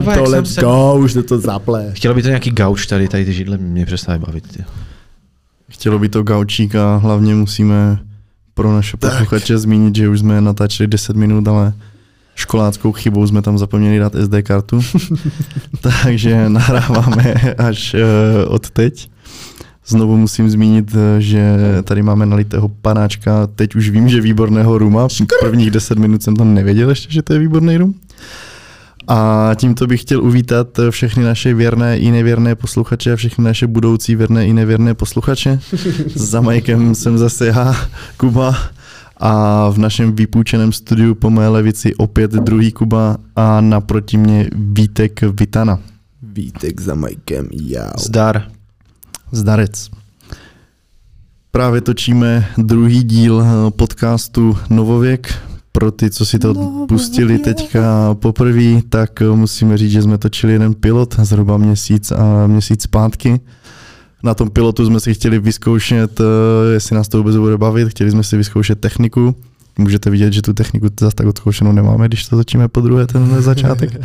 To let's go, už to zaple. Chtělo by to nějaký gauč tady ty židle mě přestaly bavit. Tě. Chtělo by to gaučík a hlavně musíme pro naše posluchače zmínit, že už jsme natáčeli 10 minut, ale školáckou chybou jsme tam zapomněli dát SD kartu. Takže nahráváme až od teď. Znovu musím zmínit, že tady máme nalitého panáčka, teď už vím, že výborného ruma. Prvních 10 minut jsem tam nevěděl ještě, že to je výborný rum. A tímto bych chtěl uvítat všechny naše věrné i nevěrné posluchače a všechny naše budoucí věrné i nevěrné posluchače. Za mikem jsem zase já, Kuba, a v našem vypůjčeném studiu po mé levici opět druhý Kuba a naproti mě Vítek Vitana. Vítek za mikem, jau. Zdar. Zdarec. Právě točíme druhý díl podcastu Novověk. Pro ty, co si to pustili teďka poprvé, tak musíme říct, že jsme točili jeden pilot zhruba měsíc zpátky. Na tom pilotu jsme si chtěli vyzkoušet, jestli nás to vůbec bude bavit, chtěli jsme si vyzkoušet techniku. Můžete vidět, že tu techniku zase tak odzkoušenou nemáme, když to točíme po druhé, tenhle začátek.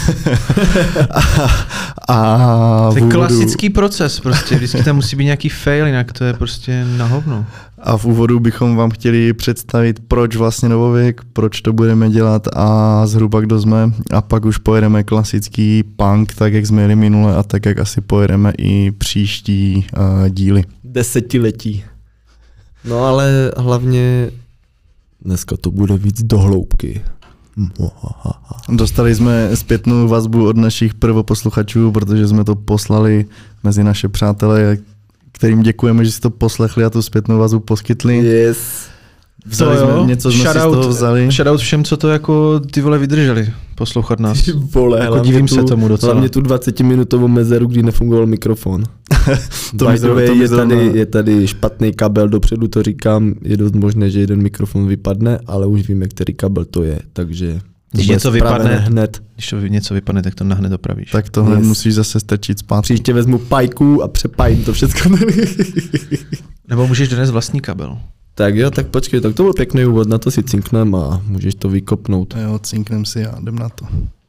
To je klasický proces prostě, vždycky tam musí být nějaký fail, jinak to je prostě na hovno. A v úvodu bychom vám chtěli představit, proč vlastně Novověk, proč to budeme dělat a zhruba kdo jsme. A pak už pojedeme klasický punk, tak jak jsme jeli minule a tak jak asi pojedeme i příští díly. 10letí. No ale hlavně dneska to bude víc do hloubky. Dostali jsme zpětnou vazbu od našich prvoposluchačů, protože jsme to poslali mezi naše přátelé, kterým děkujeme, že si to poslechli a tu zpětnou vazbu poskytli. Yes. Vzali jsme, něco jsme si z toho vzali. Shoutout všem, co to jako ty vole vydrželi poslouchat nás. Ty vole, jako divím se tomu docela. Hlavně tu 20-minutovou mezeru, kdy nefungoval mikrofon. Je tady špatný kabel dopředu, to říkám, je dost možné, že jeden mikrofon vypadne, ale už víme, který kabel to je, takže když něco vypadne hned. Když to něco vypadne, tak to hned dopravíš. Tak to hned musíš zase strčit zpátky. Příště vezmu pajku a přepájím to všechno. Nebo můžeš donést vlastní kabel. Tak jo, tak počkej, tak to byl pěkný úvod, na to si cinknem a můžeš to vykopnout. Jo, cinknem si a jdem na to.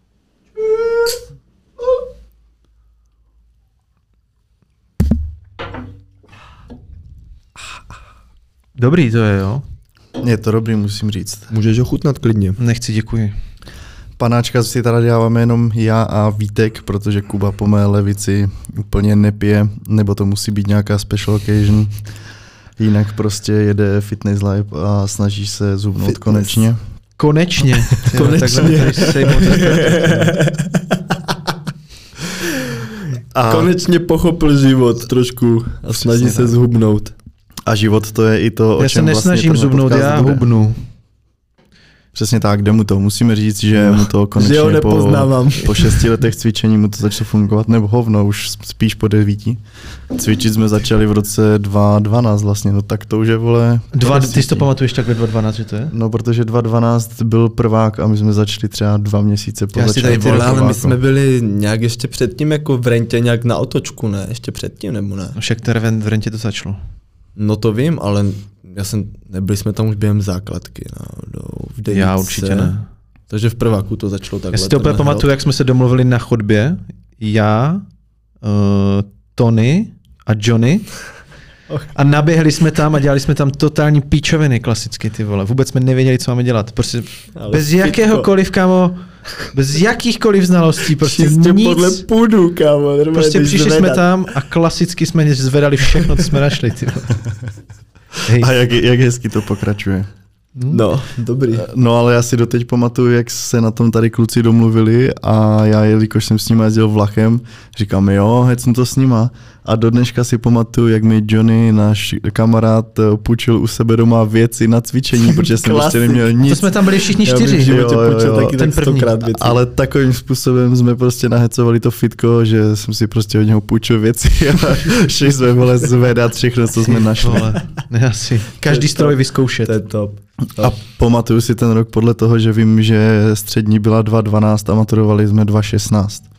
Dobrý to je, jo? Je to dobrý, musím říct. Můžeš ho chutnat klidně. Nechci, děkuji. Panáčka si tady dáváme jenom já a Vítek, protože Kuba po mé levici úplně nepije, nebo to musí být nějaká special occasion. Jinak prostě jede fitness life a snaží se zhubnout konečně. Konečně. A konečně pochopil život trošku a snaží se zhubnout. A život to je i to, o čem vlastně. Já se nesnažím zhubnout, já hubnu. Přesně tak, jde mu to. Musíme říct, že mu to konečně po 6 letech cvičení mu to začalo fungovat, nebo hovno, už spíš po 9. Cvičit jsme začali v roce 2012 vlastně, no tak to už je, vole... Ty si to pamatuješ tak ve 2012, že to je? No, protože 2012 byl prvák a my jsme začali třeba 2 měsíce po začátku. Ale my jsme byli nějak ještě předtím jako v rentě nějak na otočku, ne? Ještě předtím, nebo ne? No však v rentě to začalo. No to vím, ale nebyli jsme tam už během základky. V dejnice. Já určitě ne. Takže v prváku to začalo takhle. Já si to úplně pamatuju, jak jsme se domluvili na chodbě. Já, Tony a Johnny. A naběhli jsme tam a dělali jsme tam totální píčoviny klasicky, ty vole. Vůbec jsme nevěděli, co máme dělat. Prostě bez jakéhokoliv, kámo, bez jakýchkoliv znalostí, prostě čistě nic. podle půdu, kámo. Prostě přišli jsme tam a klasicky jsme zvedali všechno, co jsme našli, ty vole. Hej. A jak hezky to pokračuje. No, dobrý. No, ale já si doteď pamatuju, jak se na tom tady kluci domluvili a já, jelikož jsem s nima jezdil vlakem, říkám, jo, hecnu to s nima. A do dneška si pamatuju, jak mi Johnny, náš kamarád, půjčil u sebe doma věci na cvičení, protože jsem prostě neměl nic. To jsme tam byli všichni 4. Jo, taky ten první. Věci. Ale takovým způsobem jsme prostě nahecovali to fitko, že jsem si prostě od něho půjčil věci a šli jsme vole zvedat všechno, co jsme našli. Asi. Každý stroj vyzkoušet. To je top. A pamatuju si ten rok podle toho, že vím, že střední byla 2012 a maturovali jsme 2016.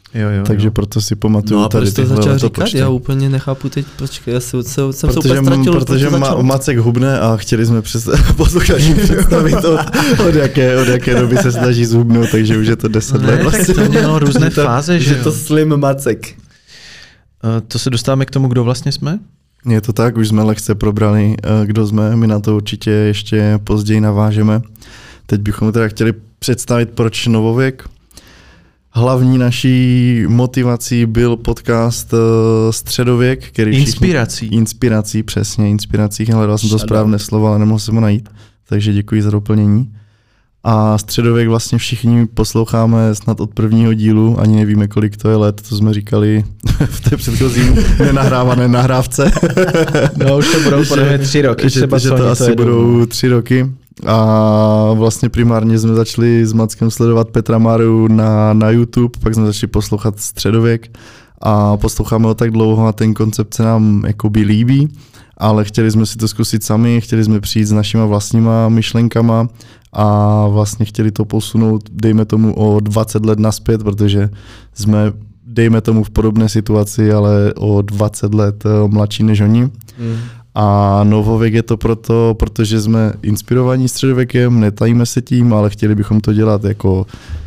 Takže proto si pamatuju no a tady to začal říkat? Já úplně nechápu teď, počkej, já jsem se úplně ztratil. Protože Macek hubne a chtěli jsme posluchači představit od jaké doby se snaží zhubnout, takže už je to 10 let. Tak to mělo různé fáze, že to slim Macek. To se dostáváme k tomu, kdo vlastně jsme? Je to tak, už jsme lehce probrali, kdo jsme, my na to určitě ještě později navážeme. Teď bychom teda chtěli představit, proč Novověk. Hlavní naší motivací byl podcast Středověk, který Inspirací, přesně, hledal jsem to správné slovo, ale nemohl jsem ho najít, takže děkuji za doplnění. A Středověk vlastně všichni posloucháme snad od prvního dílu, ani nevíme, kolik to je let, to jsme říkali v té předchozí nenahrávané nahrávce. No už to budou podle 3 roky. Že to asi budou 3 roky. A vlastně primárně jsme začali s Mackem sledovat Petra Máru na YouTube, pak jsme začali poslouchat Středověk a posloucháme ho tak dlouho a ten koncept se nám jakoby líbí, ale chtěli jsme si to zkusit sami, chtěli jsme přijít s našima vlastníma myšlenkama a vlastně chtěli to posunout, dejme tomu o 20 let naspět, protože jsme, dejme tomu v podobné situaci, ale o 20 let mladší než oni. A Novověk je to proto, protože jsme inspirovaní Středověkem, netajíme se tím, ale chtěli bychom to dělat jako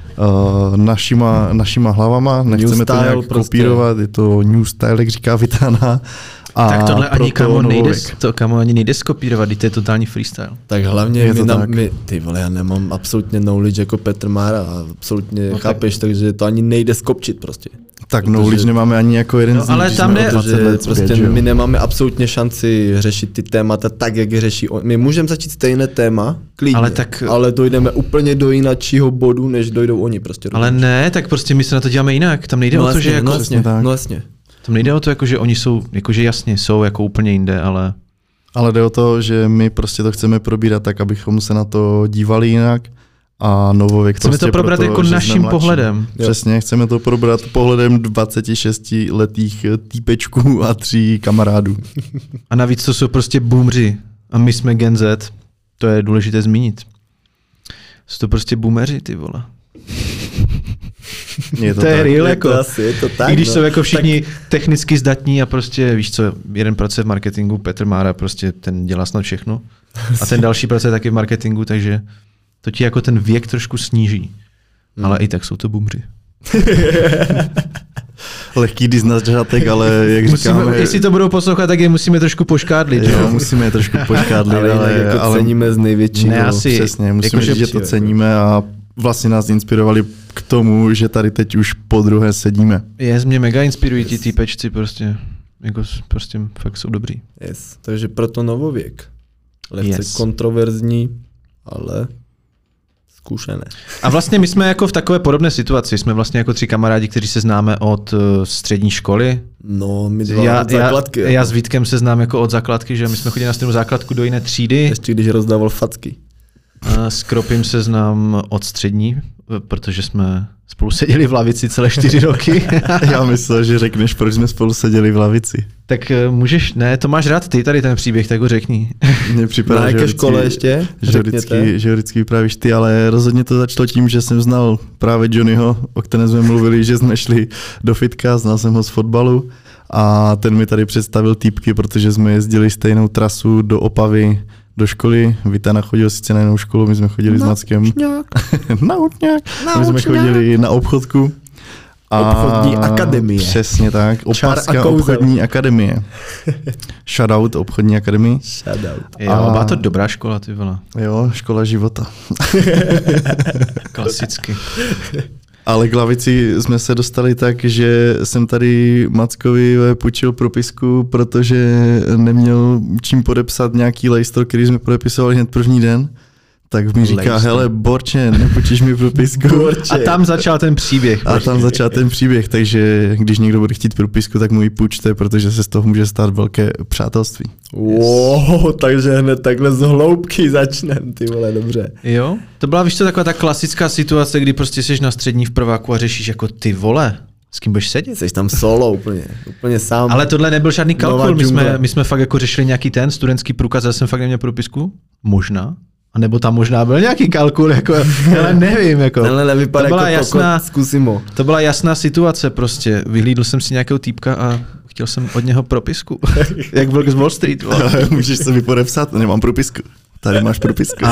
našima hlavama, nechceme to nějak kopírovat, je to new style, jak říká Vitana. A tak tohle ani nejde skopírovat, to je totální freestyle. Tak hlavně ty vole, já nemám absolutně knowledge jako Petr Mára a absolutně chápeš, takže to ani nejde skopčit prostě. Tak knowledge nemáme ani jako jeden z nich, ale tam ne, prostě my nemáme absolutně šanci řešit ty témata tak, jak je řeší on. My můžeme začít stejné téma, klidně, ale dojdeme úplně do jiného bodu, než dojdou oni prostě. Ale ne, tak prostě my se na to děláme jinak, tam nejde o to, že jako... Vlastně. Tam nejde o to, jako, že oni jsou, jakože jasně jsou jako úplně jinde, ale... Ale jde o to, že my prostě to chceme probírat tak, abychom se na to dívali jinak a Novověk chceme prostě to probrat proto, jako naším pohledem. Přesně, chceme to probrat pohledem 26letých týpečků a 3 kamarádů. A navíc to jsou prostě boomři a my jsme Gen Z, to je důležité zmínit. Jsou to prostě boomeři, ty vole. To je real, jako. Je to tak, i když jsou jako všichni technicky zdatní a prostě, víš co, jeden pracuje v marketingu, Petr Mára, prostě ten dělá snad všechno. A ten další pracuje taky v marketingu, takže to ti jako ten věk trošku sníží. Ale i tak jsou to boomři. Lehký dis na začátek, ale jak říkáme... Jestli to budou poslouchat, tak je musíme trošku poškádlit. Jo, musíme je trošku poškádlit, ale ceníme z největšího. Ne, asi, přesně, musíme říct, že to ceníme a vlastně nás inspirovali k tomu, že tady teď už po druhé sedíme. Mě mega inspirují ti týpečci prostě. Jako prostě fakt jsou dobrý. Yes. Takže proto Novověk. Lehce kontroverzní, ale zkušené. A vlastně my jsme jako v takové podobné situaci. Jsme vlastně jako 3 kamarádi, kteří se známe od střední školy. No, my dva od základky. Já s Vítkem se znám jako od základky, že my jsme chodili na stejnou základku do jiné třídy. Ještě když rozdával facky. A s Kropím se znám od střední, protože jsme spolu seděli v lavici celé 4 roky. Já myslel, že řekneš, proč jsme spolu seděli v lavici. Tak můžeš, ne, to máš rád ty tady ten příběh, tak ho řekni. Mně připadá, na jaké škole ještě? Že vždycky vyprávíš ty, ale rozhodně to začalo tím, že jsem znal právě Johnnyho, o kterém jsme mluvili, že jsme šli do fitka, znal jsem ho z fotbalu a ten mi tady představil týpky, protože jsme jezdili stejnou trasu do Opavy, do školy. Vitana chodil sice na jinou školu, my jsme chodili s Mackem. Na Hutňák. My jsme chodili na obchodku. Obchodní akademie. Přesně tak. Opavská obchodní akademie. Shoutout obchodní akademii. Shoutout. Jo, byla to dobrá škola, ty vole. Jo, škola života. Klasicky. Ale k lavici jsme se dostali tak, že jsem tady Mackovi půjčil propisku, protože neměl čím podepsat nějaký lejstr, který jsme podepisovali hned první den. Tak mi říká, hele, Borče, nepůjčíš mi propisku. A tam začal ten příběh. Takže když někdo bude chtít propisku, tak mu ji půjčte, protože se z toho může stát velké přátelství. Wow, takže hned takhle z hloubky začnem, ty vole, dobře. Jo, to byla, víš co, taková ta klasická situace, kdy prostě jsi na střední v prváku a řešíš jako ty vole, s kým budeš sedět? Jsi tam solo úplně sám. Ale tohle nebyl žádný kalkul, my jsme fakt jako řešili nějaký ten studentský průkaz, já jsem fakt neměl propisku, možná. A nebo tam možná byl nějaký kalkul, jako, ale nevím. Jako. Ale vypadá jako jasná, zkusimo. To byla jasná situace prostě. Vyhlídl jsem si nějakého týpka a chtěl jsem od něho propisku. Jak byl z Wall Street. Můžeš se mi podepsat, nemám propisku. Tady máš propisku.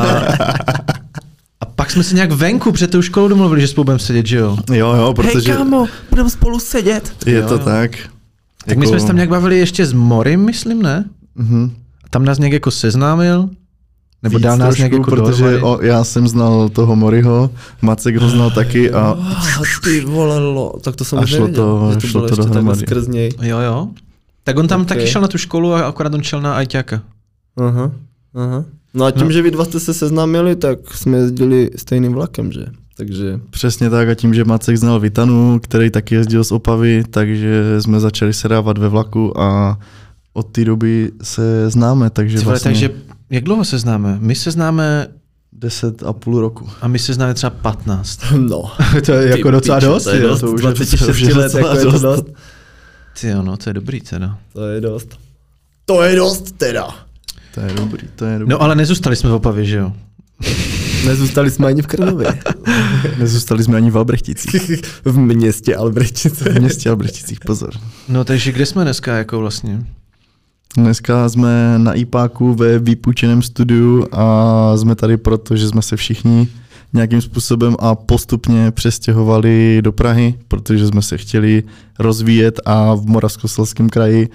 A pak jsme se nějak venku před tou školou domluvili, že spolu budeme sedět, že jo? Jo, protože... Hej kámo, budeme spolu sedět. Je to tak. Tak jako... my jsme se tam nějak bavili ještě s Morim, myslím, ne? A tam nás nějak jako seznámil? Nebo dál nás nějak jako protože já jsem znal toho Moriho, Macek ho znal taky a... Ty vole, tak to jsem už nevěděl, že to bylo ještě takhle skrz něj. Jo. Tak on tam taky šel na tu školu a akorát on šel na ajťáka. Aha. No a tím, že vy dva jste se seznámili, tak jsme jezdili stejným vlakem, že? Takže... Přesně tak a tím, že Macek znal Vitanu, který taky jezdil z Opavy, takže jsme začali se dávat ve vlaku a od té doby se známe, takže vlastně... Takže jak dlouho se známe? My se známe 10,5 roku. A my se známe třeba 15. No. To je jako docela dost. To je dost, 26 let, jako je to dost. Ty no, to je dobrý teda. To je dost. To je dost teda. To je dobrý. No ale nezůstali jsme v Opavě, že jo? Nezůstali jsme ani v Krnově. Nezůstali jsme ani v Albrechticích. V městě Albrechtice. V městě Albrechticích, pozor. No takže kde jsme dneska jako vlastně? Dneska jsme na IPáku ve vypůjčeném studiu a jsme tady proto, že jsme se všichni nějakým způsobem a postupně přestěhovali do Prahy, protože jsme se chtěli rozvíjet a v Moravskoslezském kraji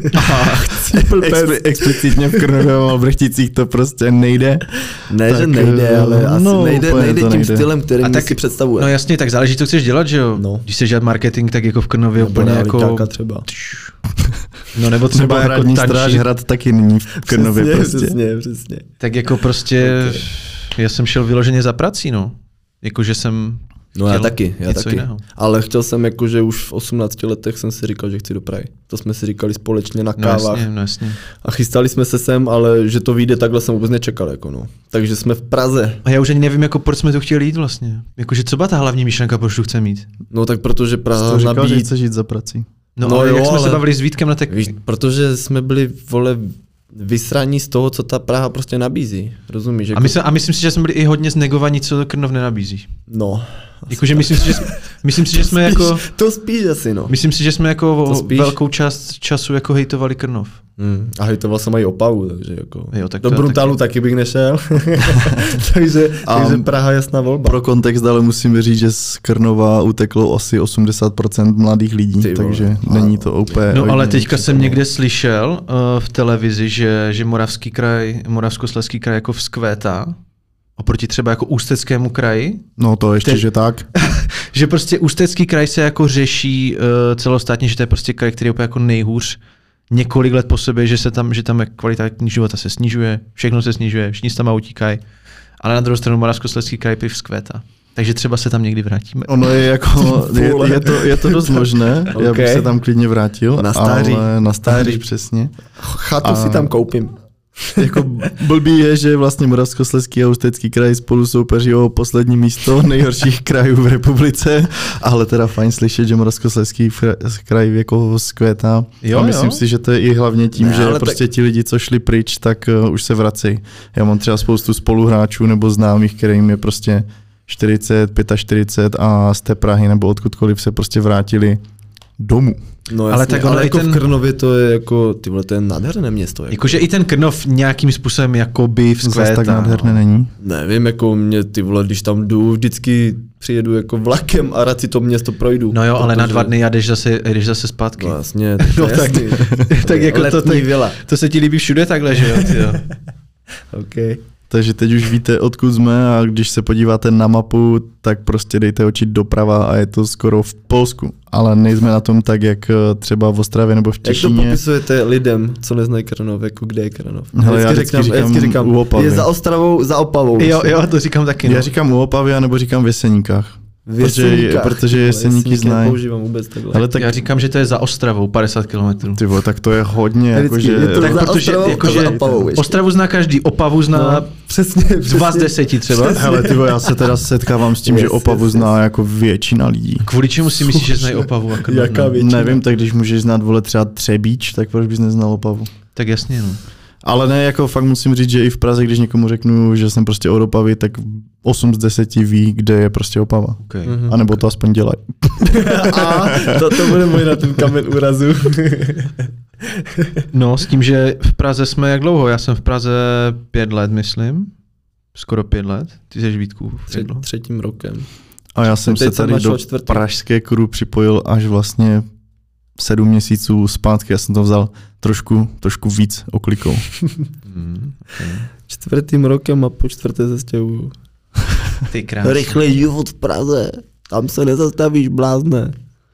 explicitně v Krnově a Albrechticích to prostě nejde. Ne, tak, že nejde, ale asi nejde tím stylem, kterým tak, si představuje. No jasně, tak záleží, co chceš dělat, že jo? No. Když chceš dělat marketing, tak jako v Krnově úplně jako... třeba. No nebo třeba jako Stráž hrad taky není v Krnově prostě. Přesně. Tak jako prostě... Okay. Já jsem šel vyloženě za prací, no. Jakože jsem já taky. Jiného. Ale chtěl jsem, jakože už v 18 letech jsem si říkal, že chci do Prahy. To jsme si říkali společně na kávách. No jasně. A chystali jsme se sem, ale že to vyjde takhle jsem vůbec nečekal, jako no. Takže jsme v Praze. A já už ani nevím, jako proč jsme tu chtěli jít vlastně. Jakože co byla ta hlavní myšlenka, proč tu chce mít? No tak protože Praha říkal, že chce žít za prací. No ale jak jsme se bavili s Vítkem na víš, protože jsme byli, vysraní z toho, co ta Praha prostě nabízí, rozumíš? Jako... A myslím si, že jsme byli i hodně znegovaní, co to Krnov nenabízí. No. Jakože myslím si, že jsme jako... To spíš asi, no. Myslím si, že jsme jako velkou část času jako hejtovali Krnov. A hejtoval jsem i Opavu, takže jako... Jo, tak do Bruntálu taky bych nešel. takže Praha jasná volba. Pro kontext ale musíme říct, že z Krnova uteklo asi 80% mladých lidí, takže není to úplně... No ale teďka jsem někde slyšel v televizi, že Moravskoslezský kraj jako vzkvétá. Oproti třeba jako Ústeckému kraji. No to ještě, že tak. Že prostě Ústecký kraj se jako řeší celostátně, že to je prostě kraj, který je úplně jako nejhůř několik let po sobě, že tam kvalita života se snižuje, všechno se snižuje, všichni se tam utíkají. Ale na druhou stranu Moravskoslezský kraj vzkvétá. Takže třeba se tam někdy vrátíme. Ono je jako, je to dost možné, okay. Já bych se tam klidně vrátil. Na stáří přesně. Chatu si tam koupím. Jako blbý je, že vlastně Moravskoslezský a Ústecký kraj spolu soupeří o poslední místo nejhorších krajů v republice, ale teda fajn slyšet, že Moravskoslezský kraj jako zkvétá. A myslím si, že to je i hlavně tím, že prostě ti lidi, co šli pryč, tak už se vracejí. Já mám třeba spoustu spoluhráčů nebo známých, kterým je prostě 40, 45 a z té Prahy nebo odkudkoliv se prostě vrátili domů. No jasně, ale tak ale jako v Krnově to je jako, ty vole, to je nádherné město. Jakože i ten Krnov nějakým způsobem jakoby vzkvétá. Zas tak nádherné není. Nevím, jako mě, ty vole, když tam jdu, vždycky přijedu jako vlakem a rád si to město projdu. No jo, ale na 2 dny jdeš zase zpátky. No jasně, to je jasný. Tak jako to se ti líbí všude takhle, že jo? Okay. Takže teď už víte, odkud jsme a když se podíváte na mapu, tak prostě dejte oči doprava a je to skoro v Polsku. Ale nejsme na tom tak, jak třeba v Ostravě nebo v Těšíně. Jak to popisujete lidem, co neznají Krnov, jako kde je Krnov? Hele, já vždycky říkám u Opavy. Je za Ostravou, za Opavou. Jo, to říkám taky. Já říkám u Opavy, nebo říkám v Jeseníkách. Protože Jeseníky znají. Ale tak já říkám, že to je za Ostravou, 50 km. Ty vole, tak to je hodně, jakože... Ostravu zná každý, Opavu zná přesně. 2 z 10 třeba. Hele, ty vole, já se teda setkávám s tím, že Opavu zná jako většina lidí. Kvůli čemu si myslíš, že znají Opavu? Jaká většina? Nevím, tak když můžeš znát, vole, třeba Třebíč, tak proč bys neznal Opavu? Tak jasně, no. Ale ne, jako fakt musím říct, že i v Praze, když někomu řeknu, že jsem prostě od Opavy, tak 8 z 10 ví, kde je prostě Opava. Okay. A nebo to aspoň dělají. A to bude můj na ten kamen úrazu. No, s tím, že v Praze jsme jak dlouho? Já jsem v Praze 5 let, myslím. Skoro 5 let. Ty jsi Vítku. Třetím rokem. A já jsem se tady do pražské crew připojil až vlastně 7 měsíců zpátky. Já jsem to vzal trošku víc oklikou. Okay. 4. rokem a po 4. se stěhuju. Ty krásný. Rychlej život v Praze. Tam se nezastavíš, blázne.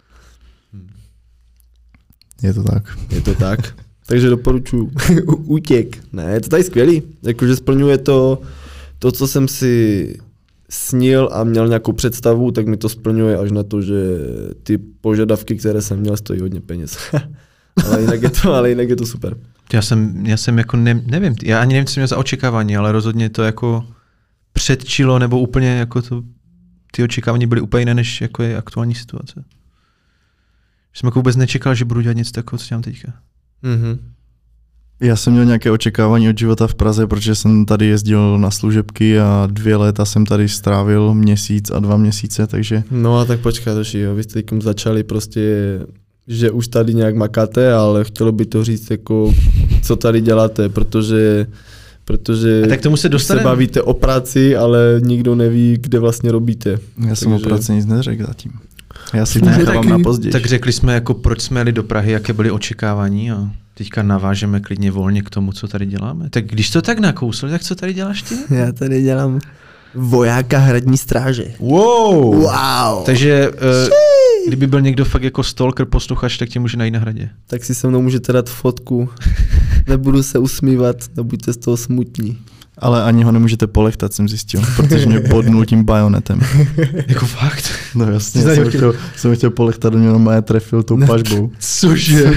Je to tak. Je to tak. Takže doporučuji útěk. Ne, je to tady skvělý. Jakože splňuje to, co jsem si snil a měl nějakou představu, tak mi to splňuje až na to, že ty požadavky, které jsem měl, stojí hodně peněz. ale jinak je to super. Já jsem jako nevím, já ani nevím, co měl za očekávání, ale rozhodně to jako předčilo, nebo úplně jako to, ty očekávání byly úplně jiné, než jako je aktuální situace. Jsem jako vůbec nečekal, že budu dělat něco takového, co dělám teďka. Mm-hmm. Já jsem měl nějaké očekávání od života v Praze, protože jsem tady jezdil na služebky a 2 léta jsem tady strávil měsíc a 2 měsíce, takže... No a tak počkat, jo, vy jste začali prostě, že už tady nějak makáte, ale chtělo by to říct, jako, co tady děláte, protože a tak tomu se bavíte o práci, ale nikdo neví, kde vlastně robíte. Já jsem o práci nic neřekl zatím. Já si to nechávám na později. Tak řekli jsme, jako, proč jsme jeli do Prahy, jaké byly očekávání a teďka navážeme klidně volně k tomu, co tady děláme. Tak když to tak nakousl, tak co tady děláš ty? Já tady dělám vojáka hradní stráže. Wow! Takže kdyby byl někdo fakt jako stalker, posluchač, tak tě může najít na hradě. Tak si se mnou můžete dát fotku. Nebudu se usmívat, nebuďte z toho smutní. Ale ani ho nemůžete polechtat, jsem zjistil, protože mě bodnul tím bajonetem. Jako fakt? No jasně, jsem chtěl polechtat, do něho normálně trefil tou pažbou. Cože?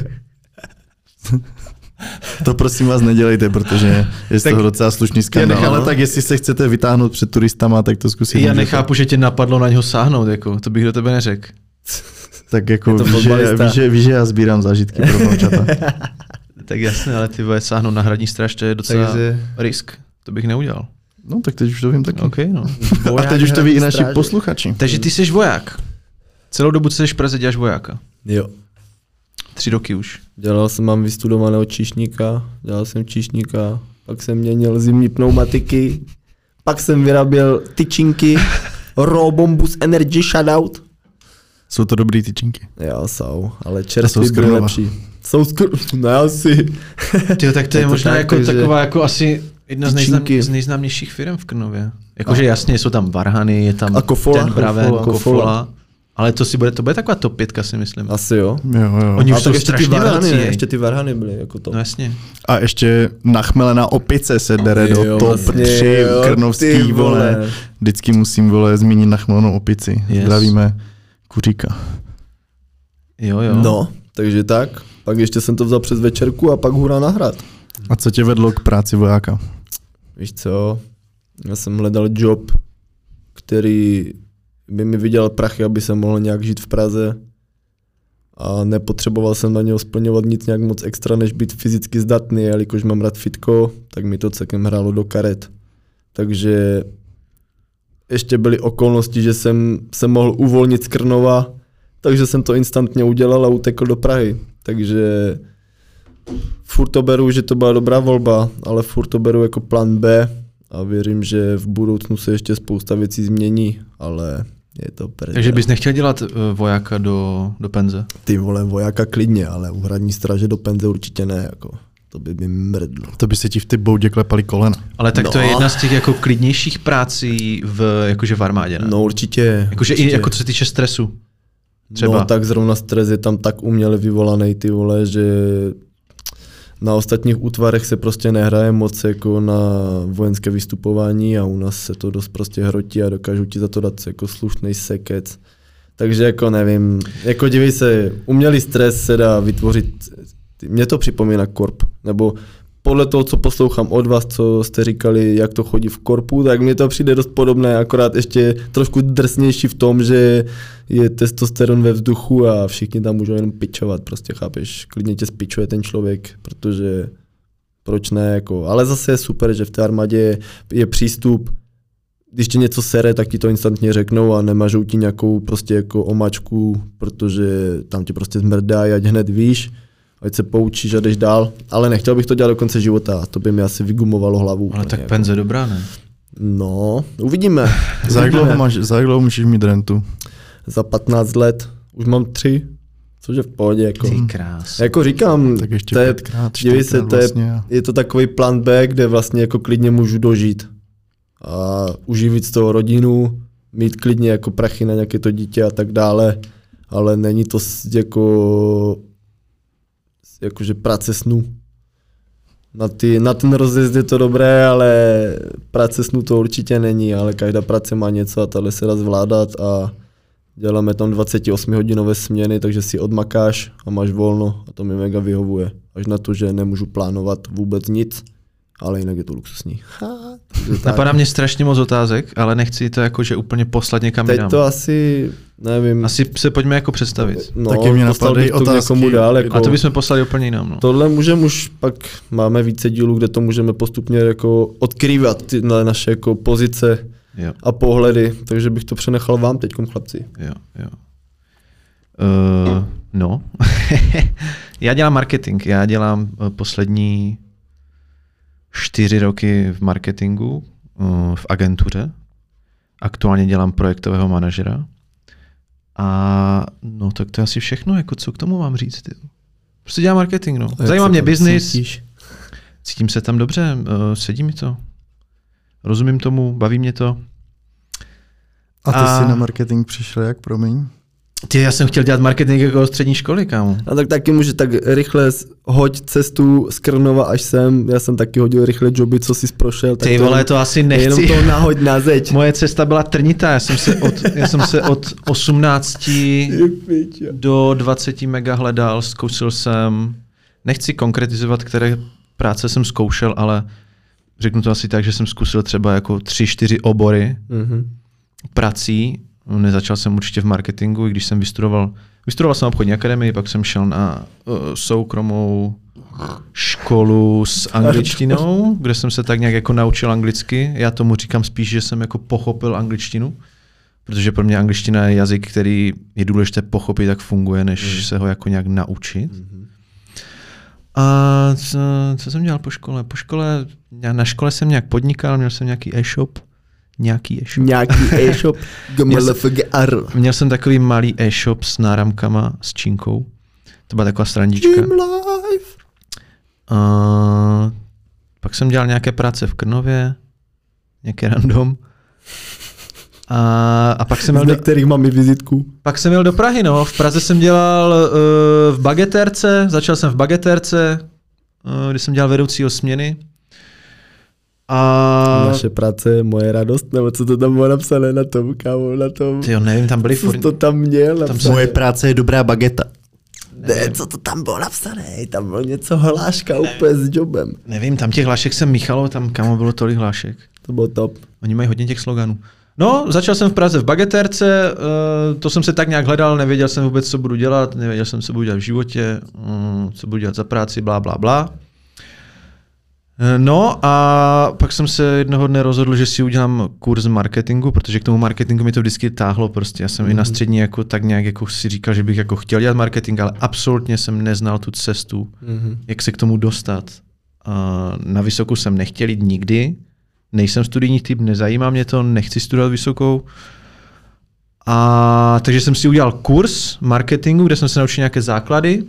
To prosím vás nedělejte, protože je z toho docela slušný skandál. Ale tak jestli se chcete vytáhnout před turistama, tak to zkusit. Já nechápu, že tě napadlo na něho sáhnout, jako, to bych do tebe neřekl. Tak jako víš, že já sbírám zážitky pro vnoučata. Tak jasně, ale ty sáhnout na hradní stráž, to je docela risk. To bych neudělal. No tak teď už to vím taky. Okay, no. A teď už to ví i naši posluchači. Takže ty jsi voják. Celou dobu, co jsi v Praze, děláš vojáka. Jo. 3 roky už. Mám vystudovaného číšníka, dělal jsem číšníka, pak jsem měnil zimní pneumatiky, pak jsem vyráběl tyčinky, raw bombus energy shoutout. Jsou to dobrý tyčinky? Jo, jsou, ale čerství byly lepší. Jsou ne asi. Tyjo, tak to je možná jako taková jako asi jedna z nejznámějších firm v Krnově. Jakože jasně, jsou tam Varhany, je tam Ten Braven, Kofola. Ale to bude taková top 5, si myslím. Asi jo. Oni už jsou strašně velcí. Ještě ty Varhany byly jako top. No jasně. A ještě nachmelená opice se dere do top 3 krnovský, vole. Vždycky musím, vole, zmínit nachmelenou opici. Yes. Zdravíme Kuříka. Jo. No, takže tak. Pak ještě jsem to vzal přes večerku a pak hurá na hrad. A co tě vedlo k práci vojáka? Víš co, já jsem hledal job, který by mi vydělal prachy, aby jsem mohl nějak žít v Praze a nepotřeboval jsem na něho splňovat nic nějak moc extra, než být fyzicky zdatný, jelikož mám rád fitko, tak mi to celkem hrálo do karet. Takže ještě byly okolnosti, že jsem se mohl uvolnit z Krnova, takže jsem to instantně udělal a utekl do Prahy. Takže furt to beru, že to byla dobrá volba, ale furt to beru jako plán B a věřím, že v budoucnu se ještě spousta věcí změní, ale je to prdel. Takže bys nechtěl dělat vojáka do penze? Ty vole, vojáka klidně, ale u hradní stráže do penze určitě ne, jako. To by mrdlo. To by se ti v ty boudě klepali kolena. Ale tak to je jedna z těch jako klidnějších prací jakože v armádě, ne? No určitě. Jakože i jako co se týče stresu. Třeba. No tak zrovna stres je tam tak uměle vyvolaný, ty vole, že na ostatních útvarech se prostě nehraje moc jako na vojenské vystupování a u nás se to dost prostě hrotí a dokážu ti za to dát jako slušný sekec. Takže jako nevím, jako dívej se, umělý stres se dá vytvořit, mě to připomíná korp, nebo podle toho, co poslouchám od vás, co jste říkali, jak to chodí v korpu, tak mně to přijde dost podobné, akorát ještě trošku drsnější v tom, že je testosteron ve vzduchu a všichni tam můžou jenom pičovat, prostě chápeš, klidně tě spičuje ten člověk, protože proč ne, jako, ale zase je super, že v té armádě je přístup, když ti něco sere, tak ti to instantně řeknou a nemažou ti nějakou prostě jako omačku, protože tam ti prostě zmrdají, ať hned víš, ať se poučíš a jdeš dál, ale nechtěl bych to dělat do konce života, to by mi asi vygumovalo hlavu. Ale tak jako. penze dobrá, ne? No, uvidíme. Za jak dlouho můžeš mít rentu? Za 15 let, už mám 3, což je v pohodě. Jako. Ty krás. Jako říkám, Tak ještě to je, 5krát, dívej se, 4krát to vlastně. je to takový plán B, kde vlastně jako klidně můžu dožít a uživit z toho rodinu, mít klidně jako prachy na nějaké to dítě a tak dále, ale není to jakože práce snů. Na ten rozjezd je to dobré, ale práce snů to určitě není, ale každá práce má něco a tahle se dá zvládat a děláme tam 28-hodinové směny, takže si odmakáš a máš volno a to mi mega vyhovuje. Až na to, že nemůžu plánovat vůbec nic, ale jinak je to luxusní. Napadá mě strašně moc otázek, ale nechci to jakože úplně poslat někam Teď jinam. to asi, nevím. Asi se pojďme jako představit. No, Taky mě poslal napadají bych to otázky. někomu dál. Jako, A to bychom poslali úplně jinam. No. tohle můžeme už, pak máme více dílů, kde to můžeme postupně jako odkrývat, ty naše jako pozice Jo. a pohledy, takže bych to přenechal vám teďkom, chlapci. Jo. No, já dělám marketing. Já dělám poslední 4 roky v marketingu, v agentuře. Aktuálně dělám projektového manažera. A no tak to je asi všechno, jako co k tomu mám říct. Ty. Prostě dělám marketing, no. Zajímá mě biznis, cítím se tam dobře, sedí mi to. Rozumím tomu, baví mě to. A ty jsi na marketing přišel jak, promiň? Já jsem chtěl dělat marketing jako střední školy, kámo. A tak taky může tak rychle hoď cestu z Krnova až sem. Já jsem taky hodil rychle joby, co jsi prošel. Ty vole, to asi nechci. Jenom to nahoď na zeď. Moje cesta byla trnitá, já jsem se od 18 do 20 mega hledal, zkoušel jsem, nechci konkretizovat, které práce jsem zkoušel, ale řeknu to asi tak, že jsem zkusil třeba jako 3-4 obory prací. Nezačal jsem určitě v marketingu, i když jsem vystudoval jsem obchodní akademii, pak jsem šel na soukromou školu s angličtinou, kde jsem se tak nějak jako naučil anglicky. Já tomu říkám spíš, že jsem jako pochopil angličtinu, protože pro mě angličtina je jazyk, který je důležité pochopit, jak funguje, než se ho jako nějak naučit. A co jsem dělal po škole? Na škole jsem nějak podnikal, měl jsem nějaký e-shop. Nějaký e-shop. Měl jsem takový malý e-shop s náramkama, s činkou. To byla taková srandička. Pak jsem dělal nějaké práce v Krnově, nějaké random. A pak jsem měl kterých mám i vizitku. Pak jsem jel do Prahy, no. V Praze jsem dělal v bagetérce, začal jsem v bagetérce, kde jsem dělal vedoucího směny. A... Naše práce, moje radost, nebo co to tam bylo napsané na tom, kámo, na tom. Tyjo, nevím, tam byly furt. to tam měl napsané. Moje práce je dobrá bageta. Ne, co to tam bylo napsané, tam bylo něco hláška úplně s jobem. Nevím, tam těch hlášek jsem míchalo, tam kámo bylo tolik hlášek. To bylo top. Oni mají hodně těch sloganů. No, začal jsem v Praze v bagetérce, to jsem se tak nějak hledal, nevěděl jsem vůbec, co budu dělat, nevěděl jsem, co budu dělat v životě, co budu dělat za práci, blá, blá, blá. No a pak jsem se jednoho dne rozhodl, že si udělám kurz marketingu, protože k tomu marketingu mi to vždycky táhlo prostě. Já jsem i na střední jako tak nějak jako si říkal, že bych jako chtěl dělat marketing, ale absolutně jsem neznal tu cestu, jak se k tomu dostat. Na vysokou jsem nechtěl jít nikdy, nejsem studijní typ, nezajímá mě to, nechci studovat vysokou. Takže jsem si udělal kurz marketingu, kde jsem se naučil nějaké základy.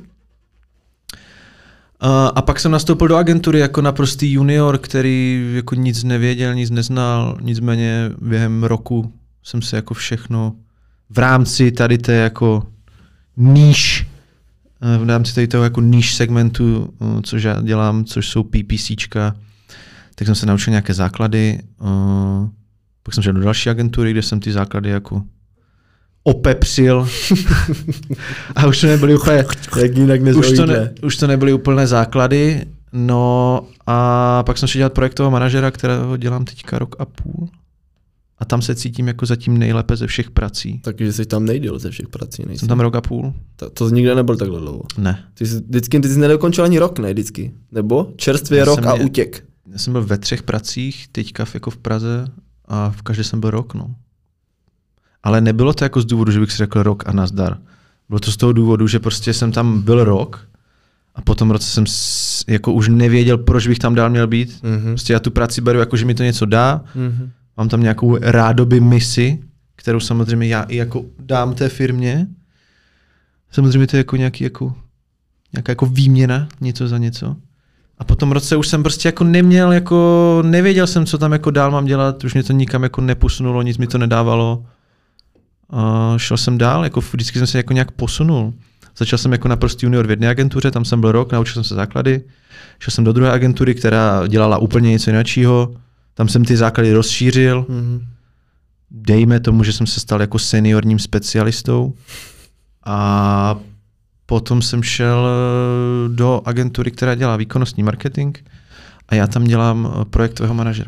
A pak jsem nastoupil do agentury jako naprostý junior, který jako nic nevěděl, nic neznal, nicméně během roku jsem se jako všechno v rámci tady té jako níž, v rámci tady toho jako níž segmentu, což já dělám, což jsou PPCčka, tak jsem se naučil nějaké základy. Pak jsem šel do další agentury, kde jsem ty základy jako opepřil. A už to nebyly úplně... Jak jinak už to nebyly úplné základy. No a pak jsem šel dělat projektového manažera, kterého dělám teďka 1,5 roku. a tam se cítím jako zatím nejlépe ze všech prací. Takže jsi tam nejdýl ze všech prací, nejsi. Jsem tam rok a půl. To nikde nebyl takhle dlouho. Ne. Ty jsi nedokončil ani rok, ne vždycky? Nebo čerstvě rok a útěk? Já jsem byl ve 3 pracích, teďka jako v Praze a v každé jsem byl rok, no. Ale nebylo to jako z důvodu, že bych si řekl rok a nazdar. Bylo to z toho důvodu, že prostě jsem tam byl rok a po tom roce jsem jako už nevěděl, proč bych tam dál měl být. Prostě já tu práci beru jako, že mi to něco dá. Mám tam nějakou rádoby misi, kterou samozřejmě já i jako dám té firmě. Samozřejmě to je jako nějaká jako výměna, něco za něco. A po tom roce už jsem prostě jako nevěděl jsem, co tam jako dál mám dělat, už mě to nikam jako neposunulo, nic mi to nedávalo. A šel jsem dál, jako vždycky jsem se jako nějak posunul. Začal jsem jako naprostý junior v jedné agentuře, tam jsem byl rok, naučil jsem se základy. Šel jsem do druhé agentury, která dělala úplně něco jiného. Tam jsem ty základy rozšířil. Dejme tomu, že jsem se stal jako seniorním specialistou. A potom jsem šel do agentury, která dělá výkonnostní marketing a já tam dělám projektového manažera.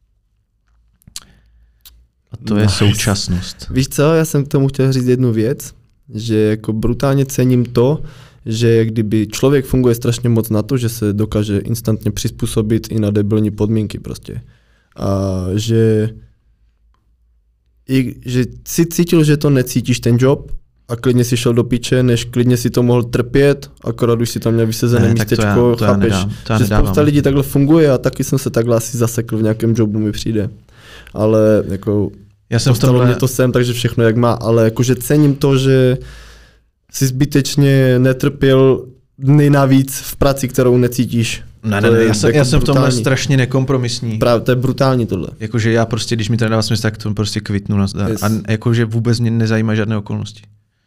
A to je současnost. Víš co, já jsem k tomu chtěl říct jednu věc, že jako brutálně cením to, že kdyby člověk funguje strašně moc na to, že se dokáže instantně přizpůsobit i na debilní podmínky prostě. A že si cítil, že to necítíš ten job a klidně si šel do piče, než klidně si to mohl trpět, akorát už si tam měl vysezené místečko, chápeš, že spousta lidí takhle funguje a taky jsem se takhle asi zasekl v nějakém jobu, mi přijde. Ale jako já jsem mě to sem, takže všechno jak má, ale jakože cením to, že si zbytečně netrpěl dny navíc v práci, kterou necítíš. Ne, já jsem v tomhle strašně nekompromisní. Právě, to je brutální tohle. Jakože já prostě, když mi to nedává smysl, tak to prostě kvitnu nazdar. Yes. A jakože vůbec mě nezajímá žádné okolnosti.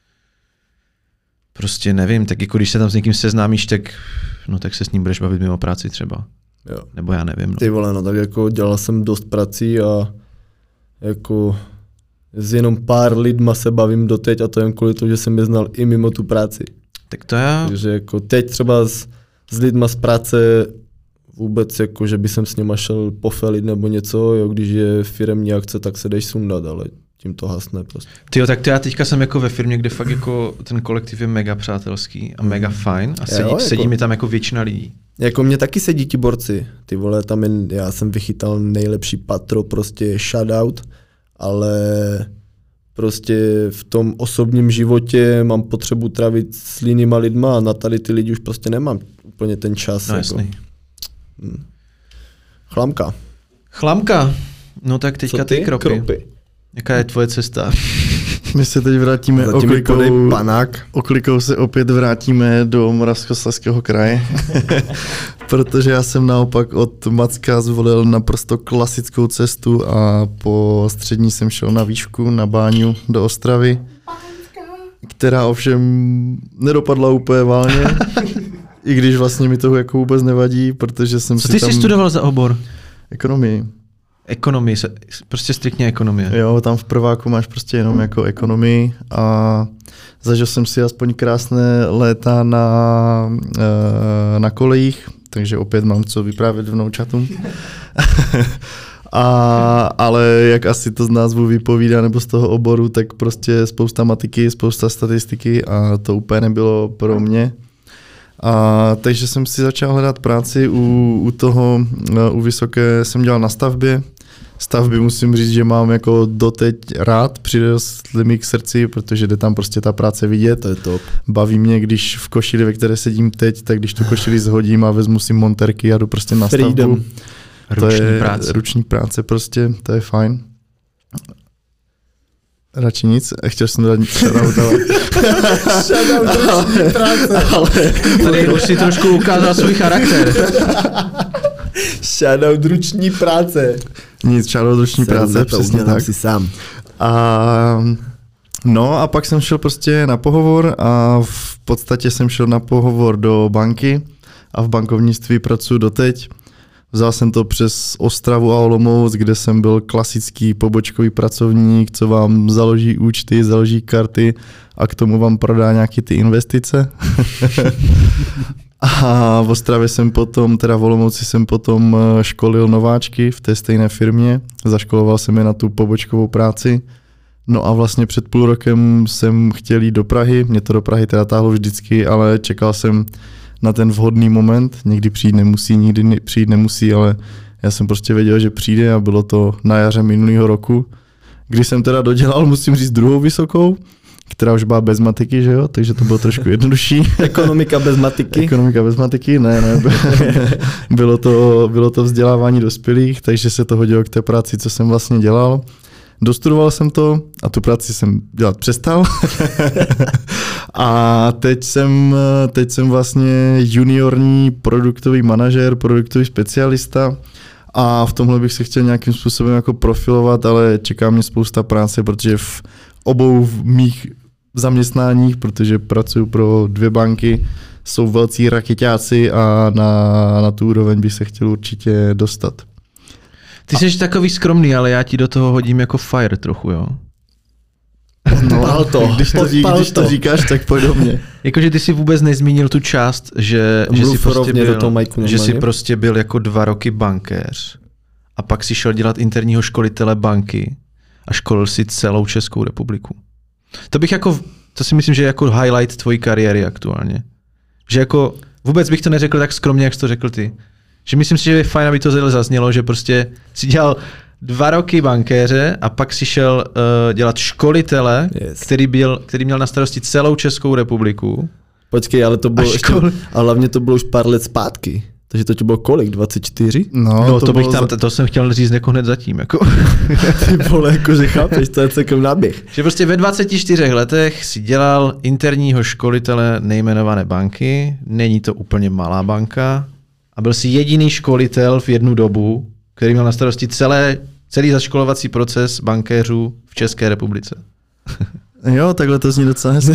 Prostě nevím, tak jako když se tam s někým seznámíš, tak se s ním budeš bavit mimo práci třeba. Jo. Nebo já nevím. No. Ty vole, no tak jako dělal jsem dost prací a jako s jenom pár lidma se bavím doteď a to jen kvůli tomu, že jsem je znal i mimo tu práci. Tak to já... Takže jako teď třeba s lidma z práce vůbec jako, že by jsem s nima šel pofelit nebo něco, jo, když je firemní akce, tak se jdeš sundat, ale tím to hasne prostě. Tyjo, tak to já teďka jsem jako ve firmě, kde fakt jako ten kolektiv je mega přátelský a mega fajn a sedí mi tam jako většina lidí. Jako mě taky sedí ti borci, ty vole, tam já jsem vychytal nejlepší patro, prostě shoutout, ale prostě v tom osobním životě mám potřebu trávit s jinýma lidma a na tady ty lidi už prostě nemám úplně ten čas. No jako. jasný. Chlamka. No tak teďka ty kropy. Jaká je tvoje cesta? My se teď vrátíme oklikou se opět vrátíme do Moravskoslezského kraje, protože já jsem naopak od Macka zvolil naprosto klasickou cestu a po střední jsem šel na výšku, na Báňu do Ostravy, která ovšem nedopadla úplně válně, i když vlastně mi toho jako vůbec nevadí, protože jsem Co ty jsi studoval za obor? Ekonomii. Ekonomii, prostě striktně ekonomie. Jo, tam v prváku máš prostě jenom jako ekonomii a zažil jsem si aspoň krásné léta na kolejích, takže opět mám co vyprávět vnoučatům. Ale jak asi to z názvu vypovídá nebo z toho oboru, tak prostě spousta matiky, spousta statistiky a to úplně nebylo pro mě. Takže jsem si začal hledat práci u Vysoké jsem dělal na stavbě. Stavby musím říct, že mám jako doteď rád, přirostly mi k srdci, protože jde tam prostě ta práce vidět. To je top. Baví mě, když v košili, ve které sedím teď, tak když tu košili zhodím a vezmu si monterky a jdu prostě na stavbu. Ruční práce prostě, to je fajn. Radši nic, chtěl jsem dát shoutout, ale... Shoutout ruční práce. Tady už si trošku ukázal svůj charakter. Shoutout ruční práce. Nic, shoutout ruční práce, přesně tak. Si sám. A pak jsem šel prostě na pohovor a v podstatě jsem šel na pohovor do banky a v bankovnictví pracuji doteď. Vzal jsem to přes Ostravu a Olomouc, kde jsem byl klasický pobočkový pracovník, co vám založí účty, založí karty a k tomu vám prodá nějaké ty investice. A v Ostravě jsem potom, teda v Olomouci jsem potom školil nováčky v té stejné firmě. Zaškoloval jsem je na tu pobočkovou práci. No a vlastně před půl rokem jsem chtěl jít do Prahy. Mě to do Prahy teda táhlo vždycky, ale čekal jsem na ten vhodný moment. Někdy přijít nemusí, nikdy přijít nemusí, ale já jsem prostě věděl, že přijde a bylo to na jaře minulého roku. Když jsem teda dodělal, musím říct, druhou vysokou, která už byla bez matiky, že jo, takže to bylo trošku jednodušší. Ekonomika bez matiky? Ekonomika bez matiky, ne. Bylo to vzdělávání dospělých, takže se to hodilo k té práci, co jsem vlastně dělal. Dostudoval jsem to a tu práci jsem dělat přestal. A teď jsem vlastně juniorní produktový manažer, produktový specialista a v tomhle bych se chtěl nějakým způsobem jako profilovat, ale čeká mě spousta práce, protože v obou mých zaměstnáních, protože pracuji pro 2 banky, jsou velcí rakeťáci a na tu úroveň bych se chtěl určitě dostat. Ty jsi takový skromný, ale já ti do toho hodím jako fire trochu, jo? No, když to říkáš, tak pojď do mě. Jakože ty jsi vůbec nezmínil tu část, že jsi prostě byl jako 2 roky bankéř a pak si šel dělat interního školitele banky a školil si celou Českou republiku. To si myslím, že je jako highlight tvojí kariéry aktuálně. Že jako vůbec bych to neřekl tak skromně, jak jsi to řekl ty. Že myslím si, že je fajn, aby to zaznělo, že prostě si dělal 2 roky bankéře a pak si šel dělat školitele, který měl na starosti celou Českou republiku. Počkej, ale to bylo ale hlavně to bylo už pár let zpátky. Takže to bylo kolik? 24? No to jsem chtěl říct jako hned zatím. Jako. Ty vole, jakože chápeš, to je celkem náběh. Že prostě ve 24 letech si dělal interního školitele nejmenované banky, není to úplně malá banka, a byl si jediný školitel v jednu dobu, který měl na starosti celý zaškolovací proces bankéřů v České republice. Jo, takhle to zní docela hezky.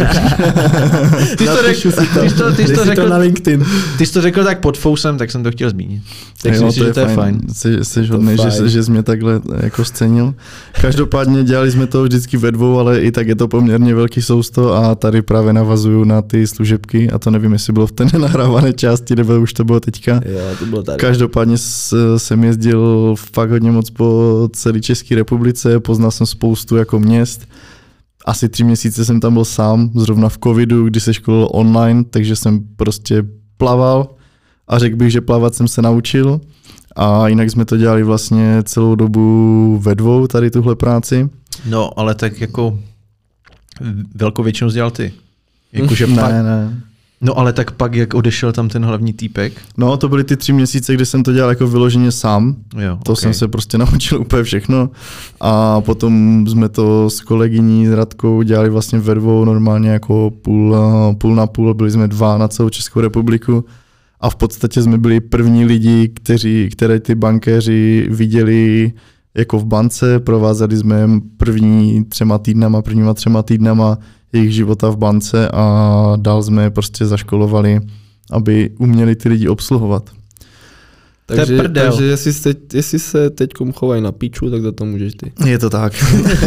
Ty jsi to na LinkedIn. Ty jsi to řekl tak pod fousem, tak jsem to chtěl zmínit. Tak si myslím, že to je fajn. Jsi hodnej, že jsi mě takhle jako scenil. Každopádně dělali jsme to vždycky ve 2, ale i tak je to poměrně velký sousto a tady právě navazuju na ty služebky a to nevím, jestli bylo v té nenahrávané části, nebo už to bylo teďka. Jo, to bylo tady. Každopádně jsem jezdil fakt hodně moc po celé České republice, poznal jsem spoustu jako měst. Asi 3 měsíce jsem tam byl sám, zrovna v covidu, kdy se školil online, takže jsem prostě plaval a řekl bych, že plavat jsem se naučil a jinak jsme to dělali vlastně celou dobu ve 2, tady tuhle práci. No, ale tak jako velkou většinu dělal ty. Jakože ne. No ale tak pak, jak odešel tam ten hlavní týpek? No, to byly ty 3 měsíce, kdy jsem to dělal jako vyloženě sám. Jo, to jsem se prostě naučil úplně všechno. A potom jsme to s kolegyní, s Radkou dělali vlastně ve 2 normálně jako půl na půl. Byli jsme 2 na celou Českou republiku. A v podstatě jsme byli první lidi, které ty bankéři viděli jako v bance. Provázeli jsme prvníma 3 týdnama jejich života v bance a dál jsme je prostě zaškolovali, aby uměli ty lidi obsluhovat. Takže jestli se teďkom chovají na piču, tak za to můžeš ty. Je to tak.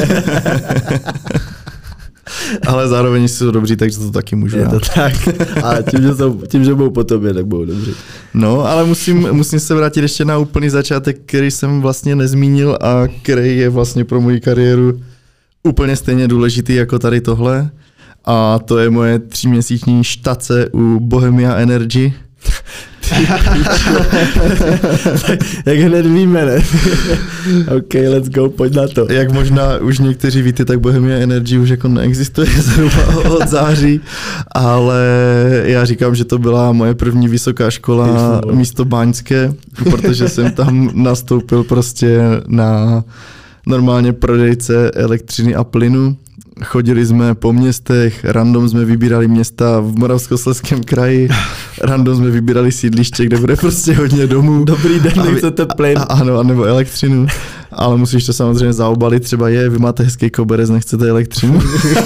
Ale zároveň jsou dobří, takže to taky můžu. Je to tak. A tím, že budou po tobě, tak budou dobří. No, ale musím se vrátit ještě na úplný začátek, který jsem vlastně nezmínil a který je vlastně pro moji kariéru úplně stejně důležitý jako tady tohle. A to je moje 3měsíční štace u Bohemia Energy. Jak hned víme, ne? OK, let's go, pojď na to. Jak možná už někteří víte, tak Bohemia Energy už jako neexistuje zhruba od září, ale já říkám, že to byla moje první vysoká škola místo báňské, protože jsem tam nastoupil prostě na normálně prodejce elektřiny a plynu. Chodili jsme po městech, random jsme vybírali města v Moravskoslezském kraji, random jsme vybírali sídliště, kde bude prostě hodně domů. Dobrý den, nechcete plyn. Ano, nebo elektřinu. ale musíš to samozřejmě zaobalit, třeba vy máte hezký koberec, nechcete elektřinu.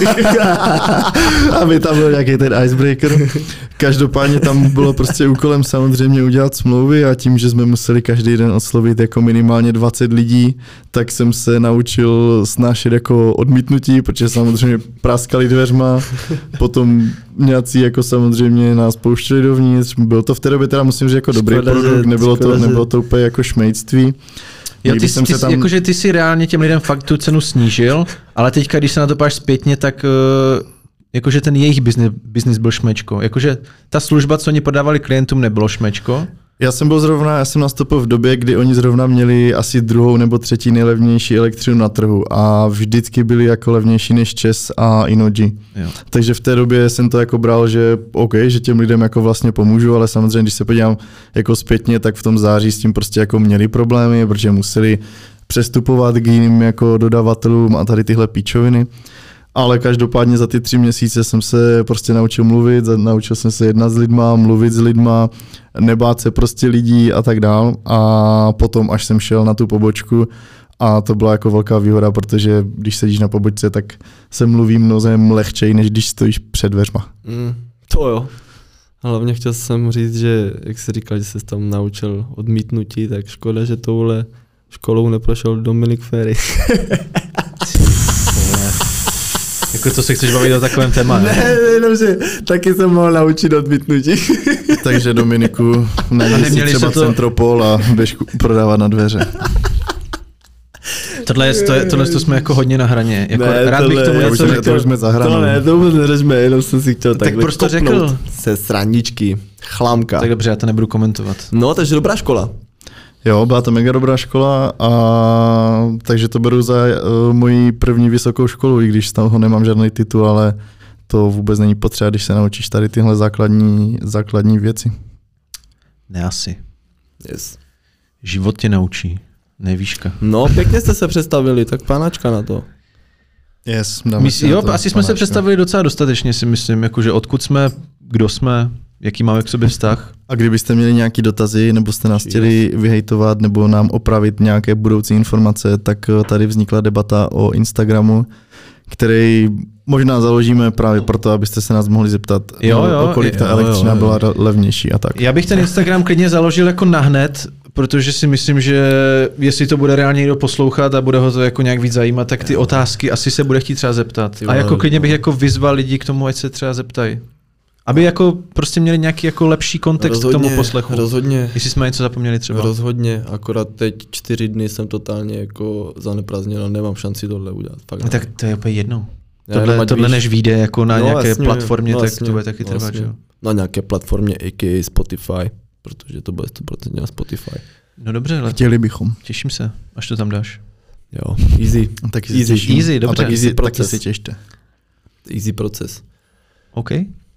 Aby tam byl nějaký ten icebreaker. Každopádně tam bylo prostě úkolem samozřejmě udělat smlouvy a tím, že jsme museli každý den oslovit jako minimálně 20 lidí, tak jsem se naučil snášet jako odmítnutí, protože samozřejmě praskali dveřma, potom nějací jako samozřejmě nás pouštěli dovnitř. Bylo to v té době teda musím říct jako dobrý produkt, nebylo to úplně jako šmejctví. Jo, jakože ty si reálně těm lidem fakt tu cenu snížil, ale teďka, když se na to páš zpětně, tak jakože ten jejich business byl šmečko. Jakože ta služba, co oni podávali klientům, nebylo šmečko. Já jsem nastoupil v době, kdy oni zrovna měli asi 2. nebo 3. nejlevnější elektřinu na trhu a vždycky byli jako levnější než ČEZ a Innogy. Jo. Takže v té době jsem to jako bral, že OK, že těm lidem jako vlastně pomůžu, ale samozřejmě, když se podívám jako zpětně, tak v tom září s tím prostě jako měli problémy, protože museli přestupovat k jiným jako dodavatelům a tady tyhle píčoviny. Ale každopádně za ty 3 měsíce jsem se prostě naučil mluvit, naučil jsem se jednat s lidma, mluvit s lidma, nebát se prostě lidí a tak dál. A potom, až jsem šel na tu pobočku, a to byla jako velká výhoda, protože když sedíš na pobočce, tak se mluví mnohem lehčej, než když stojíš před dveřma. To jo. Hlavně chtěl jsem říct, že jak jsi říkal, že jsi tam naučil odmítnutí, tak škoda, že touhle školou neprošel Dominik Ferry. Jako to se chceš bavit o takovém téma, ne? Jenom, že taky jsem mohl naučit odmítnutí. Takže Dominiku, najdi si třeba Centropol a běž prodávat na dveře. Tohle jsme jako hodně na hraně. Jako ne, rád bych tomu něco řekl. To už jsme za hranou. To ne, to vůbec neřešme, jenom jsem si chtěl takhle prostě řekl. Se srandičky, chlámka. Tak dobře, já to nebudu komentovat. No, takže dobrá škola. Jo, byla to mega dobrá škola, a takže to beru za moji první vysokou školu, i když z toho nemám žádný titul, ale to vůbec není potřeba, když se naučíš tady tyhle základní věci. Ne asi. Yes. Život tě naučí, ne výška. No, pěkně jste se představili, tak panáčka na to. Yes, asi jsme se představili docela dostatečně, si myslím, jakože odkud jsme, kdo jsme, jaký máme k sobě vztah. A kdybyste měli nějaké dotazy, nebo jste nás chtěli vyhejtovat, nebo nám opravit nějaké budoucí informace, tak tady vznikla debata o Instagramu, který možná založíme právě proto, abyste se nás mohli zeptat, o kolik ta elektřina byla levnější a tak. Já bych ten Instagram klidně založil jako nahned, protože si myslím, že jestli to bude reálně někdo poslouchat a bude ho to jako nějak víc zajímat, tak ty otázky asi se bude chtít třeba zeptat. A jako klidně bych jako vyzval lidi k tomu, ať se třeba zeptají. Aby jako prostě měli nějaký jako lepší kontext k tomu poslechu. Rozhodně. Jestli jsme něco zapomněli třeba. Rozhodně, akorát teď 4 dny jsem totálně jako zaneprázdněn a nemám šanci tohle udělat. Fakt no, tak to je úplně jedno. Tohle než vyjde jako na nějaké platformě, tak to bude taky trvat. Na nějaké platformě, a.k.a. Spotify, protože to bude 100% na Spotify. No dobře, ale chtěli bychom. Těším se, až to tam dáš. Jo, easy. Easy, dobře. Taky si těšte. Easy proces. OK.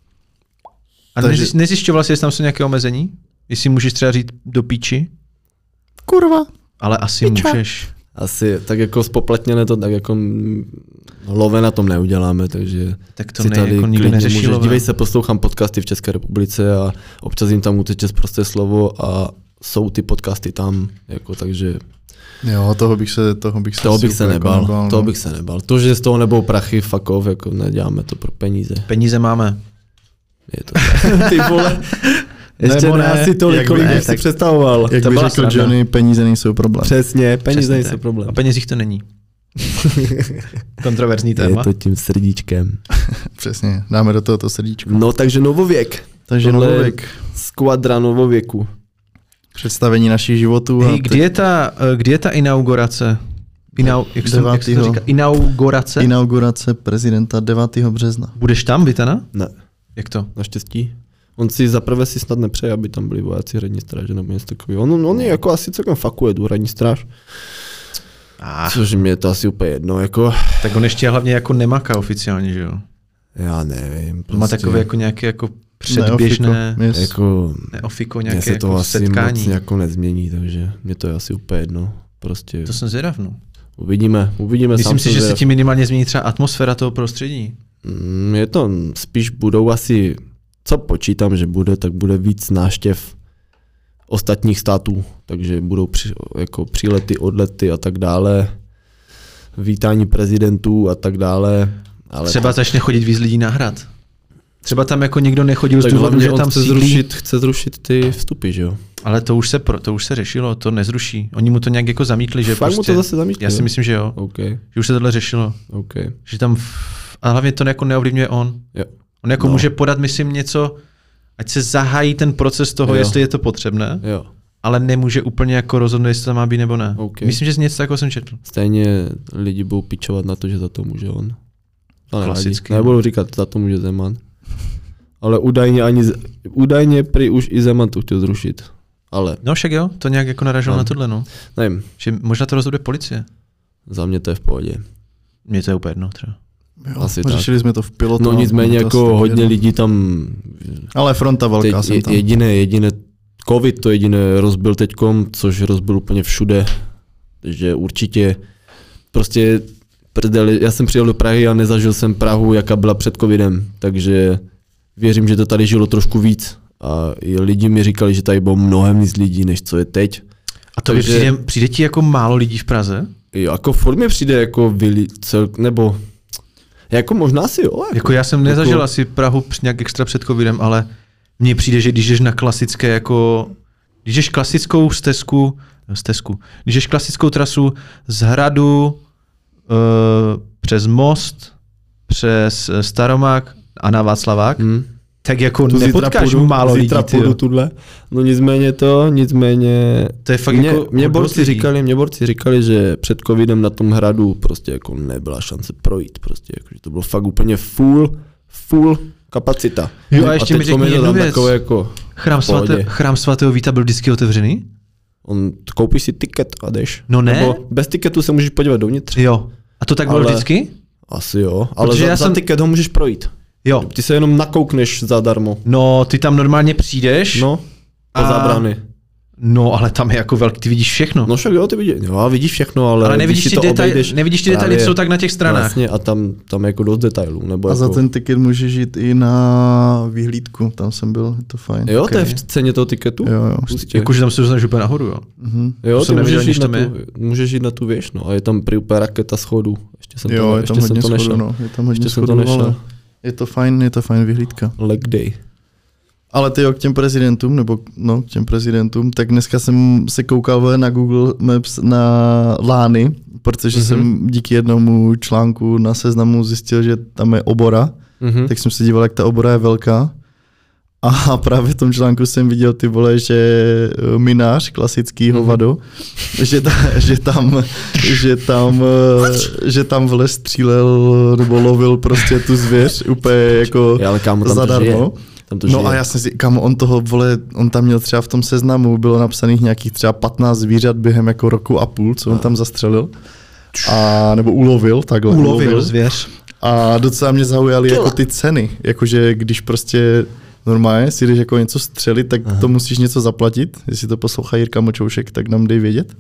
A nezjišťoval jsi, jestli tam jsou nějaké omezení? Jestli můžeš třeba říct do píči? Kurva. Ale asi můžeš. Asi, tak jako spoplatněné to, tak jako love na tom neuděláme, takže tak to ne, jako nikdo neřeší love. Dívej se, poslouchám podcasty v České republice a občas jim tam uteče prosté slovo a jsou ty podcasty tam, jako takže... Jo, toho bych se nebál. To, že z toho nebudou prachy, fuck off, jako neděláme to pro peníze. Peníze máme. Je to tak. Ty vole. Ještě ne asi tolik, kolik bych si představoval. Jak by řekl Johnny, peníze nejsou problém. Přesně, peníze nejsou problém. A penězích to není. Kontroverzní téma. Je to tím srdíčkem. Přesně, dáme do toho to srdíčko. No takže novověk. Skvadra novověku. Představení našich životů. Hej, kdy je ta inaugurace? Jak se to říká? Inaugurace? Inaugurace prezidenta 9. března. Budeš tam, Vitana? Ne. Jak to? Naštěstí. On si zaprvé si snad nepřeje, aby tam byli vojáci hradní stráže nebo něco takového. On je jako asi celkem fakuje tu hradní stráž. Což mě je to asi úplně jedno. Jako... Tak on ještě hlavně jako nemaká oficiálně, že jo? Já nevím. Prostě... Má takové jako nějaké jako předběžné neofiko, nějaké se to jako asi setkání. Moc jako nezmění, takže mě to je asi úplně jedno. Prostě... To jsem zvědav, no. Uvidíme. Myslím si, že se tím minimálně změní třeba atmosféra toho prostředí. Je to spíš budou asi, co počítám, že bude, tak bude víc návštěv ostatních států, takže budou jako přílety, odlety a tak dále, vítání prezidentů a tak dále. Ale třeba začne chodit víc lidí na hrad. Třeba tam jako nikdo nechodil z důvodu, že tam chce zrušit ty vstupy, že jo? Ale to už se řešilo, to nezruší. Oni mu to nějak jako zamítli, že fakt prostě... mu to zase zamítli, já si myslím, že jo. Okay. Že už se tohle řešilo. Okay. Že tam... A hlavně to jako neovlivňuje on. Jo. On jako může podat, myslím, něco, ať se zahájí ten proces toho, jestli je to potřebné, ale nemůže úplně jako rozhodnout, jestli to má být nebo ne. Okay. Myslím, že něco takového jsem četl. Stejně lidi budou pičovat na to, že za to může on. Klasicky. Nebudu říkat, za to může Zeman. Ale údajně prý už i Zeman to chtěl zrušit. Ale... No však jo, to nějak jako naražilo na tohle, no. Nevím. Že možná to rozhoduje policie. Za mě to je v pohodě. Mně to je úplně jedno třeba. Jo, asi řešili jsme to v pilotu. No nicméně jako hodně lidí tam... Ale fronta velká jsem tam. Jediné covid to jediné rozbil teďkom, což rozbil úplně všude. Takže určitě prostě já jsem přijel do Prahy a nezažil jsem Prahu, jaká byla před covidem. Takže věřím, že to tady žilo trošku víc. A i lidi mi říkali, že tady bylo mnohem víc lidí, než co je teď. A to přijde ti jako málo lidí v Praze? Jo, jako furt mi přijde jako nebo... Jako možná si jo. Jako já jsem nezažil asi Prahu nějak extra před covidem, ale mně přijde, že když jdeš na klasické jako... Když jdeš klasickou když jdeš klasickou trasu z Hradu přes Most, přes Staromák a na Václavák, tak jako nepotkáš málo lidí. No nicméně to je fakt mě borci říkali, že před covidem na tom Hradu prostě jako nebyla šance projít, prostě jako, že to bylo fakt úplně full kapacita. Jo a ještě mi řekni jednu věc. Jako Chrám svatého Víta byl vždycky otevřený? Koupíš si tiket a jdeš. No ne. Nebo bez tiketu se můžeš podívat dovnitř. Jo. A to tak bylo vždycky? Asi jo, ale za tiket ho můžeš projít. Jo. Ty se jenom nakoukneš zadarmo. No, ty tam normálně přijdeš. No, po zábrany. No, ale tam je jako velký, ty vidíš všechno. No však jo, ty vidíš všechno, ale nevidíš ty detaily, co tak na těch stranách. Vlastně a tam je jako dost detailů. Nebo a jako... za ten tiket můžeš jít i na vyhlídku, tam jsem byl, je to fajn. Jo, okay. To je v ceně toho tiketu? Jo. Jakože tam se dostaneš úplně nahoru, jo. Jo, ty můžeš jít na tu věž, no a je tam prý úplně raketa schodů. Ještě jsem to nešel. No. Je tam hodně schodů, ale je to fajn vyhlídka. Leg day. Ale ty k těm prezidentům, tak dneska jsem se koukal na Google Maps na lány, protože jsem díky jednomu článku na Seznamu zjistil, že tam je obora, tak jsem se díval, jak ta obora je velká. A právě v tom článku jsem viděl ty vole, že minář, klasický hovado, že tam vole střílel nebo lovil prostě tu zvěř úplně jako zadarmo. No a jasně si, on tam měl třeba v tom Seznamu, bylo napsaných nějakých třeba 15 zvířat během jako roku a půl, co on tam zastřelil. A nebo ulovil, takhle. Ulovil zvěř. A docela mě zaujaly jako ty ceny, jakože když prostě normálně si jdeš jako něco střelit, tak to musíš něco zaplatit. Jestli to poslouchá Jirka Močoušek, tak nám dej vědět.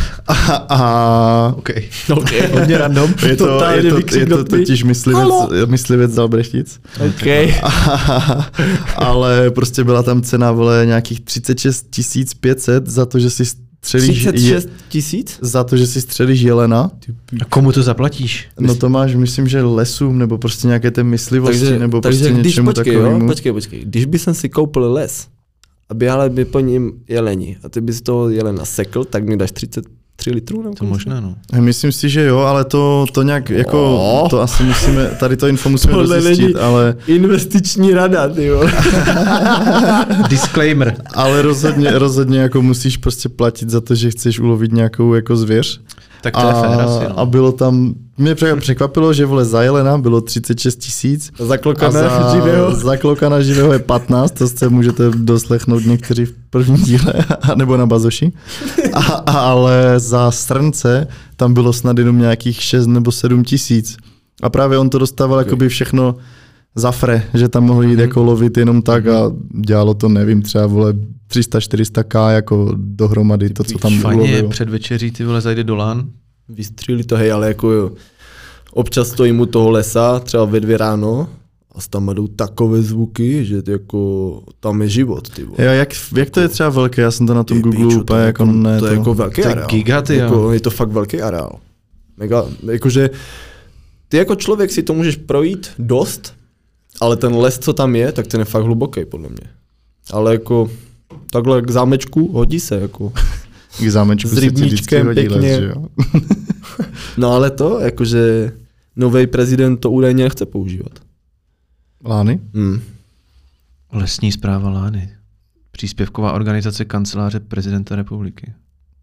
Okay. Hodně random. Je to totiž myslivec z Albrechtic. Okay. Ale prostě byla tam cena vole nějakých 36 500 za to, že si střelíš 36 000? Za to, že si střelíš jelena. A komu to zaplatíš? No to máš, myslím, že lesům, nebo prostě nějaké té myslivosti, nebo prostě něčemu takovému. Počkej. Když by jsem si koupil les a běhali by po ním jeleni a ty bys toho jelena sekl, tak mi dáš 33 litrů? To možná, no. Myslím si, že jo, ale to nějak jako, to asi musíme, tady to info musíme dozjistit, ale... Investiční rada, ty jo. Disclaimer. Ale rozhodně jako musíš prostě platit za to, že chceš ulovit nějakou jako zvěř. Tak to je fér asi, no. A bylo tam, mě překvapilo, že vole za jelena bylo 36 000. Zaklokana živého je 15, to se můžete doslechnout někteří v prvním díle, nebo na Bazoši. Ale za srnce tam bylo snad jenom nějakých 6 nebo 7 tisíc. A právě on to dostával jakoby všechno za fre, že tam mohl jít jako lovit jenom tak a dělalo to, nevím, třeba vole 300-400k jako dohromady to, co tam ulovil. Fajně před večeří ty vole zajde do lán. Vystřílí to, hej, ale jako jo, občas stojím u toho lesa, třeba ve 2 ráno A tam jdou takové zvuky, že jako tam je život, ty vole. Jo, jak to je třeba velké, já jsem to na tom Google úplně jako ne. To je jako velký areál. Giga, ty jako, je to fakt velký areál. Mega, jakože ty jako člověk si to můžeš projít dost, ale ten les, co tam je, tak ten je fakt hluboký podle mě. Ale jako takhle k zámečku hodí se jako. K zámečku s rybníčkem pěkně. Les, jo? No ale to, jakože nový prezident to údajně nechce používat. Lány? Lesní správa Lány. Příspěvková organizace kanceláře prezidenta republiky.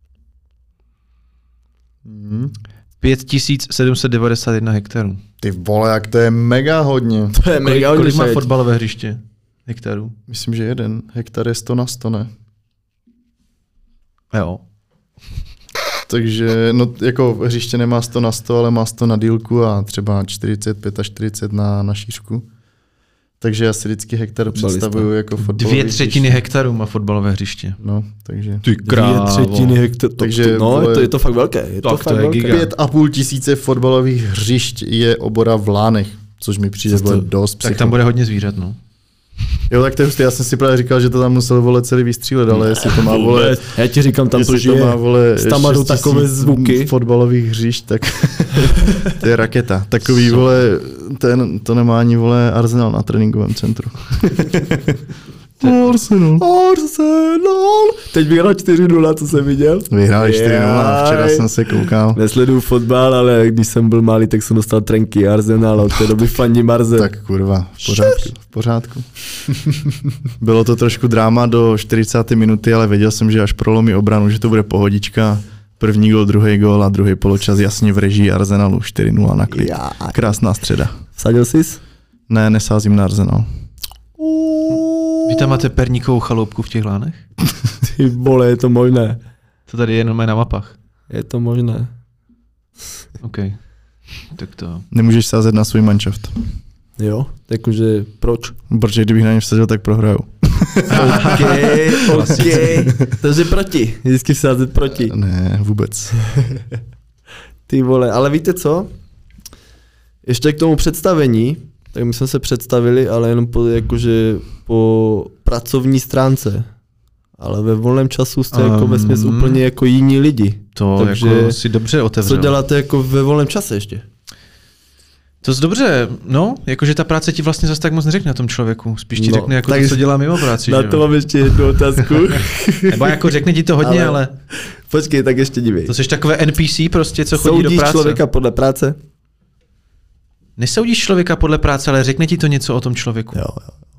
5791 hektarů. Ty vole, jak to je mega hodně. To je mega Kolik má hodně. fotbalové hřiště hektarů? Myslím, že 1 hektar je 100 na 100, ne? Jo. Takže no, jako hřiště nemá 100 na 100, ale má 100 na dílku a třeba 45 až 40 na šířku. Takže já si vždycky hektar představuju jako fotbalový 2/3 hektarů má fotbalové hřiště. No, takže... Ty 2/3 hektarů. Takže, no, vole, je to fakt velké. Je to tak fakt to je velké. giga. 5,5 tisíce fotbalových hřišť je obora v Lánech, což mi přijde dost Tak tam bude hodně zvířat, no. Jo, tak to je hustý, já jsem si právě říkal, že to tam musel vole celý vystřílet, ale jestli to má vole... Já ti říkám, tam to jestli žije. má vole Tam jdou 6 000 takové zvuky. fotbalových hřišť, tak to je raketa. Takový vole, to nemá ani vole Arsenal na tréninkovém centru. Arsenal. Teď vyhrál 4-0, co jsem viděl. Vyhráli 4-0, včera jsem se koukal. Nesleduju fotbal, ale když jsem byl malý, tak jsem dostal trenky Arsenal a od té doby fandím Arsenal. Tak kurva, v pořádku. Bylo to trošku dráma do 40. minuty, ale věděl jsem, že až prolomí obranu, že to bude pohodička. První gol, druhý gol a druhý poločas jasně v režii Arsenalu 4-0 na klid. Krásná středa. Vsadil jsi? Ne, nesázím na Arsenal. Vy tam máte perníkovou chaloupku v těch Lánech? Ty vole, je to možné. To tady je jenom na mapách. Je to možné. OK. Tak to... Nemůžeš sázet na svůj manšaft. Jo, jakože proč? Protože kdybych na ně vsadil, tak prohraju. OK. Takže proti. Vždycky sázet proti. Ne, vůbec. Ty vole, ale víte co? Ještě k tomu představení, tak my jsme se představili, ale jenom po pracovní stránce. Ale ve volném času jste jako vesměs úplně jako jiní lidi. To takže jako si dobře otevřel. Co děláte jako ve volném čase ještě? To je dobře, no, jakože ta práce ti vlastně zase tak moc neřekne na tom člověku. Spíš ti řekne jako to, co dělá mimo práci. Na to mám ještě jednu otázku. Nebo jako řekne ti to hodně, ale... Počkej, tak ještě dívej. To jsi takové NPC prostě, co chodí do práce. Soudíš člověka podle práce? Nesoudíš člověka podle práce, ale řekne ti to něco o tom člověku. Jo.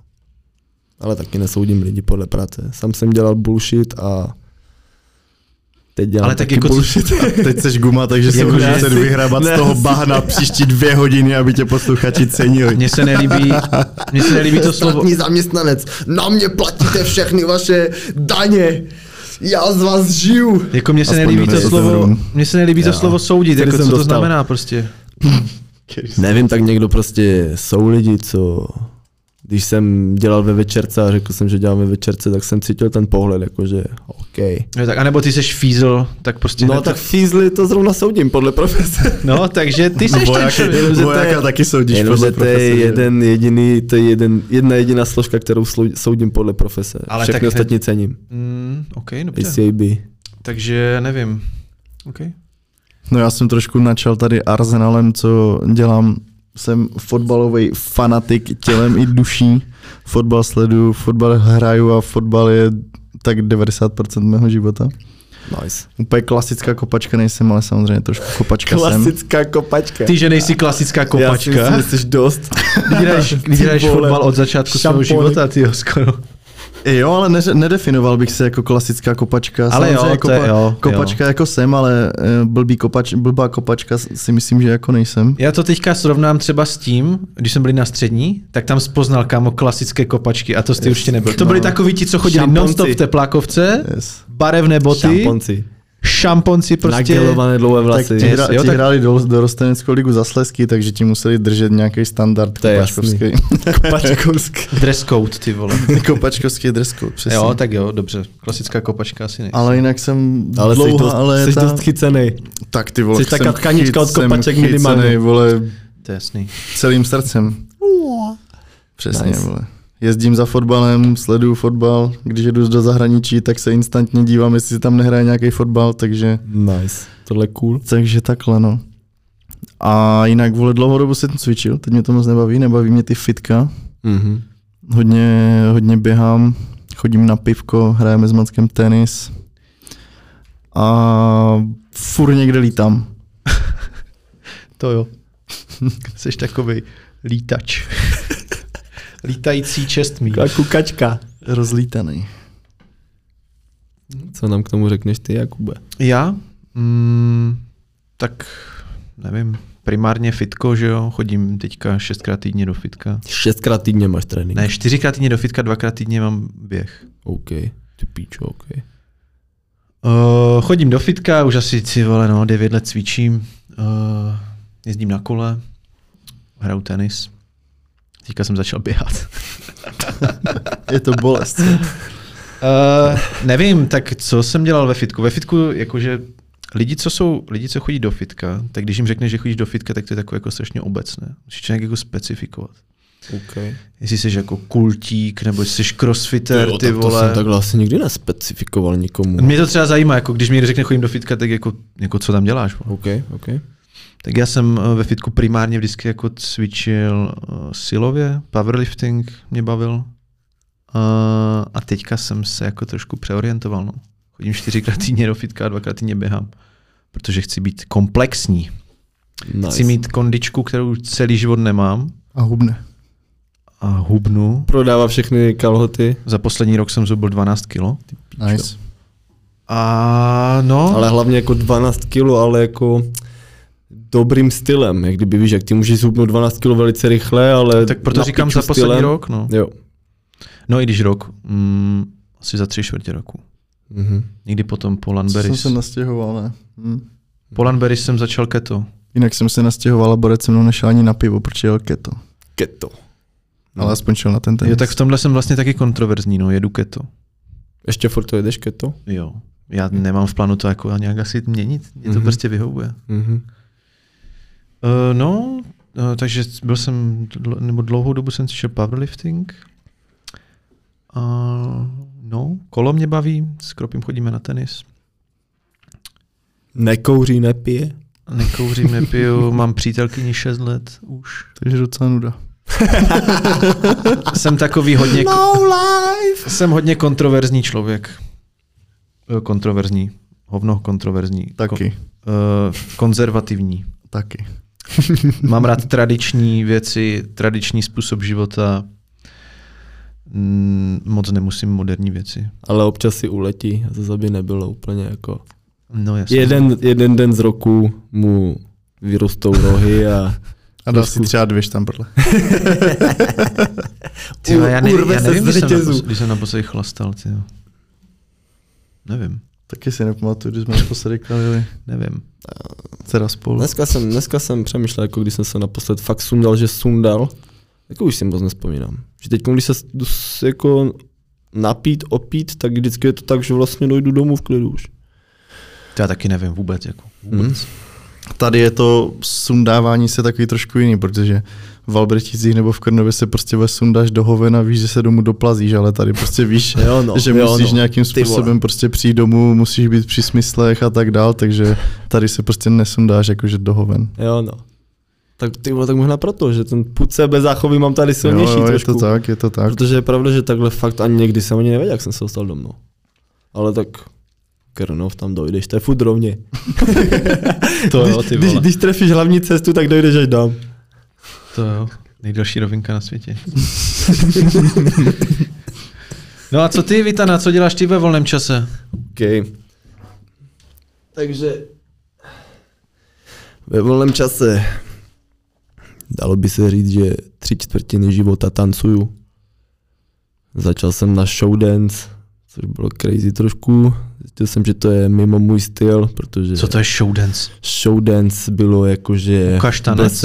Ale taky nesoudím lidi podle práce. Sám jsem dělal bullshit a teď dělám ale taky tak jako bullshit. A teď seš guma, takže se můžeš muset vyhrabat z toho bahna příští 2 hodiny, aby tě posluchači cenili. Mně se nelíbí to slovo. Státní zaměstnanec, na mě platíte všechny vaše daně. Já z vás žiju. Jako mně se nelíbí to slovo soudit, jako co to znamená prostě. Nevím, tak někdo prostě jsou lidi, co... Když jsem dělal ve večerce a řekl jsem, že dělám ve večerce, tak jsem cítil ten pohled, jakože OK. No, tak, anebo ty seš fízl, tak prostě... No tak fízly to zrovna soudím podle profese. No, takže ty seš ten člověk. Vojáka taky soudíš podle profese. To je jedna jediná složka, kterou soudím podle profese. Ale všechny ostatní cením. OK, dobře. ACAB. Takže nevím. OK. No já jsem trošku načal tady Arsenalem, co dělám. Jsem fotbalový fanatik tělem i duší. Fotbal sleduju, fotbal hraju a fotbal je tak 90% mého života. Nice. Úplně klasická kopačka nejsem, ale samozřejmě trošku kopačka Klasická kopačka. Ty, že nejsi klasická kopačka. Já si myslím, že jsi dost. Když hraješ fotbal od začátku svého života, tyjo, skoro. Jo, ale nedefinoval bych se jako klasická kopačka. Ale jo, kopačka jako jsem, ale blbá kopačka si myslím, že jako nejsem. Já to teďka srovnám třeba s tím, když jsem byl na střední, tak tam spoznal kámo klasické kopačky a to jsi určitě nebyl. To byli takoví ti, co chodili non-stop v teplákovce, barevné boty, šamponci prostě. Nagelované dlouhé vlasy. Tak ti hráli do rosteneckou ligu za Slezsky, takže ti museli držet nějaký standard kopačkovský. Kopačkovský. Dress code, ty vole. Kopačkovský dress code, přesně. Jo, tak jo, dobře. Klasická kopačka asi nejsi. Ale jinak jsem jsi dost chycenej. Tak ty vole, jsi taká tkanička od kopaček minimálně. Vole, to je jasný. celým srdcem. Přesně, Nice. vole. Jezdím za fotbalem, sleduju fotbal, když jdu do zahraničí, tak se instantně dívám, jestli tam nehraje nějaký fotbal, takže Tohle je cool. takže takhle, no. A jinak, vole, dlouhodobu jsem cvičil, teď mě to moc nebaví mě ty fitka. Mhm. Hodně běhám, chodím na pivko, hrajeme s Mackem tenis a furt někde lítám. To jo. Jsi takovej lítač. Lítající čestmí. Kukačka. Rozlítaný. Co nám k tomu řekneš ty, Jakube? Já? Tak nevím, primárně fitko, že jo, chodím teďka 6krát týdně do fitka. 6krát týdně máš trénink? Ne, 4krát týdně do fitka, 2krát týdně mám běh. OK, ty píčo, OK. Chodím do fitka, už asi 9 let cvičím, jezdím na kole, hraju tenis. Teďka jsem začal běhat. Je to bolest. Nevím, tak co jsem dělal ve fitku? Ve fitku, jakože lidi, co chodí do fitka, tak když jim řekneš, že chodíš do fitka, tak to je takové jako strašně obecné. Musíš nějak jako specifikovat. Okay. Jestli jsi jako kultík, nebo jsi crossfitter, Jo, ty tak vole. To jsem takhle asi nikdy nespecifikoval nikomu. Mě to třeba zajímá, jako když mi někdo řekne chodím do fitka, tak jako co tam děláš? Vole. OK. Tak já jsem ve fitku primárně vždycky jako cvičil silově, powerlifting mě bavil. A teďka jsem se jako trošku přeorientoval. No. Chodím 4krát týdně do fitka a 2krát týdně běhám. Protože chci být komplexní. Nice. Chci mít kondičku, kterou celý život nemám. A hubne. A hubnu. Prodává všechny kalhoty. Za poslední rok jsem zubil 12 kilo. Nice. A no. Ale hlavně jako 12 kilo, ale jako dobrým stylem. Jak kdyby víš, jak ty můžeš zhubnout 12 kilo velice rychle, ale Tak proto na říkám piču za poslední stylem. rok. No. Jo. No i když rok. Asi za 3/4 roku. Mhm. Někdy potom po Jsem Lanberis. se nastěhoval, ne? Po Lanberis jsem začal keto. Jinak jsem se nastěhoval a Borec se mnou nešel ani na pivo, protože jel keto. Keto. Ale aspoň šel na ten tenis. Jo, tak v tomhle jsem vlastně taky kontroverzní, no, jedu keto. Ještě furt to jedeš keto? Jo. Já nemám v plánu to jako nějak asi měnit. Mě to prostě vyhovuje. Mhm. Takže byl jsem, nebo dlouhou dobu jsem cvičil powerlifting. Kolo mě baví, s Kropím chodíme na tenis. Nekouří, nepije? Nekouřím, nepiju, mám přítelkyni 6 let už. Takže docela nuda. Jsem takový hodně... No life! Jsem hodně kontroverzní člověk. Kontroverzní. Hovno kontroverzní. Taky. Konzervativní. Taky. Mám rád tradiční věci, tradiční způsob života. Moc nemusím moderní věci. Ale občas si uletí a zase by nebylo úplně jako... No jasně. Jeden den z roku mu vyrostou rohy a dal si třeba 2 štamprle. Tyjo, já urve se nevím, z řetězu. když jsem naposledy chlastal. Tyjo. Nevím. Taky si nepamatuju, když jsme naposledy kalili. Nevím. Dcera spolu. Dneska jsem přemýšlel, jako když jsem se naposled fakt sundal, tak už si moc nespomínám. Že teď, když se jdu jako napít, opít, tak vždycky je to tak, že vlastně dojdu domů v klidu už. To já taky nevím vůbec. Vůbec. Tady je to sundávání se takový trošku jiný, protože v Albrechticích nebo v Krnově se prostě sundáš do hovena, víš, že se domů doplazíš, ale tady prostě víš, že musíš nějakým způsobem prostě přijít domů, musíš být při smyslech a tak dál, takže tady se prostě nesundáš jakože do hoven. Jo no. Tak ty vole, tak možná proto, že ten pud sebe záchovy mám tady silnější trošku. Je to tak. Protože je pravda, že takhle fakt ani někdy jsem ani nevěděl, jak jsem se dostal domů. Ale tak Krnov, tam dojdeš, to je furt rovně. To jo, ty vole. Když trefíš hlavní cestu, tak dojdeš až dám. To jo, nejdelší rovinka na světě. No a co ty, Vitana, co děláš ty ve volném čase? OK. Takže ve volném čase dalo by se říct, že 3/4 života tancuju. Začal jsem na showdance, což bylo crazy trošku. Zjistil jsem, že to je mimo můj styl, protože... Co to je showdance? Showdance bylo jakože... Ukaž tanec.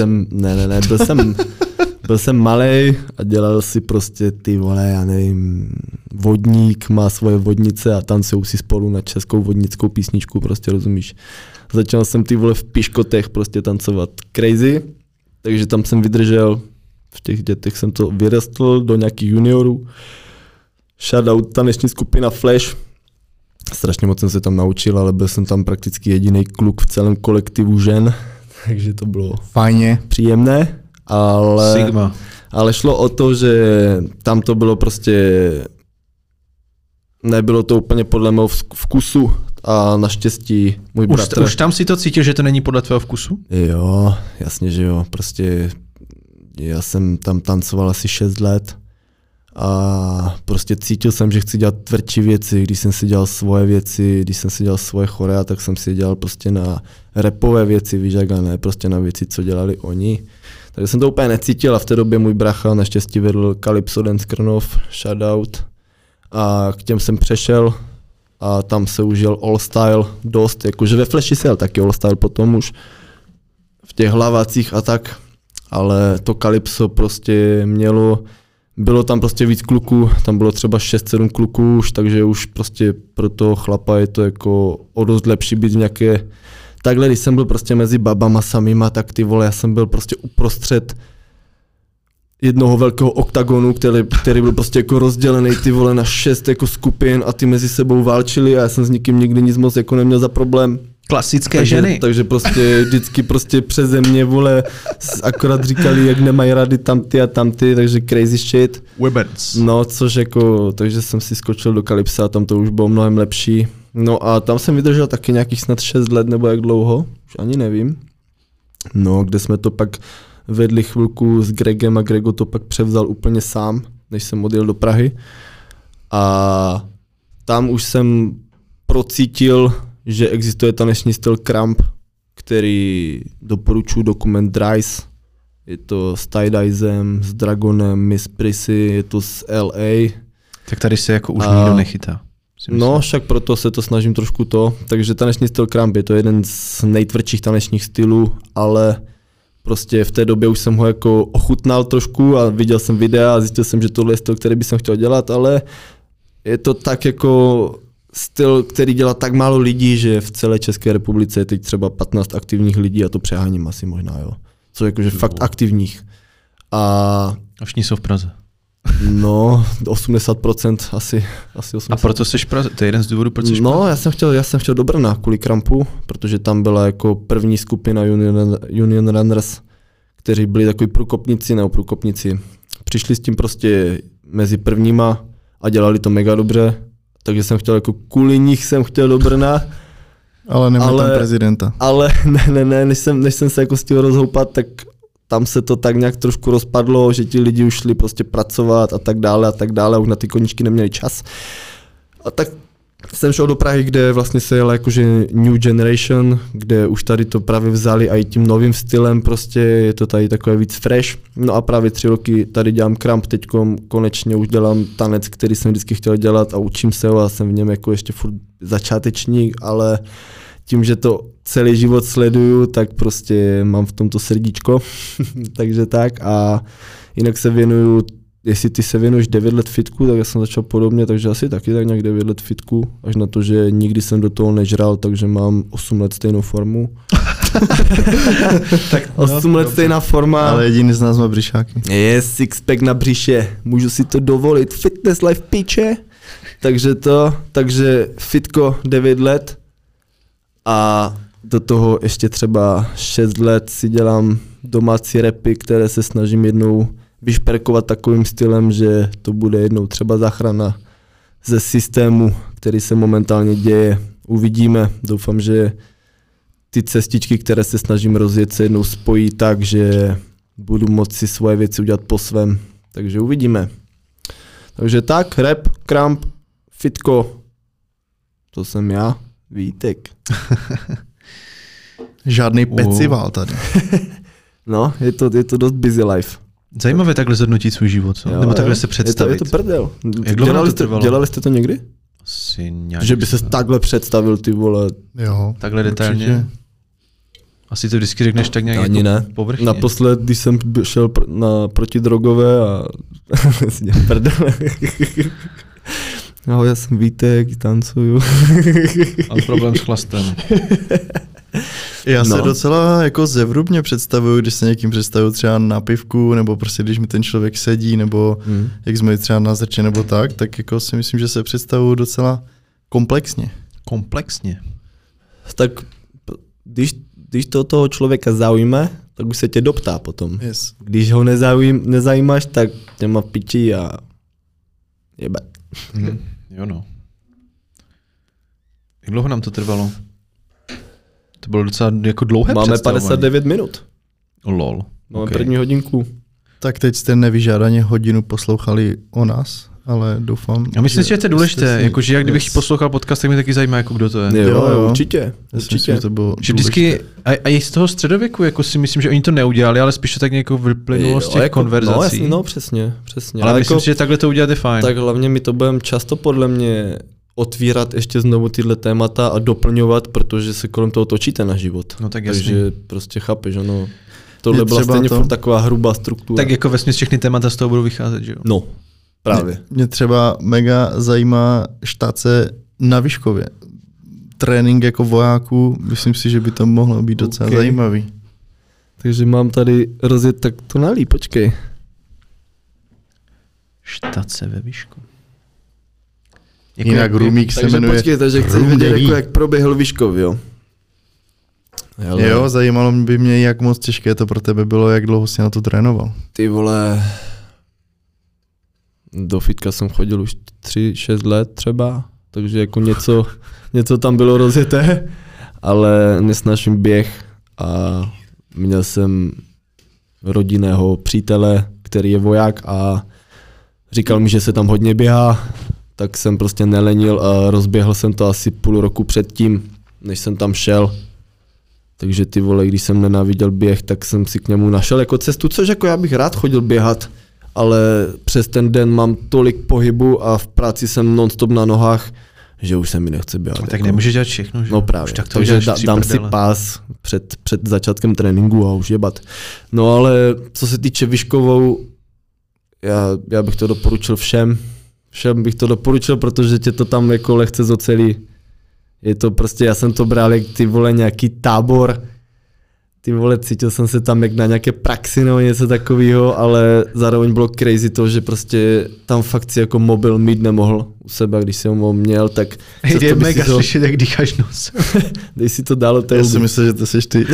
Byl jsem malej a dělal si prostě ty vole, já nevím, vodník má svoje vodnice a tancujou si spolu na českou vodnickou písničku, prostě rozumíš. Začal jsem ty vole v piškotech prostě tancovat crazy, takže tam jsem vydržel v těch dětech jsem to vyrostl do nějakých juniorů. Shoutout taneční skupina Flash. Strašně moc jsem se tam naučil, ale byl jsem tam prakticky jediný kluk v celém kolektivu žen, takže to bylo Fajně. příjemné, Sigma. ale šlo o to, že tam to bylo prostě, nebylo to úplně podle mého vkusu a naštěstí můj bratr. Už tam si to cítil, že to není podle tvého vkusu? Jo, jasně, že jo, prostě já jsem tam tancoval asi 6 let a prostě cítil jsem, že chci dělat tvrdší věci, když jsem si dělal svoje věci, když jsem si dělal svoje chorea, tak jsem si dělal prostě na rapové věci, víš jak, a ne prostě na věci, co dělali oni. Takže jsem to úplně necítil a v té době můj bracha naštěstí vedl Calypso Dance Krnov, shoutout, a k těm jsem přešel a tam se užil All Style dost, jakože ve Flashi se jel taky All Style potom už v těch hlavacích a tak, ale to Calypso prostě bylo tam prostě víc kluků, tam bylo třeba 6-7 kluků už, takže už prostě pro toho chlapa je to jako o dost lepší být v nějaké. Takhle, když jsem byl prostě mezi babama samýma, tak ty vole, já jsem byl prostě uprostřed jednoho velkého oktagonu, který byl prostě jako rozdělený ty vole na 6 jako skupin a ty mezi sebou válčili a já jsem s nikým nikdy nic moc jako neměl za problém. Klasické ženy. Takže prostě vždycky prostě přeze mě, vole, akorát říkali, jak nemají rady tamty a tamty, takže crazy shit. Webens. No, což jako, takže jsem si skočil do Calypsa a tam to už bylo mnohem lepší. No a tam jsem vydržel taky nějakých snad 6 let nebo jak dlouho, už ani nevím. No, kde jsme to pak vedli chvilku s Gregem a Grego to pak převzal úplně sám, než jsem odjel do Prahy. A tam už jsem procítil, že existuje taneční styl Krump, který doporučuji dokument Dries. Je to s Tidizem, s Dragonem, Miss Prissy, je to z LA. Tak tady se jako už nikdo nechytá. No, však proto se to snažím trošku to. Takže taneční styl Krump je to jeden z nejtvrdších tanečních stylů, ale prostě v té době už jsem ho jako ochutnal trošku a viděl jsem videa a zjistil jsem, že tohle je styl, který bych chtěl dělat, ale je to tak jako styl, který dělá tak málo lidí, že v celé České republice je teď třeba 15 aktivních lidí a to přeháním asi možná, jo. Co jakože fakt aktivních. A všichni jsou v Praze. No, 80% asi 80%. A proto jsi v Praze? To je jeden z důvodů, proč jsi v Praze? No, já jsem chtěl do Brna kvůli Krumpu, protože tam byla jako první skupina Union Runners, kteří byli takový průkopníci. Přišli s tím prostě mezi prvníma a dělali to mega dobře, takže jsem chtěl jako kvůli nich jsem chtěl do Brna. Ale nemáme tam prezidenta. Ale ne, než jsem se jako chtěl rozhoupat, tak tam se to tak nějak trošku rozpadlo, že ti lidi už šli prostě pracovat a tak dále, už na ty koníčky neměli čas. A tak jsem šel do Prahy, kde vlastně se jela jakože New Generation, kde už tady to právě vzali a i tím novým stylem prostě je to tady takové víc fresh. No a právě 3 roky tady dělám Krump, teďkom konečně už dělám tanec, který jsem vždycky chtěl dělat a učím se ho a jsem v něm jako ještě furt začátečník, ale tím, že to celý život sleduju, tak prostě mám v tomto srdíčko, takže tak a jinak se věnuju, jestli ty se věnuješ 9 let fitku, tak já jsem začal podobně, takže asi taky tak nějak 9 let fitku, až na to, že nikdy jsem do toho nežral, takže mám 8 let stejnou formu. Tak 8 let stejná forma. Ale jediný z nás má břišáky. Je sixpack na břiše, můžu si to dovolit, fitness life piče, takže fitko 9 let. A do toho ještě třeba 6 let si dělám domácí rapy, které se snažím jednou vyšperkovat takovým stylem, že to bude jednou třeba záchrana ze systému, který se momentálně děje. Uvidíme, doufám, že ty cestičky, které se snažím rozjet, se jednou spojí tak, že budu moci svoje věci udělat po svém. Takže uvidíme. Takže tak, rap, Krump, fitko, to jsem já. Vítek. Žádný pecival tady. No, je to dost busy life. Zajímavé takhle zhodnotit svůj život, co? Nebo takhle se představit. Je to prdel. Jak dlouho to trvalo? Dělali jste to někdy? Asi nějak. Že by se takhle představil, ty vole. Jo. Takhle detailně. Určitě. Asi to vždycky řekneš tak nějak ani jako ne. Povrchně. Naposled, když jsem šel na protidrogové a prdel. No, já jsem Vítek, tancuju. Mám problém s chlastem. Já se docela jako zevrubně představuju, když se někým představuju třeba na pivku, nebo prostě když mi ten člověk sedí, nebo jak jsme třeba na zrče nebo tak jako si myslím, že se představuju docela komplexně. Komplexně? Tak když to toho člověka zaujme, tak už se tě doptá potom. Yes. Když ho nezajímáš, tak tě má v piči a jebe. Jo no. Jak dlouho nám to trvalo? To bylo docela jako dlouhé Máme 59 minut. Lol. Máme první hodinku. Tak teď jste nevyžádaně hodinu poslouchali o nás, ale doufám, já myslím, že to je důležité, jakože jak kdybych poslouchal podcast, tak mě taky zajímá, jako kdo to je. Jo, určitě. Myslím, že to bylo že vždycky, a i z toho středověku, jako si myslím, že oni to neudělali, ale spíš to tak nějak vyplynulo z těch jako, konverzací. No jasně, no přesně. Ale myslím, že takhle to udělat je fajn. Tak hlavně my to budeme často podle mě otvírat ještě znovu tyhle témata a doplňovat, protože se kolem toho točíte na život. No tak jasně. Takže prostě chápeš, ono, tohle byla stejně furt taková hrubá struktura. Tak jako vesměs všechny témata z toho budou vycházet, že jo? No, právě. Mě třeba mega zajímá štace na Vyškově. Trénink jako vojáků, myslím si, že by to mohlo být docela zajímavý. Takže mám tady rozjet, tak to nalí, počkej. Štace ve Vyšku. Jako jinak Rumík se jmenuje. Počkej, takže chci vědět, jako, jak proběhl Vyškov, jo? Jo, zajímalo by mě, jak moc těžké to pro tebe bylo, jak dlouho jsi na to trénoval. Ty vole, do fitka jsem chodil už 3-6 let třeba, takže jako něco tam bylo rozjeté, ale nesnáším běh a měl jsem rodinného přítele, který je voják a říkal mi, že se tam hodně běhá, tak jsem prostě nelenil a rozběhl jsem to asi půl roku předtím, než jsem tam šel. Takže ty vole, když jsem nenáviděl běh, tak jsem si k němu našel jako cestu, což jako já bych rád chodil běhat, ale přes ten den mám tolik pohybu a v práci jsem non-stop na nohách, že už se mi nechce běhat. Tak jako. nemůžeš dělat všechno, že? No právě, takže dám si pás před začátkem tréninku a už jebat. No ale co se týče Vyškovou, já bych to doporučil všem bych to doporučil, protože tě to tam jako lehce zocelí. Je to prostě, já jsem to bral jak ty vole nějaký tábor, ty vole cítil jsem se tam jak na nějaké praxi nebo něco takového, ale zároveň bylo crazy to, že prostě tam fakt si jako mobil mít nemohl u sebe, když si ho měl, tak... Je mega slyšet, jak dýcháš nos. Dej si to dál. Já si myslel, že to seš ty.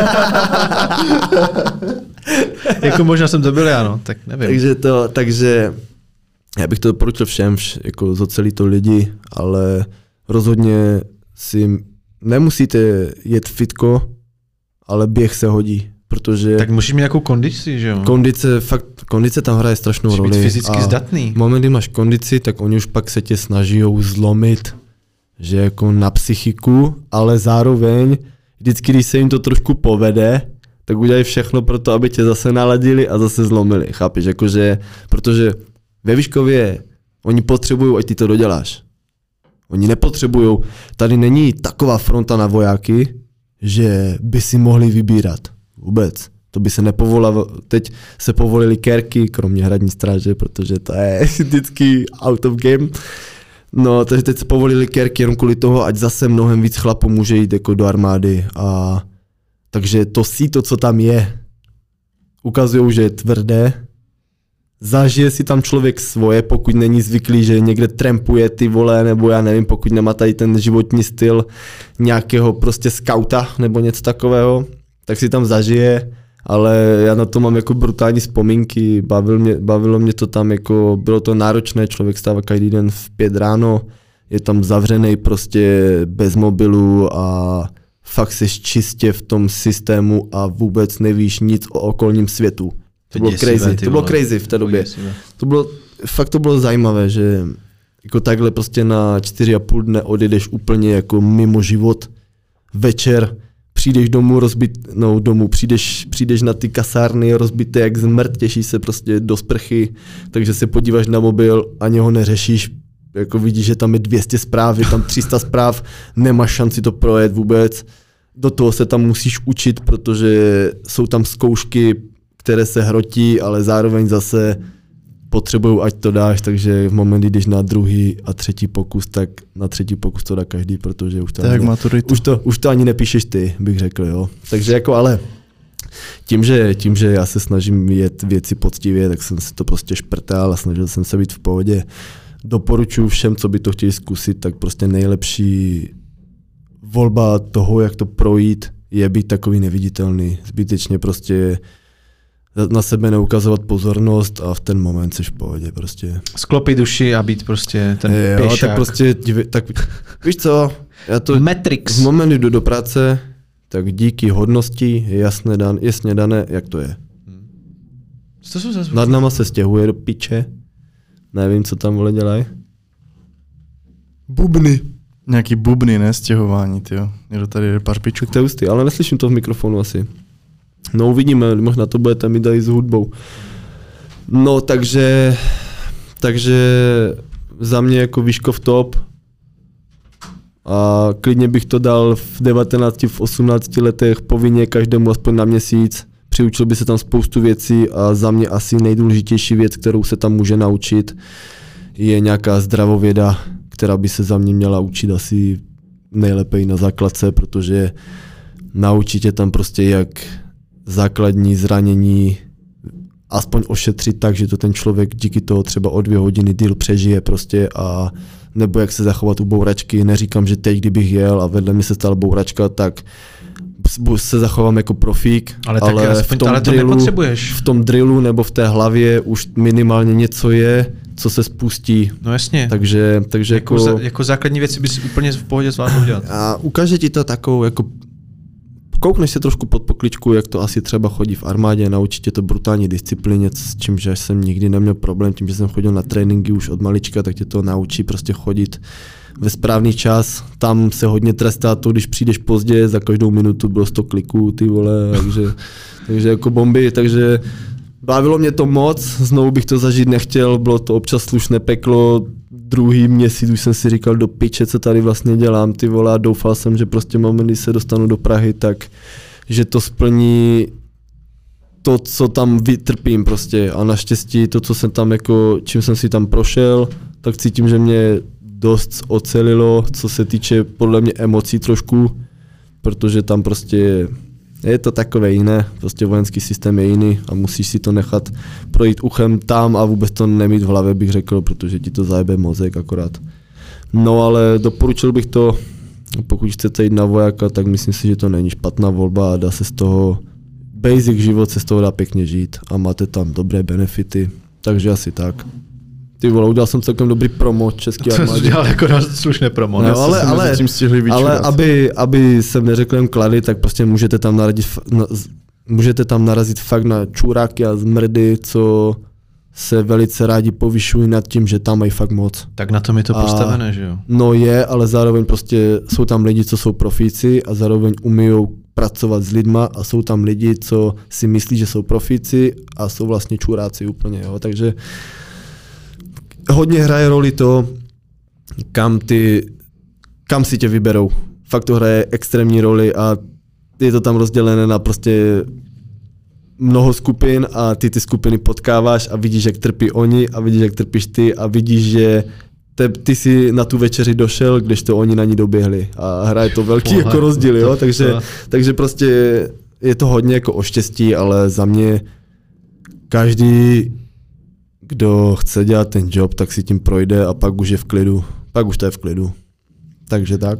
Jako možná jsem to byl já, no, tak nevím. Takže já bych to doporučil všem, jako zocelí to lidi, ale rozhodně si nemusíte jet fitko, ale běh se hodí, protože... Tak musíš mít nějakou kondici, že jo? Kondice tam hraje strašnou roli. Být fyzicky zdatný. V moment, kdy máš kondici, tak oni už pak se tě snaží zlomit, že jako na psychiku, ale zároveň vždycky, když se jim to trošku povede, tak udělají všechno pro to, aby tě zase naladili a zase zlomili, chápeš? Jakože, protože ve Vyškově oni potřebují, ať ty to doděláš. Oni nepotřebují, tady není taková fronta na vojáky, že by si mohli vybírat. Vůbec. To by se nepovolalo. Teď se povolili kérky, kromě hradní stráže, protože to je vždycky out of game. No, takže teď se povolili kérky jenom kvůli toho, ať zase mnohem víc chlapů může jít jako do armády. A takže to síto, co tam je, ukazují, že je tvrdé. Zažije si tam člověk svoje, pokud není zvyklý, že někde trampuje ty vole, nebo já nevím, pokud nemá tady ten životní styl nějakého prostě skauta nebo něco takového, tak si tam zažije, ale já na to mám jako brutální vzpomínky, bavilo mě to tam, jako bylo to náročné, člověk stává každý den v 5 ráno, je tam zavřenej prostě bez mobilu a fakt seš čistě v tom systému a vůbec nevíš nic o okolním světu. To bylo crazy v té době. To bylo zajímavé, že jako takhle prostě na 4,5 dne odjedeš úplně jako mimo život. Večer přijdeš domů, přijdeš na ty kasárny rozbité jak zmrt, těšíš se prostě do sprchy, takže se podíváš na mobil, ani ho neřešíš, jako vidíš, že tam je 200 zpráv, je tam 300 zpráv, nemáš šanci to projet vůbec. Do toho se tam musíš učit, protože jsou tam zkoušky, které se hrotí, ale zároveň zase potřebují, ať to dáš, takže v momentu, když na druhý a třetí pokus, tak na třetí pokus to dá každý, protože už to ani nepíšeš ty, bych řekl, jo. Takže jako ale tím, že já se snažím jet věci poctivě, tak jsem si to prostě šprtal a snažil jsem se být v pohodě. Doporučuji všem, co by to chtěli zkusit, tak prostě nejlepší volba toho, jak to projít, je být takový neviditelný. Zbytečně prostě na sebe neukazovat pozornost a v ten moment jsi v pohodě prostě. Sklopit duši a být prostě ten pěšák. Tak prostě, tak víš co, já to Matrix. V momentu jdu do práce, tak díky hodnosti je jasně dané, jak to je. Nad náma se stěhuje do piče, nevím, co tam vole dělají. Bubny. Nějaký bubny, ne? Stěhování, tyjo. Někdo tady jde pár pičů. To je hustý, ale neslyším to v mikrofonu asi. No uvidíme, možná to budete mít i s hudbou. No takže za mě jako Výškov top a klidně bych to dal v 19, v 18 letech povinně každému aspoň na měsíc. Přiučil by se tam spoustu věcí a za mě asi nejdůležitější věc, kterou se tam může naučit, je nějaká zdravověda, která by se za mě měla učit asi nejlépe na základce, protože naučí tě tam prostě jak základní zranění aspoň ošetřit tak, že to ten člověk díky toho třeba o 2 hodiny díl přežije prostě a nebo jak se zachovat u bouračky. Neříkám, že teď, kdybych jel a vedle mě se stala bouračka, tak se zachovám jako profík, ale to nepotřebuješ. V tom drillu nebo v té hlavě už minimálně něco je, co se spustí. No jasně. Takže jako základní věci bys úplně v pohodě zvládl udělat. A ukáže ti to takovou, jako koukneš se trošku pod pokličku, jak to asi třeba chodí v armádě, naučí tě to brutální disciplíně, s čímž jsem nikdy neměl problém, tím, že jsem chodil na tréninky už od malička, tak tě to naučí prostě chodit ve správný čas. Tam se hodně trestá to, když přijdeš pozdě, za každou minutu bylo 100 kliků, ty vole, takže jako bomby, takže bavilo mě to moc, znovu bych to zažít nechtěl, bylo to občas slušné peklo, druhý měsíc už jsem si říkal do piče, co tady vlastně dělám, ty vole, a doufal jsem, že prostě moment, když se dostanu do Prahy, tak že to splní to, co tam vytrpím prostě a naštěstí to, co jsem tam jako, čím jsem si tam prošel, tak cítím, že mě dost ocelilo, co se týče podle mě emocí trošku, protože tam prostě je to takové jiné, prostě vojenský systém je jiný a musíš si to nechat projít uchem tam a vůbec to nemít v hlavě, bych řekl, protože ti to zajebe mozek akorát. No ale doporučil bych to, pokud chcete jít na vojáka, tak myslím si, že to není špatná volba a dá se z toho, basic život se z toho dá pěkně žít a máte tam dobré benefity, takže asi tak. Ty vole, udělal jsem celkem dobrý promo český armádě. To jsi dělal jako slušné promo. No, ale aby jsem neřekl jen klady, tak prostě můžete tam narazit fakt na čuráky a zmrdy, co se velice rádi povyšují nad tím, že tam mají fakt moc. Tak na tom je to postavené, že jo? No je, ale zároveň prostě jsou tam lidi, co jsou profíci a zároveň umíjou pracovat s lidma a jsou tam lidi, co si myslí, že jsou profíci a jsou vlastně čuráci úplně, jo, takže hodně hraje roli to, kam si tě vyberou. Fakt to hraje extrémní roli a je to tam rozdělené na prostě mnoho skupin a ty skupiny potkáváš a vidíš, jak trpí oni a vidíš, jak trpíš ty a vidíš, že ty si na tu večeři došel, když to oni na ní doběhli a hraje to velký jako rozdíl, jo, takže prostě je to hodně jako o štěstí, ale za mě každý, kdo chce dělat ten job, tak si tím projde a pak už je v klidu. Pak už to je v klidu. Takže tak.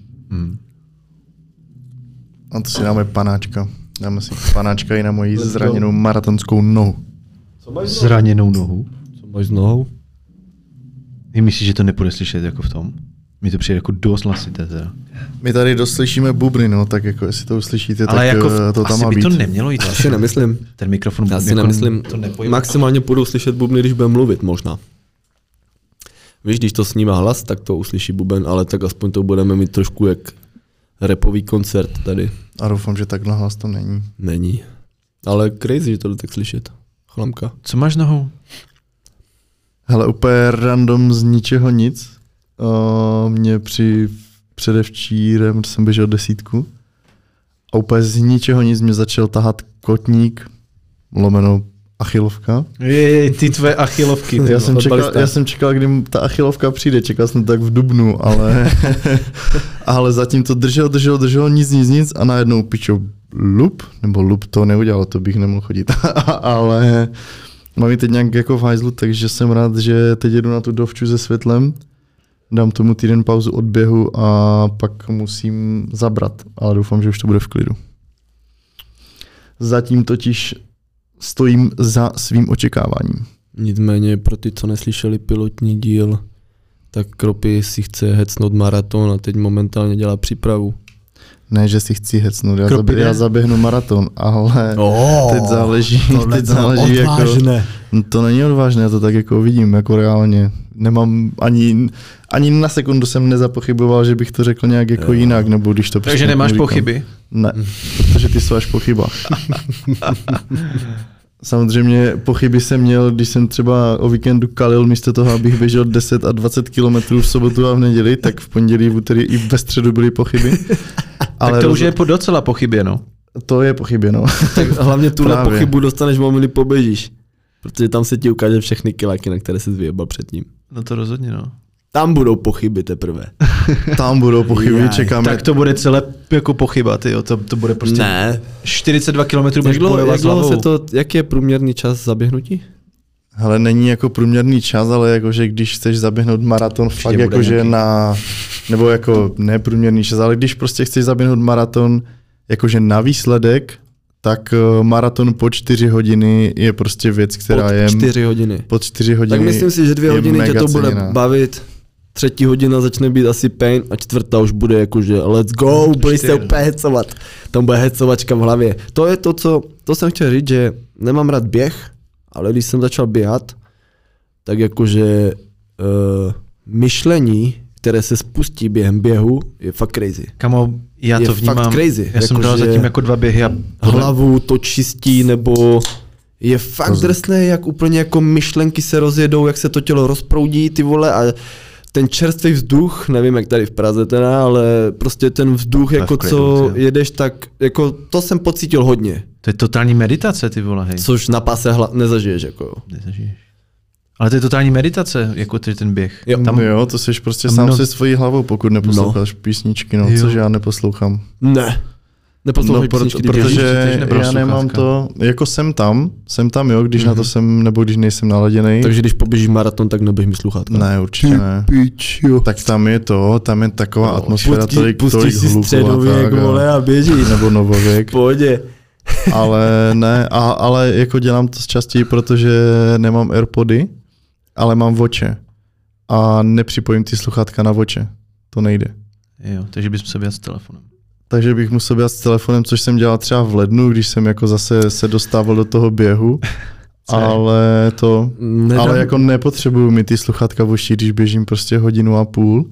A to si dáme panáčka. Dáme si panáčka i na moji zraněnou maratonskou nohu. Zraněnou nohu? Co máš s nohou? Vy myslíš, že to nepůjde slyšet jako v tom? Mi to přijde jako dost hlasité teda. My tady dost slyšíme bubny, no, tak jako jestli to uslyšíte, ale tak jako to tam má být. Ale to nemělo jít. Já si nemyslím. Ten mikrofon já si nemyslím. Maximálně budou slyšet bubny, když budeme mluvit možná. Víš, když to snímá hlas, tak to uslyší buben, ale tak aspoň to budeme mít trošku jak rapový koncert tady. A doufám, že tak nahlas to není. Není. Ale crazy, že to jde tak slyšet. Chlamka. Co máš nohou? Hele, úplně random z ničeho nic. Mě předevčírem jsem běžel 10 a úplně z ničeho nic mě začal tahat kotník, lomeno achilovka. Ty tvoje achilovky. Já jsem čekal, kdy ta achilovka přijde, čekal jsem tak v dubnu, ale zatím to držel, nic a najednou pičo lup to neudělalo, to bych nemohl chodit, ale mám ji teď nějak jako v hajzlu, takže jsem rád, že teď jedu na tu dovču se světlem, dám tomu týden pauzu od běhu a pak musím zabrat, ale doufám, že už to bude v klidu. Zatím totiž stojím za svým očekáváním. Nicméně pro ty, co neslyšeli pilotní díl, tak Kropy si chce hecnout maraton a teď momentálně dělá přípravu. Ne, že si chci hecnout, já zaběhnu maraton, ale teď záleží jako, to není odvážné, já to tak jako vidím, jako reálně. Nemám ani na sekundu jsem nezapochyboval, že bych to řekl nějak jako jinak, nebo když to takže nemáš neříkám. Pochyby? Ne, protože ty jsou až pochyba. Samozřejmě pochyby jsem měl, když jsem třeba o víkendu kalil místo toho, abych běžel 10 a 20 kilometrů v sobotu a v neděli, tak v pondělí, v úterý i ve středu byly pochyby. Ale tak to už je docela pochyběno. To je pochyběno. Tak hlavně tuhle pochybu dostaneš v momentu, poběžíš. Protože tam se ti ukáže všechny kiláky, na které se vyjebal předtím. No to rozhodně, no. Tam budou pochyby teprve. Tam budou pochyby, čekáme. Tak to bude celé jako pochyba, tyjo. To bude prostě ne. 42 km budeš bojovat s hlavou. Jaký je průměrný čas zaběhnutí? Hele, není jako průměrný čas, ale jakože když chceš zaběhnout maraton, fakt jakože nebo jako ne průměrný čas, ale když prostě chceš zaběhnout maraton jakože na výsledek, tak maraton po 4 hodiny je prostě věc, která je... Pod 4 hodiny. Pod 4 hodiny. Tak myslím si, že 2 hodiny tě to bude bavit. 3. hodina začne být asi pain a 4. už bude jakože let's go, budeš se úplně hecovat. Tam bude hecovačka v hlavě. To je to jsem chtěl říct, že nemám rád běh, ale když jsem začal běhat, tak jakože myšlení, které se spustí během běhu, je fakt crazy. Kamo, já to vnímám. Fakt crazy. Já jsem dal zatím jako 2 běhy a hlavu to čistí, nebo je fakt drsné, jak úplně jako myšlenky se rozjedou, jak se to tělo rozproudí, ty vole, a ten čerstvý vzduch, nevím jak tady v Praze teda, ale prostě ten vzduch, jako co jedeš, tak jako to jsem pocítil hodně. To je totální meditace, ty vole, hej. Což na pase nezažiješ, jako jo. Nezažiješ. Ale to je totální meditace, jako ten běh. Jo, tam, jo, to jsi prostě sám se svojí hlavou, pokud neposloucháš písničky, což já neposlouchám. Ne. Neposloucháš písničky, protože já nemám to, jako jsem tam, jo, když na to jsem, nebo když nejsem naladěnej. Takže když poběžíš maraton, tak nebudeš mi sluchátka. Ne, určitě ne. Tak tam je taková atmosféra, tolik hluku středověk, vole, a běžíš. Nebo novověk. Pohodě. Ale ne, ale jako dělám to častěji, protože nemám AirPody, ale mám voče. A nepřipojím ty sluchátka na voče. To nejde. Jo, takže bys musel běhat s telefonem. Takže bych musel běhat s telefonem, což jsem dělal třeba v lednu, když jsem jako zase se dostával do toho běhu. Ale jako nepotřebuju mi ty sluchátka v uších, když běžím prostě 1,5 hodiny.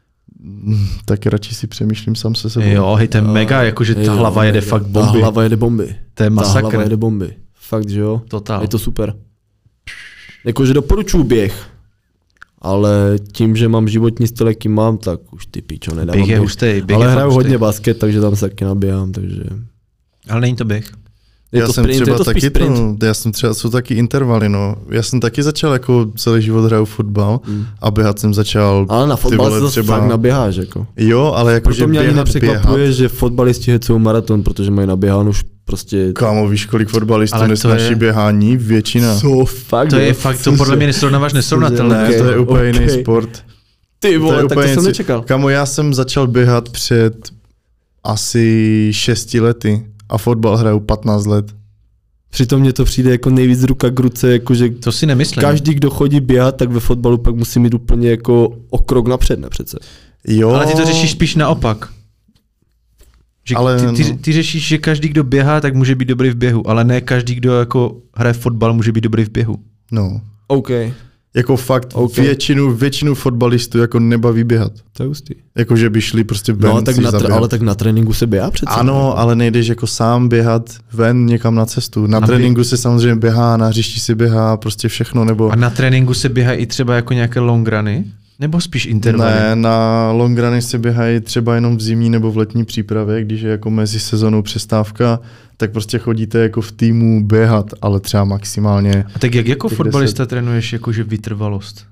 Tak radši si přemýšlím sám se sebou. Jo, hej, to je mega, jakože ta hlava jede fakt bomby. Ta hlava jede bomby. To je masakr. Ta hlava jede bomby. Fakt, že jo? Totál. Je to super. Jakože doporučuji běh. Ale tím, že mám životní styl, jaký mám, tak už ty pičo nedávám. Běh je hustý. Ale hraju hodně basket, takže tam se taky naběhám, takže... Ale není to běh. Je to sprint, je to spíš sprint. Já jsem třeba, jsou taky intervaly, no. Já jsem taky začal jako celý život hraju fotbal a běhat jsem začal... Ale na fotbal se zase fakt naběháš, jako. Jo, ale jako, proto mě ani nepřekvapuje, že fotbalisti hecou maraton, protože mají naběhán už prostě... Kámo, víš, kolik fotbalistů nesnáší běhání? Většina. Fakt, to je fakt, to podle mě nesrovnatelné. To je úplně jiný sport. Ty vole, tak to jsem nečekal. Kámo, já jsem začal běhat před asi 6 lety. A fotbal hraju 15 let. Přitom mně to přijde jako nejvíc ruka k ruce, jakože to si nemyslím. Každý, kdo chodí běhat, tak ve fotbalu pak musí mít úplně jako o krok napřed, ne přece. Jo. Ale ty to řešíš spíš naopak. Že ale ty řešíš, že každý, kdo běhá, tak může být dobrý v běhu, ale ne každý, kdo jako hraje fotbal, může být dobrý v běhu. No. OK. Jako fakt většinu fotbalistů jako nebaví běhat. To je hustý. Jako že by šli prostě ven no, tak ale tak na tréninku se běhá přece. Ano, ale nejdeš jako sám běhat ven někam na cestu. Na tréninku se samozřejmě běhá, na hřišti se běhá, prostě všechno nebo... A na tréninku se běhá i třeba jako nějaké long runy? Nebo spíš intervaly? Ne, na long runy se běhají třeba jenom v zimní nebo v letní přípravě, když je jako mezi sezónou přestávka, tak prostě chodíte jako v týmu běhat, ale třeba maximálně. A tak jak jako fotbalista trénuješ jakože vytrvalost?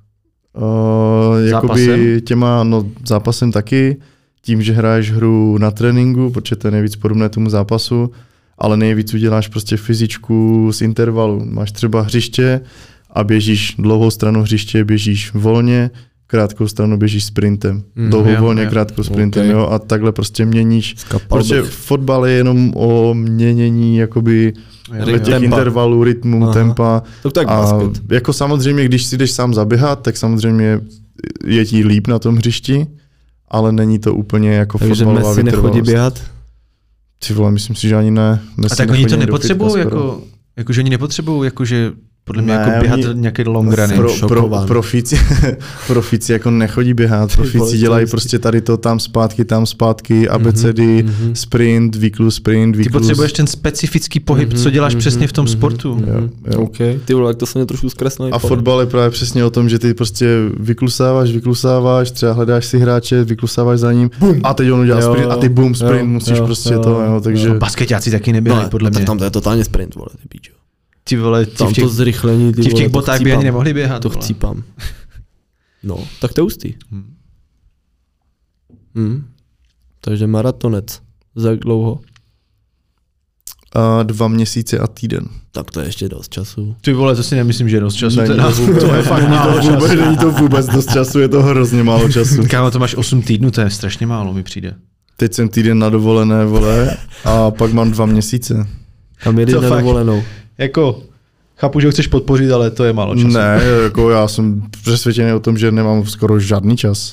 Jakoby těma, zápasem taky, tím, že hraješ hru na tréninku, protože to je nejvíc podobné tomu zápasu, ale nejvíc uděláš prostě fyzičku z intervalu. Máš třeba hřiště a běžíš dlouhou stranu hřiště, běžíš volně, krátkou stranu běžíš sprintem. Dlouhou volně, krátkou sprintem, okay. Jo, a takhle prostě měníš. Protože fotbal je jenom o měnění jakoby těch intervalů, rytmu, tempa. A jako samozřejmě, když si jdeš sám zaběhat, tak samozřejmě je ti líp na tom hřišti, ale není to úplně jako fotbalová vytrvalost. Takže Messi nechodí běhat? Ty vole, myslím si, že ani ne. Messi a tak oni to nepotřebují, že oni nepotřebují, jakože podle mě jako běhat nějaké long runy. Profíci jako nechodí běhat, profíci dělají prostě tady to tam zpátky, abecedy, sprint, výklus. Ty potřebuješ ten specifický pohyb, co děláš přesně v tom sportu. Jo. Okay. Ty vole, to se mě trošku zkreslo. A fotbal je právě přesně o tom, že ty prostě vyklusáváš, třeba hledáš si hráče, vyklusáváš za ním a teď on udělá sprint a ty sprint, musíš prostě to, jo, takže... Basketáci taky neběhají, podle mě. Tam to je totálně sprint, vole, ty píčo. Ty vole, to zrychlení, ty v těch botách by ani nemohli běhat. To chcípám. No, tak to je hustý. Takže maratonec. Za jak dlouho? 2 měsíce a týden. Tak to je ještě dost času. Ty vole, to si nemyslím, že je dost času. To je fakt málo času. Není to vůbec dost času, je to hrozně málo času. Kámo, to máš 8 týdnů, to je strašně málo, mi přijde. Teď jsem týden na dovolené, vole, a pak mám 2 měsíce. A my jdeš na dovolenou. Jako, chápu, že ho chceš podpořit, ale to je málo času. Ne, jako já jsem přesvědčený o tom, že nemám skoro žádný čas.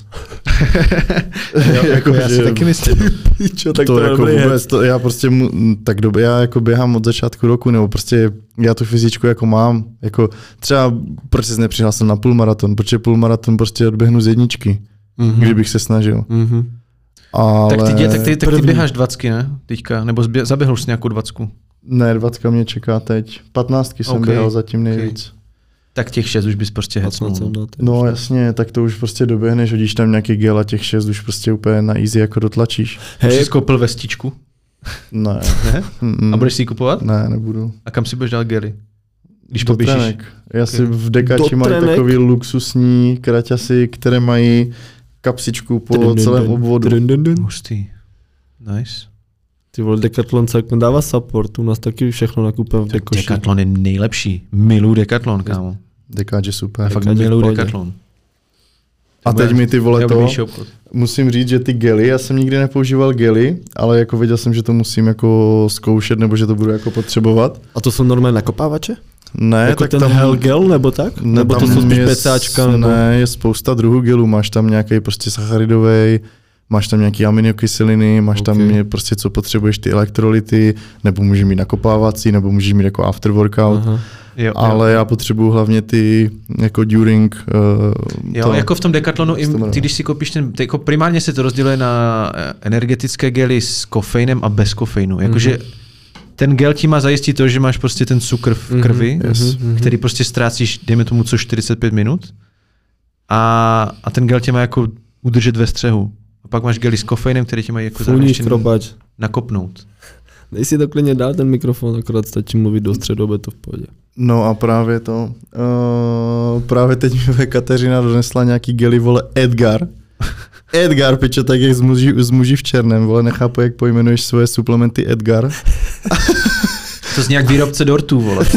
Jako, já si taky myslím. Tak to jako vůbec, to já prostě, tak dobře, já jako běhám od začátku roku, nebo prostě já tu fyzičku jako mám, jako třeba proč jsi nepřihlásil na půlmaraton, protože půlmaraton prostě odběhnu z jedničky, kdybych se snažil. Ale... Tak ty běháš 20, ne? Teďka, nebo zaběhl jsi nějakou 20? Ne, 20 mě čeká teď. 15 jsem běhal zatím nejvíc. Tak těch 6 už bys prostě hecnul. No jasně, tak to už prostě doběhneš, hodíš tam nějaký gel a těch 6 už prostě úplně na easy jako dotlačíš. Hej, jsi koupil vestičku? Ne. A budeš si ji kupovat? Ne, nebudu. A kam si budeš dát gely? Když do poběžíš? Trenek. Já si v Dekači mají takový luxusní kraťasy, které mají kapsičku po celém obvodu. Hustý. Nice. Ty vole, Decathlon celkem dává support, u nás taky všechno nakupujeme v Dekoši. Decathlon je nejlepší. Miluji Decathlon, kámo. Dekáč je super. Já fakt miluji Decathlon. A teď mi ty vole to, musím říct, že ty gely, já jsem nikdy nepoužíval gely, ale jako věděl jsem, že to musím jako zkoušet, nebo že to budu jako potřebovat. A to jsou normální nakopávače? Ne, jako tak ten tam Hell gel, nebo tak? Ne, nebo to jsou spíš PCAčka? Nebo... Ne, je spousta druhů gelů, máš tam nějaký prostě sacharidový, máš tam nějaký aminokyseliny, máš tam prostě co potřebuješ, ty elektrolyty, nebo můžeš mít nakopávací, nebo můžeš mít jako after workout. Ale já potřebuju hlavně ty jako during. Jo, jako v tom Decathlonu, ty když si koupíš jako primárně se to rozděluje na energetické gely s kofeinem a bez kofeinu. Jakože ten gel ti má zajistit to, že máš prostě ten cukr v krvi, který prostě ztrácíš, dejme tomu, co 45 minut. A ten gel tě má jako udržet ve střehu. A pak máš gely s kofeinem, který tě mají jako nakopnout. Dej si to klidně dát ten mikrofon, akorát stačí mluvit do středu, aby to v pohodě. No a právě to, právě teď mi Kateřina donesla nějaký gely, vole, Edgar. Edgar, piče, tak jak z muži v černém, vole, nechápu, jak pojmenuješ svoje suplementy Edgar. To z nějak výrobce dortů, vole.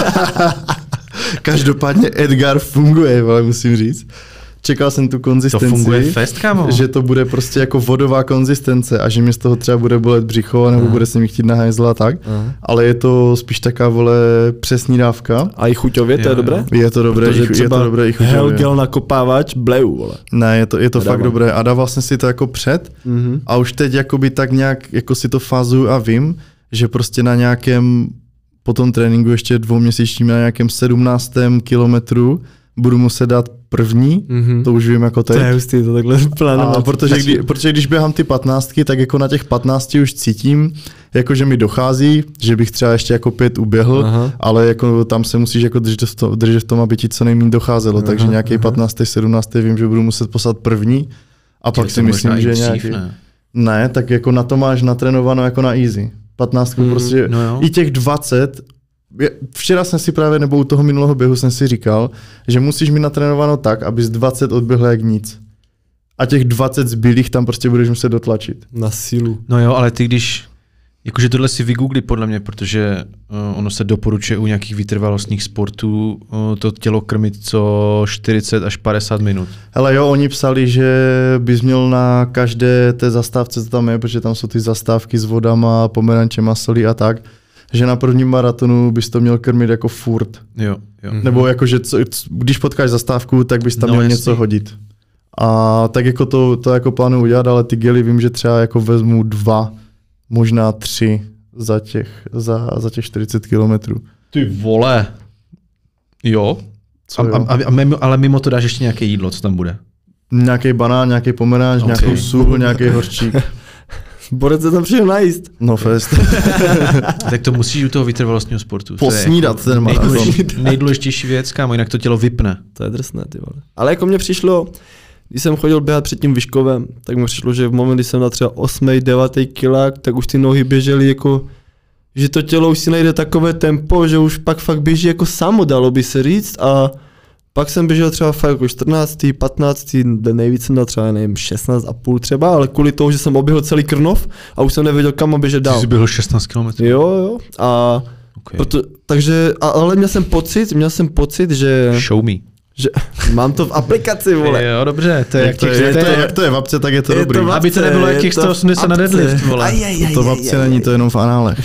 Každopádně Edgar funguje, vole, musím říct. Čekal jsem tu konzistenci, to funguje fest, kámo. Že to bude prostě jako vodová konzistence a že mi z toho třeba bude bolet břicho, nebo bude se mi chtít na hajzla a tak, ale je to spíš taká, vole, přesní dávka. A i chuťově to je dobré? Je to dobré, je to dobré i chuťově. Hell gel nakopávač, bleu, vole. Ne, je to fakt dobré a dával jsem si to jako před a už teď jakoby tak nějak jako si to fázuju a vím, že prostě na nějakém po tom tréninku ještě 2měsíčním na nějakém 17. kilometru budu muset dát první, to už vím jako teď. To je hustý, to takhle plánovat. Protože když běhám ty 15, tak jako na těch 15 už cítím, jako že mi dochází, že bych třeba ještě jako 5 uběhl, ale jako tam se musíš jako držet v tom, aby ti co nejméně docházelo, takže nějaký 15. 17. vím, že budu muset poslat první a pak si myslím, že nějaký... Ne, tak jako na to máš natrénováno jako na easy. 15 prostě, i těch 20, včera jsem si právě, nebo u toho minulého běhu jsem si říkal, že musíš mít natrénováno tak, abys 20 odběhl jak nic. A těch 20 zbylých tam prostě budeš muset dotlačit. Na sílu. No jo, ale ty když, jakože tohle si vygoogli podle mě, protože ono se doporučuje u nějakých vytrvalostních sportů to tělo krmit co 40 až 50 minut. Hele jo, oni psali, že bys měl na každé té zastávce, co tam je, protože tam jsou ty zastávky s vodama, pomerančema, solí a tak, že na prvním maratonu bys to měl krmit jako furt. Jo. Nebo jako, že když potkáš zastávku, tak bys tam měl něco hodit. A tak jako to jako plánuju udělat, ale ty gely vím, že třeba jako vezmu 2, možná 3 za těch 40 kilometrů. Ty vole. Jo. Ale mimo to dáš ještě nějaké jídlo, co tam bude? Nějaký banán, nějaký pomeranč, nějakou sůl, nějaký horčík. Borec se tam přišel najíst. No fest. Tak to musíš u toho vytrvalostního sportu. Posnídat ten maraton. Nejdůležitější věc, kámo, jinak to tělo vypne. To je drsné, ty vole. Ale jako mně přišlo, když jsem chodil běhat před tím Vyškovem, tak mi přišlo, že v moment, kdy jsem na třeba 8. 9. kilák, tak už ty nohy běžely jako, že to tělo už si najde takové tempo, že už pak fakt běží jako samo, dalo by se říct, a pak jsem běžel třeba fakt jako 14., 15., nejvíc jsem dal třeba, nevím, 16,5 třeba, ale kvůli toho, že jsem oběhl celý Krnov a už jsem nevěděl, kam mám běžet dál. Ty jsi běhl 16 km. Jo. A okay. Takže, ale měl jsem pocit, že... Show me. Že mám to v aplikaci, vole. Jo, dobře, to je jak to je v apce, tak je to dobrý. Aby to nebylo jakých 180 na deadlift, vole. To v apce není, to jenom v análech.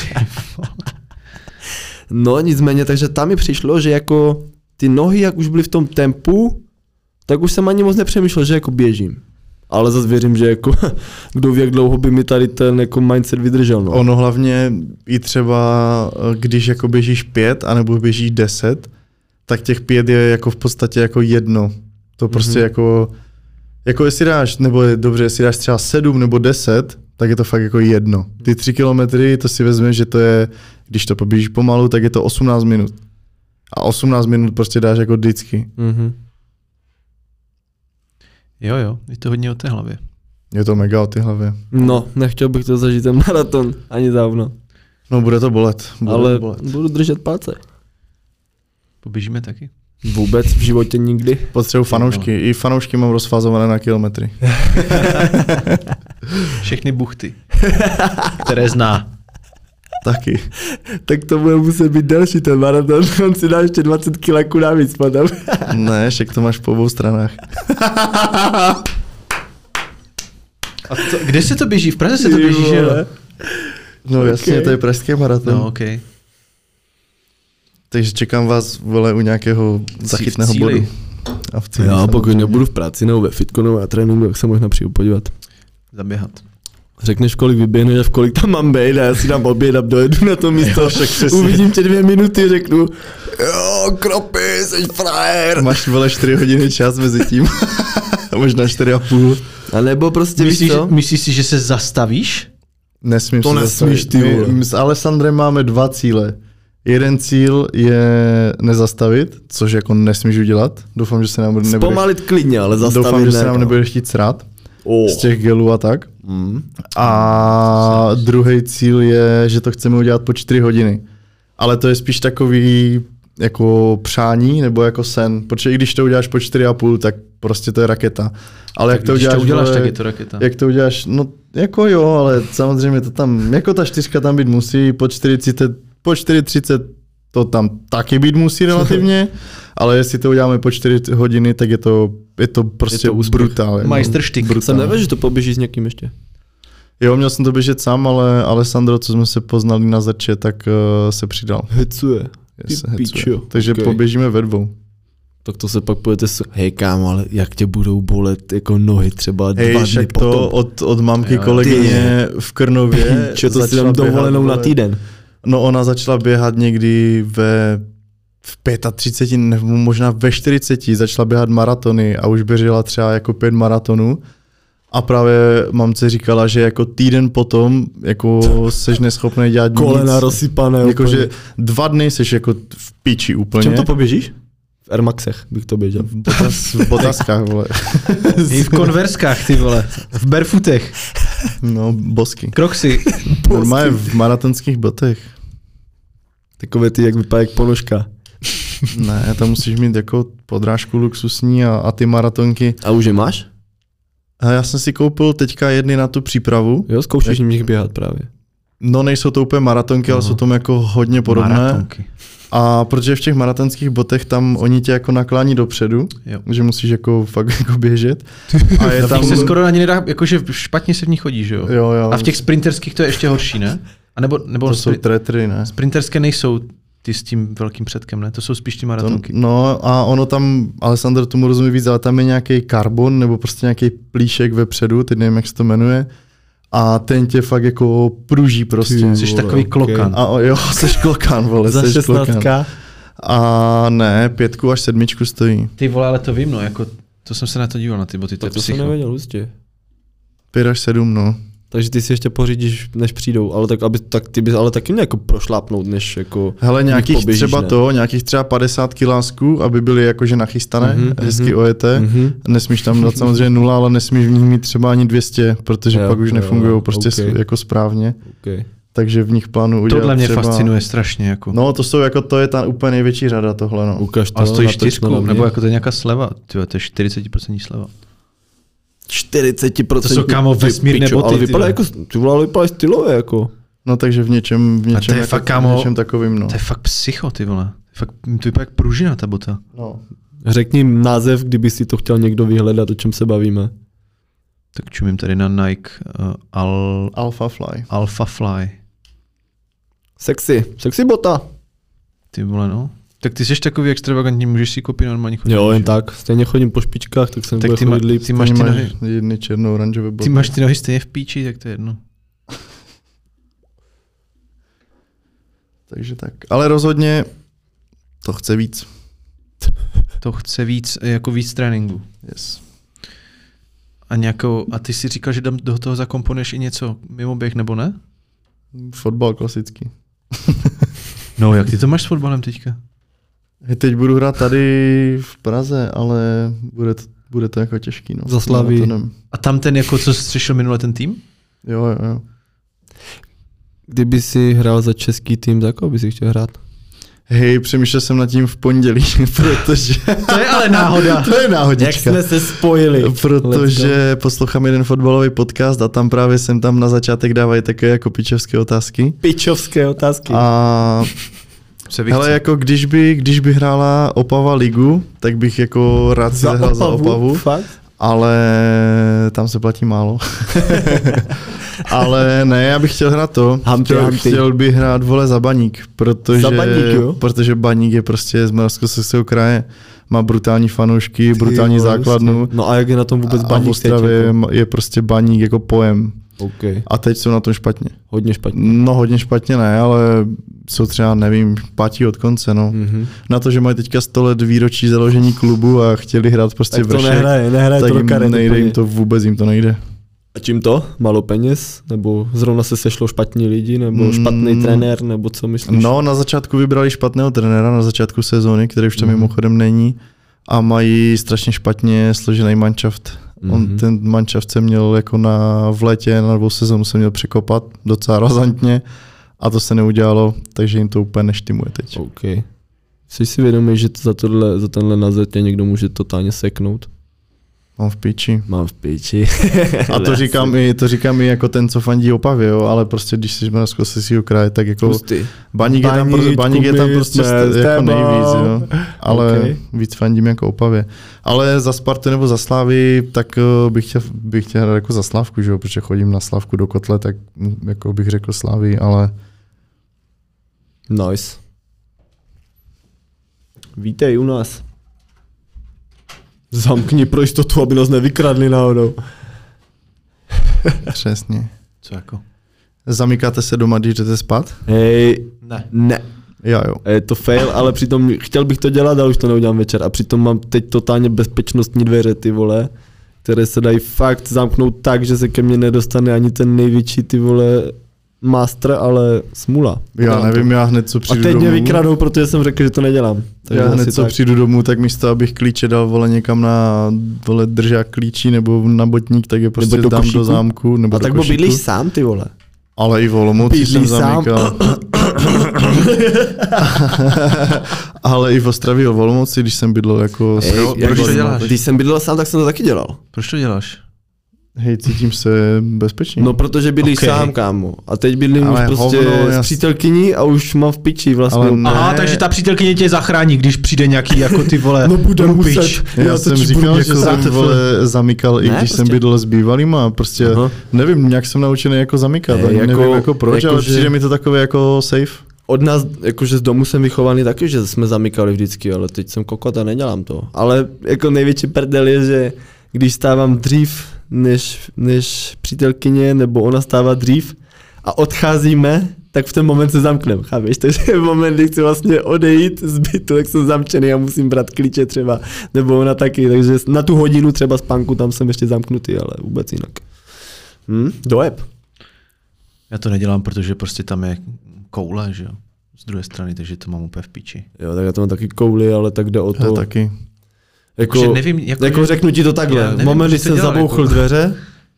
No nicméně, takže tam mi přišlo, že jako ty nohy, jak už byly v tom tempu, tak už jsem ani moc nepřemýšlel, že jako běžím. Ale zase věřím, že jako kdo ví, jak dlouho by mi tady ten jako mindset vydržel. No. Ono hlavně i třeba, když jako běžíš 5 anebo běžíš 10, tak těch 5 je jako v podstatě jako jedno. To prostě jako jestli dáš, nebo je dobře, jestli dáš třeba 7 nebo 10, tak je to fakt jako jedno. Ty 3 kilometry, to si vezmeš, že to je, když to poběžíš pomalu, tak je to 18 minut. A 18 minut prostě dáš jako vždycky. Jo, je to hodně o té hlavě. Je to mega o té hlavě. No, nechtěl bych to zažít ten maraton, ani dávno. No bude to bolet. Budu držet palce. Poběžíme taky? Vůbec v životě nikdy. Potřebuji fanoušky. I fanoušky mám rozfázované na kilometry. Všechny buchty, které zná. Taky. Tak to bude muset být delší ten maraton, on si dá ještě 20 kilaků navíc potom. Ne, však to máš po obou stranách. A kde se to běží? V Praze se to běží, že jo? No jasně, to je pražský maraton. No, okay. Takže čekám vás, vole, u nějakého zachytného bodu. A v cíli. Já pokud nebudu v práci nebo ve fitku nebo na tréninku, tak se možná přijdu podívat. Zaběhat. Řekneš, kolik vyběhneš a v kolik tam mám být a já si dám oběd a dojedu na to místo. Uvidím tě 2 minuty, řeknu, jo, Kropy, jsi frajer. Máš, vole, 4 hodiny čas mezi tím. Možná 4,5. A nebo prostě myslíš si, že se zastavíš? Nesmím to se nesmíš, zastavit. My s Alessandrem máme 2 cíle. Jeden cíl je nezastavit, což jako nesmíš udělat. Doufám, že se nám nebude... Zpomalit klidně, ale zastavit doufám, že se nám nebude chtít srát. Z těch gelů a tak. A druhý cíl je, že to chceme udělat po 4 hodiny. Ale to je spíš takový jako přání nebo jako sen. Protože i když to uděláš po 4,5, tak prostě to je raketa. Ale tak jak to uděláš, tak je to raketa. Jak to uděláš, no jako jo, ale samozřejmě to tam, jako ta 4 tam být musí, po 4,30 to tam taky být musí relativně, ale jestli to uděláme po 4 hodiny, tak je to prostě brutál. Majstrštyk. Jsem nevěděl, že to poběží s někým ještě. Jo, měl jsem to běžet sám, ale Alessandro, co jsme se poznali na Zrče, tak se přidal. Hecuje. Takže poběžíme ve 2. Tak to se pak pojete hej kámo, ale jak tě budou bolet jako nohy třeba 2 dny potom. To od mamky kolegyně v Krnově. Čo to si dám dovolenou na týden. No ona začala běhat někdy v 35 nebo možná ve 40 začala běhat maratony a už běžela třeba jako 5 maratonů. A právě mamce říkala, že jako týden potom jako seš neschopný dělat nic. Kolena rozsypané. Jakože 2 dny seš jako v piči úplně. Čem to poběžíš? V Air Maxech bych to běžel. V botaskách, vole. I v konverskách, ty vole. V barefootech. No, bosky. Kroxy. Normálně v maratonských botech. Takové ty, jak vypadá jak ponožka. Ne, tam musíš mít jako podrážku luxusní a ty maratonky. A už je máš? A já jsem si koupil teďka jedny na tu přípravu. Jo, zkoušíš nich běhat právě. No nejsou to úplně maratonky, ale jsou tomu jako hodně podobné. Maratonky. A protože v těch maratonských botech tam oni tě jako naklání dopředu, Jo. že musíš jako fakt jako běžet. A je tam... se skoro ani nedá, jakože špatně se v nich chodí, že jo? Jo. A v těch sprinterských to je ještě horší, ne? A nebo To jsou tretry, ne? sprinterské nejsou ty s tím velkým předkem, ne? To jsou spíš ty maratonky. No a ono tam, Alessandro tomu rozumí víc, ale tam je nějaký karbon nebo prostě nějaký plíšek vepředu, teď nevím, jak se to jmenuje. A ten tě fakt jako pruží prostě. Jsi takový klokan. A jo, seš klokan, vole, Za seš 16. klokan. A ne, 5 až 7 stojí. Ty vole, ale to vím, no, jako, to jsem se na to díval, na ty boty, to je To jsem psycho. nevěděl, hustě. 5 až 7, no. Takže ty si ještě pořídíš, než přijdou, ale tak ty bys ale taky měl jako prošlápnout, než jako... Hele, nějakých poběžíš, třeba ne? nějakých třeba 50 kilásků, aby byly jakože nachystané, hezky ojeté. Nesmíš tam dát samozřejmě 0, ale nesmíš v nich mít třeba ani 200, protože pak už nefungují prostě jako správně. Okay. Takže v nich plánu udělat Tohle mě třeba... fascinuje strašně, jako. No, to je ta úplně největší řada tohle, no. Ukaž to, A stojí natoč to 4, na mě. nebo jako to je nějaká sleva, tyjo, to je 40% sleva. 40%. To jsou, kámo, vesmírné pičo, boty, ale ty vypadá vole. jako, ty vole, ale vypadá stylově jako. No takže v něčem to je jako, fakt, kámo, v něčem takovým, no. To je fakt psycho, ty vole. Fakt, to vypadá jak pružina ta bota. No. Řekni název, kdyby si to chtěl někdo vyhledat, o čem se bavíme. Tak čumím tady na Nike Alpha Fly. Sexy bota. Ty vole, no. Tak ty jsi takový extravagantní, můžeš si koupit normálně chodit. Jo, jen tak. Stejně chodím po špičkách, tak jsem Tak bude ty, chodit líp. ty máš ty nohy, jedny černo-oranžové boty. ty máš ty nohy stejně v píči, tak to je jedno. Takže tak. Ale rozhodně to chce víc. To chce víc, jako víc tréninku. Yes. A ty si říkal, že do toho zakomponuješ i něco mimo běh, nebo ne? Fotbal klasický. No, jak ty to máš s fotbalem teďka? Teď budu hrát tady v Praze, ale bude to jako těžký. No. Za Slaví. A tam ten, jako co jsi přišel minule ten tým? Jo. Kdyby si hrál za český tým, tak by si chtěl hrát? Hej, přemýšlel jsem nad tím v pondělí, protože... To je ale náhoda. To je náhodička. Jak jsme se spojili. Protože poslouchám jeden fotbalový podcast a tam právě sem tam na začátek dávají takové jako pičovské otázky. Pičovské otázky. A hele, jako když by hrála Opava ligu, tak bych jako rád si zahrál za Opavu. Fakt? Ale tam se platí málo. Ale ne, já bych chtěl hrát to. Chtěl bych hrát, vole, za Baník, protože Baník je prostě z Moravskoslezského kraje. Má brutální fanoušky, brutální základnu. No a jak je na tom vůbec Baník? A v Ostravě je prostě Baník jako pojem. Okay. A teď jsou na tom špatně. Hodně špatně. No hodně špatně ne, ale jsou třeba, nevím, pátí od konce, no. Mm-hmm. Na to, že mají teďka 100 let výročí založení klubu a chtěli hrát prostě vršek, tak to nehraje tak to do karet. Nejde jim to, vůbec jim to nejde. A čím to? Málo peněz? Nebo zrovna se sešlo špatní lidi? Nebo špatný trenér? Nebo co myslíš? No, na začátku vybrali špatného trenéra, na začátku sezóny, který už tam mimochodem není. A mají strašně špatně složený manšaft. Ten manšaft se měl jako v létě na novou sezónu se měl překopat docela razantně a to se neudělalo, takže jim to úplně neštymuje teď. Okay. Jsi si vědomý, že za tenhle název tě někdo může totálně seknout? Mám v píči. A to říkám i jako ten, co fandí Opavě, jo, ale prostě když jsi z Moravskoslezského kraje, tak jako Baník je tam prostě jako nejvíc, jo. Ale víc fandím jako Opavě. Ale za Spartu nebo za Slávy, tak bych chtěl hrát jako za Slávku, že jo, protože chodím na Slávku do kotle, tak jako bych řekl Slávy, ale... Nice. Vítej u nás. Zamkni pro jistotu, aby nás nevykradli náhodou. Přesně. Co jako? Zamykáte se doma, když jdete spát? Hej, ne. Jo. A je to fail, ale přitom chtěl bych to dělat, ale už to neudělám večer. A přitom mám teď totálně bezpečnostní dveře, ty vole, které se dají fakt zamknout tak, že se ke mně nedostane ani ten největší, ty vole, master, ale smula. Já nevím, já hned co přijdu domů. A teď domů, mě vykradou, protože jsem řekl, že to nedělám. Takže já hned co přijdu domů, tak místo, abych klíče dal, vole, někam na, vole, držák klíčí nebo na botník, tak je prostě dám do zámku nebo a do tak košíku. bydlíš sám, ty vole. Ale i v Olomouci jsem zamykal. Ale i v Ostravě, v Olomouci, když jsem bydlel jako... Proč to děláš? Když jsem bydlel sám, tak jsem to taky dělal. Proč to děláš? Hej, cítím se bezpečně. No, protože bydlíš sám, kámo. A teď bydlím už prostě s přítelkyní a už mám v piči vlastně. Aha, takže ta přítelkyně tě zachrání, když přijde nějaký jako ty vole. No bude muset. Já jsem říkal, že jsem vole zamykal, i když jsem bydlel s bývalýma, prostě nevím, nějak jsem naučený jako zamykat, nevím jako proč, ale přijde mi to takové jako safe. Od nás, jakože z domu jsem vychovaný taky, že jsme zamykali vždycky, ale teď jsem kokot a nedělám to. Ale jako největší prdel je, že když stávám dřív než přítelkyně, nebo ona stává dřív a odcházíme, tak v ten moment se zamknem, chápeš? Takže v moment, kdy chci vlastně odejít z bytu, tak jsem zamčený a musím brát klíče třeba, nebo ona taky, takže na tu hodinu třeba spánku tam jsem ještě zamknutý, ale vůbec jinak. Dojeb. Já to nedělám, protože prostě tam je koule, že jo, z druhé strany, takže to mám úplně v piči. Jo, tak já to mám taky kouli, ale tak jde o to. Já taky. Jako, nevím, jako řeknu ti to takhle, v moment, kdy jsem zabouchl jako dveře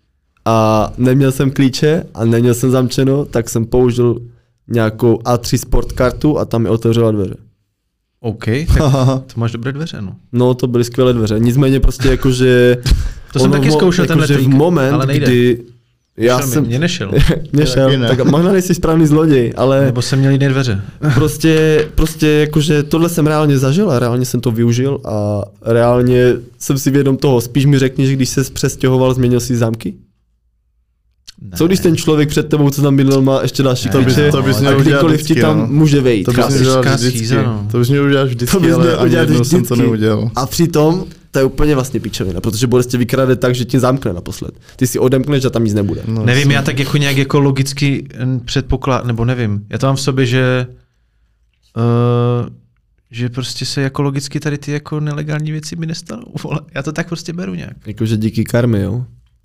a neměl jsem klíče a neměl jsem zamčeno, tak jsem použil nějakou A3 Sport kartu a tam mi otevřela dveře. OK, tak to máš dobré dveře, no. No, to byly skvělé dveře, nicméně prostě jakože... To jsem taky zkoušel tenhle trik, v moment, ale nejde. kdy... Mě nešel. Tak možná nejsi správný zloděj, ale... Nebo jsem měl jiné dveře. Prostě jakože tohle jsem reálně zažil a reálně jsem to využil a reálně jsem si vědom toho. Spíš mi řekni, že když ses přestěhoval, změnil si zámky? Ne. Co když ten člověk před tebou, co tam bydlel, má ještě další klíče a kdykoliv ti tam může vejít? To bys měl vždycky, ale ani jednou jsem to neudělal. A přitom to je úplně vlastně píčovina, protože Boris tě vykrade tak, že tě zamkne naposled. Ty si odemkneš a tam nic nebude. No, nevím, já tak jako nějak jako logicky předpoklad, nebo nevím, já to mám v sobě, že prostě se jako logicky tady ty jako nelegální věci mi nestanou. Já to tak prostě beru nějak. Jakože díky karmy, jo?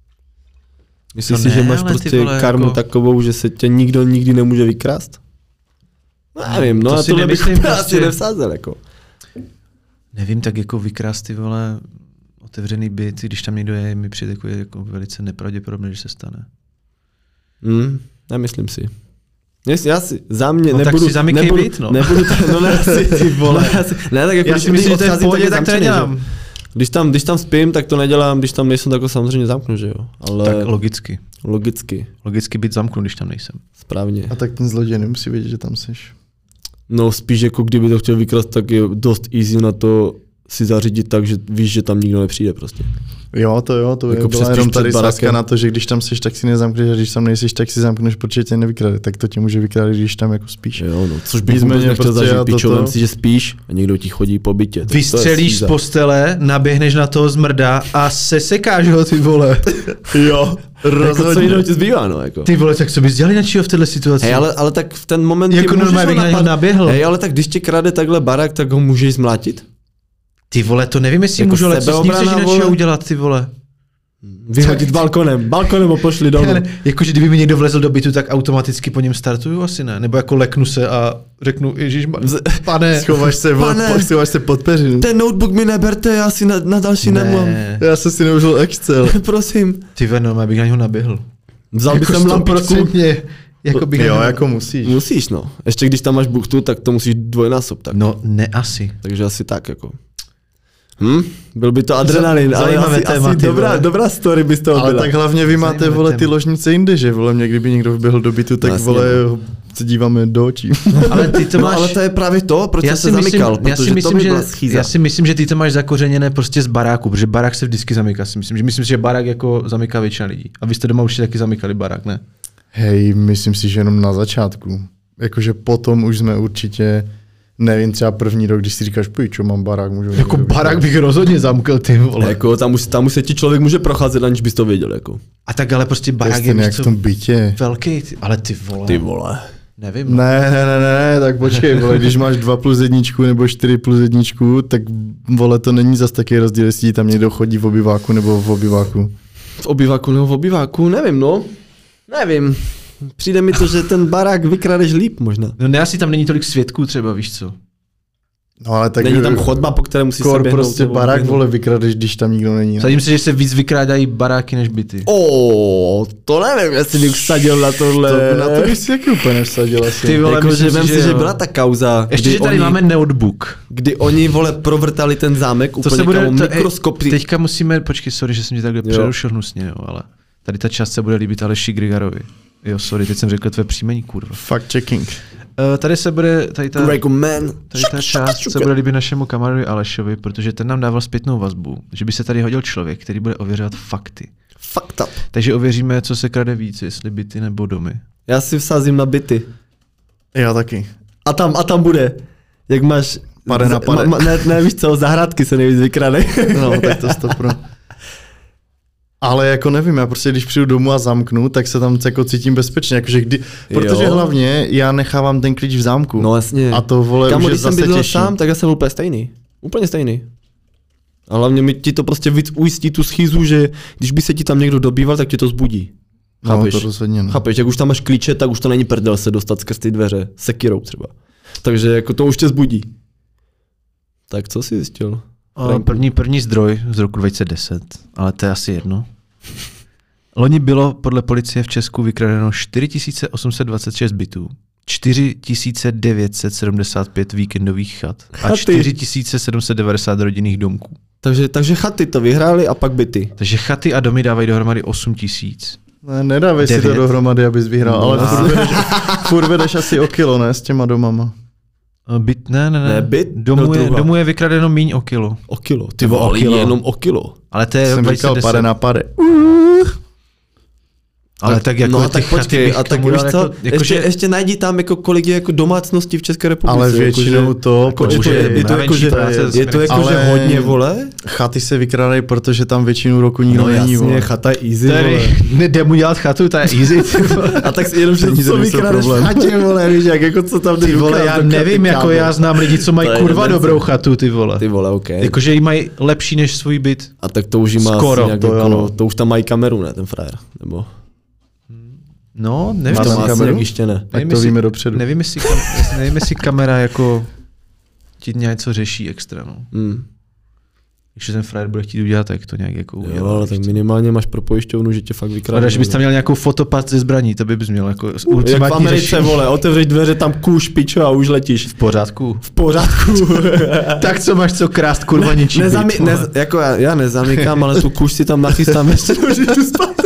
Myslíš si, že máš prostě karmu jako... takovou, že se tě nikdo nikdy nemůže vykrást? Nevím, no a tohle bych asi nevsázel, jako. Nevím, tak jako vykrást ty vole otevřený byt, když tam někdo je, mi přijde jako velice nepravděpodobné, že se stane. Nemyslím si. Já si za mě no, nebudu... tak si zamykej byt, no. Nebudu to, no ne, ty vole. Ne, tak jako já si myslím, že to je v pohodě, tak to nedělám. Když tam spím, tak to nedělám, když tam nejsem, tak to samozřejmě zamknu, že jo. Ale tak logicky. Logicky být zamknu, když tam nejsem. Správně. A tak ten zloděj nemusí vědět, že tam seš. No spíš jako kdyby to chtěl vykrást, tak je dost easy na to si zařídit tak, že víš, že tam nikdo nepřijde prostě. Jo, to jako byla jenom tady sázka na to, že když tam seš, tak si nezamkneš a když tam nejseš, tak si zamkneš, protože tě nevykrade. Tak to tě může vykrádat, když tam jako spíš. Jo, no, což bych vůbec nechtěl zažít, pičo, vem si, že spíš a někdo ti chodí po bytě. Vystřelíš z postele, naběhneš na toho zmrda a sesekáš ho, ty vole. Jo, rozhodně. Co jiného ti zbývá, no, jako. Ty vole, tak co bys dělal jinak v této situaci? Hej, ale tak v ten moment jako normálně bych na něho naběhl. Hej, ale tak když ti krade takhle barák, tak ho můžeš zmlátit? Ty vole, to nevím, jestli jako můžu, ale co s ním chceš jinak udělat, ty vole? Vyhodit balkonem ho pošli dolů. Jakože kdyby mi někdo vlezl do bytu, tak automaticky po něm startuju, asi ne. Nebo jako leknu se a řeknu, ježiš, pane. Schováš se pod peřinu. Ten notebook mi neberte, já si na další nemám. Já jsem si neužil Excel. Prosím. Ty no, já bych na něho naběhl. Vzal bych tam lampičku. Jako musíš. Musíš, no. Ještě když tam máš buchtu, tak to musíš dvojnásob. Tak. No, ne asi. Takže asi tak, jako. Byl by to adrenalin, ale asi dobrá story bys toho byla. Ale tak hlavně vy máte, vole, ty ložnice jinde, že, vole, mě kdyby někdo vyběhl do bytu, tak, vole, se díváme do očí. Ale ty to máš... No, ale to je právě to, proč jsem se zamykal, protože to by byla schýza. Já si myslím, že ty to máš zakořeněné prostě z baráku, protože barák se vždycky zamyká, myslím, že barák jako zamyká většina lidí. A vy jste doma už taky zamykali barák, ne? Hej, myslím si, že jenom na začátku. Jakože potom už jsme určitě... Nevím, třeba první rok, když si říkáš, pojď, mám barák, můžu... Jako barák bych rozhodně zamkl, ty vole. Jako, tam už se ti člověk může procházet, aniž bys to věděl, jako. A tak ale prostě barák je v tom bytě. Velký, ale ty vole. Ty vole. Nevím. Ne, tak počkej, vole, když máš 2+1 nebo 4+1, tak vole, to není zas taky rozdíl, jestli tam někdo chodí v obyváku nebo v obyváku. V obyváku nebo v obyváku, nevím, no. Nevím. Přijde mi to, že ten barák vykradeš líp možná. No ne, asi tam není tolik svědků třeba, víš co. No ale tak není tam chodba, po které musíš se běhnout. Prostě barák, vole, vykradeš, když tam nikdo není. Sadím se, že se víc vykrádají baráky než byty. To nevím, jestli bych vsadil na tohle. Na to bych si jaký úplně nevsadil asi. Ty vole, jako, že vem si, že byla ta kauza. Ještě, že tady máme notebook. Kdy oni, vole, provrtali ten zámek to úplně se bude, mikroskopy. Teďka musíme, počkej, sorry, že jsem ti takhle přerušil hnusně, jo, ale tady ta část se bude líbit Aleši Grigarovi. Jo, sorry, teď jsem řekl tvé příjmení, kurva. Fact checking. Tady se bude, tady ta část se bude líbit našemu kamarádovi Alešovi, protože ten nám dával zpětnou vazbu, že by se tady hodil člověk, který bude ověřovat fakty. Fucked up. Takže ověříme, co se krade víc, jestli byty nebo domy. Já si vsázím na byty. Já taky. A tam bude, jak máš... Pade na pade. Ne, víš co, zahrádky se nejvíc vykrade. No, tak to 100%. Ale jako nevím, já prostě když přijdu domů a zamknu, tak se tam jako cítím bezpečně, jakože protože hlavně já nechávám ten klíč v zámku. No jasně. A to vole Kamu, už je když jsem zase bydlel těžší. sám, tak já jsem byl úplně stejný. Úplně stejný. A hlavně mi ti to prostě víc ujistí tu schýzu, že když by se ti tam někdo dobýval, tak tě to zbudí. Chápeš? No, to rozhodně ne. Chápeš, jak už tam máš klíče, tak už to není prdel se dostat skrz ty dveře, sekirou třeba. Takže jako to už tě zbudí. Tak co jsi zjistil? První zdroj z roku 2010, ale to je asi jedno. Loni bylo podle policie v Česku vykradeno 4826 bytů, 4975 víkendových chat a 4790 rodinných domků. Takže chaty to vyhrály a pak byty. Takže chaty a domy dávají dohromady 8000. Ne, nedávej si to dohromady, abys vyhrál, ale furt vedeš asi o kilo, ne, s těma domama. Byt, ne. Byt? Domů je vykradeno míň o kilo. O kilo? Ty vole, jenom o kilo. Ale to je jsem říkal pade na pade. Ale tak jako no, tak počkej, a tak víš co, ještě najdi tam jako kolik je jako domácností v České republice. Ale většinou to, je to jakože hodně, vole. Chaty se vykrádají, protože tam většinu roku nikdo není, jasně, vole. chata je easy, vole. Jde mu dělat chatu, to je easy. A tak jenom, že co vykrádeš v chatě, vole, víš, jako co tam ty vole, já nevím, jako já znám lidi, co mají kurva dobrou chatu, ty vole. Ty vole, okej. Jakože jí mají lepší než svůj byt. A tak to už jí má skoro, asi to už tam mají kameru, ne, ten frajer, nebo... No, nevím, to má asi ještě ne. Tak to víme dopředu. Nevím, jestli kamera jako ti něco řeší extra, no. Když ten frajer bude chtít udělat, tak to nějak jako udělá. Jo, ale tak minimálně máš pro pojišťovnu, že tě fakt vykrádá. Ale že bys tam měl nějakou fotopad ze zbraní, to bys měl jako ultimátní řešení. Jak v Americe, vole, otevřeš dveře, tam kůž, pičo a už letíš. V pořádku. V pořádku. Tak co máš co krást, kurva, něčí byt, jako já nezamykám, ale tu kůž si tam nachystám ještě můžu spát.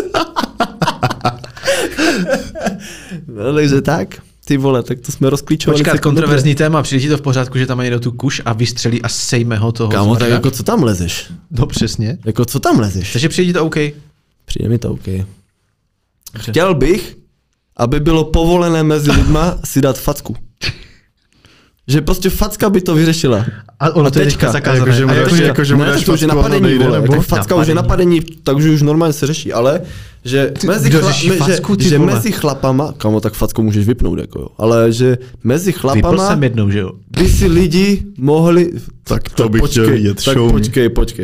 No, takže tak. Ty vole, tak to jsme rozklíčovali. Počkat, kontroverzní téma, přijde ti to v pořádku, že tam má někdo tu kuš a vystřelí a sejme ho toho. Kámo, tak jako co tam lezeš? No přesně. Jako co tam lezeš? Takže přijde ti to OK? Přijde mi to OK. Chtěl bych, aby bylo povolené mezi lidma si dát facku. Že prostě facka by to vyřešila. A ono to je teďka zakázané. Jakože mu dáš facku a napadení, vole. Jako facka už je napadení, takže už normálně se řeší, ale že mezi chlapama, kamo, tak facku můžeš vypnout, jako jo, ale že mezi chlapama vypl jsem jednou, že jo? By si lidi mohli... Tak to bych chtěl vidět, show me. Počkej.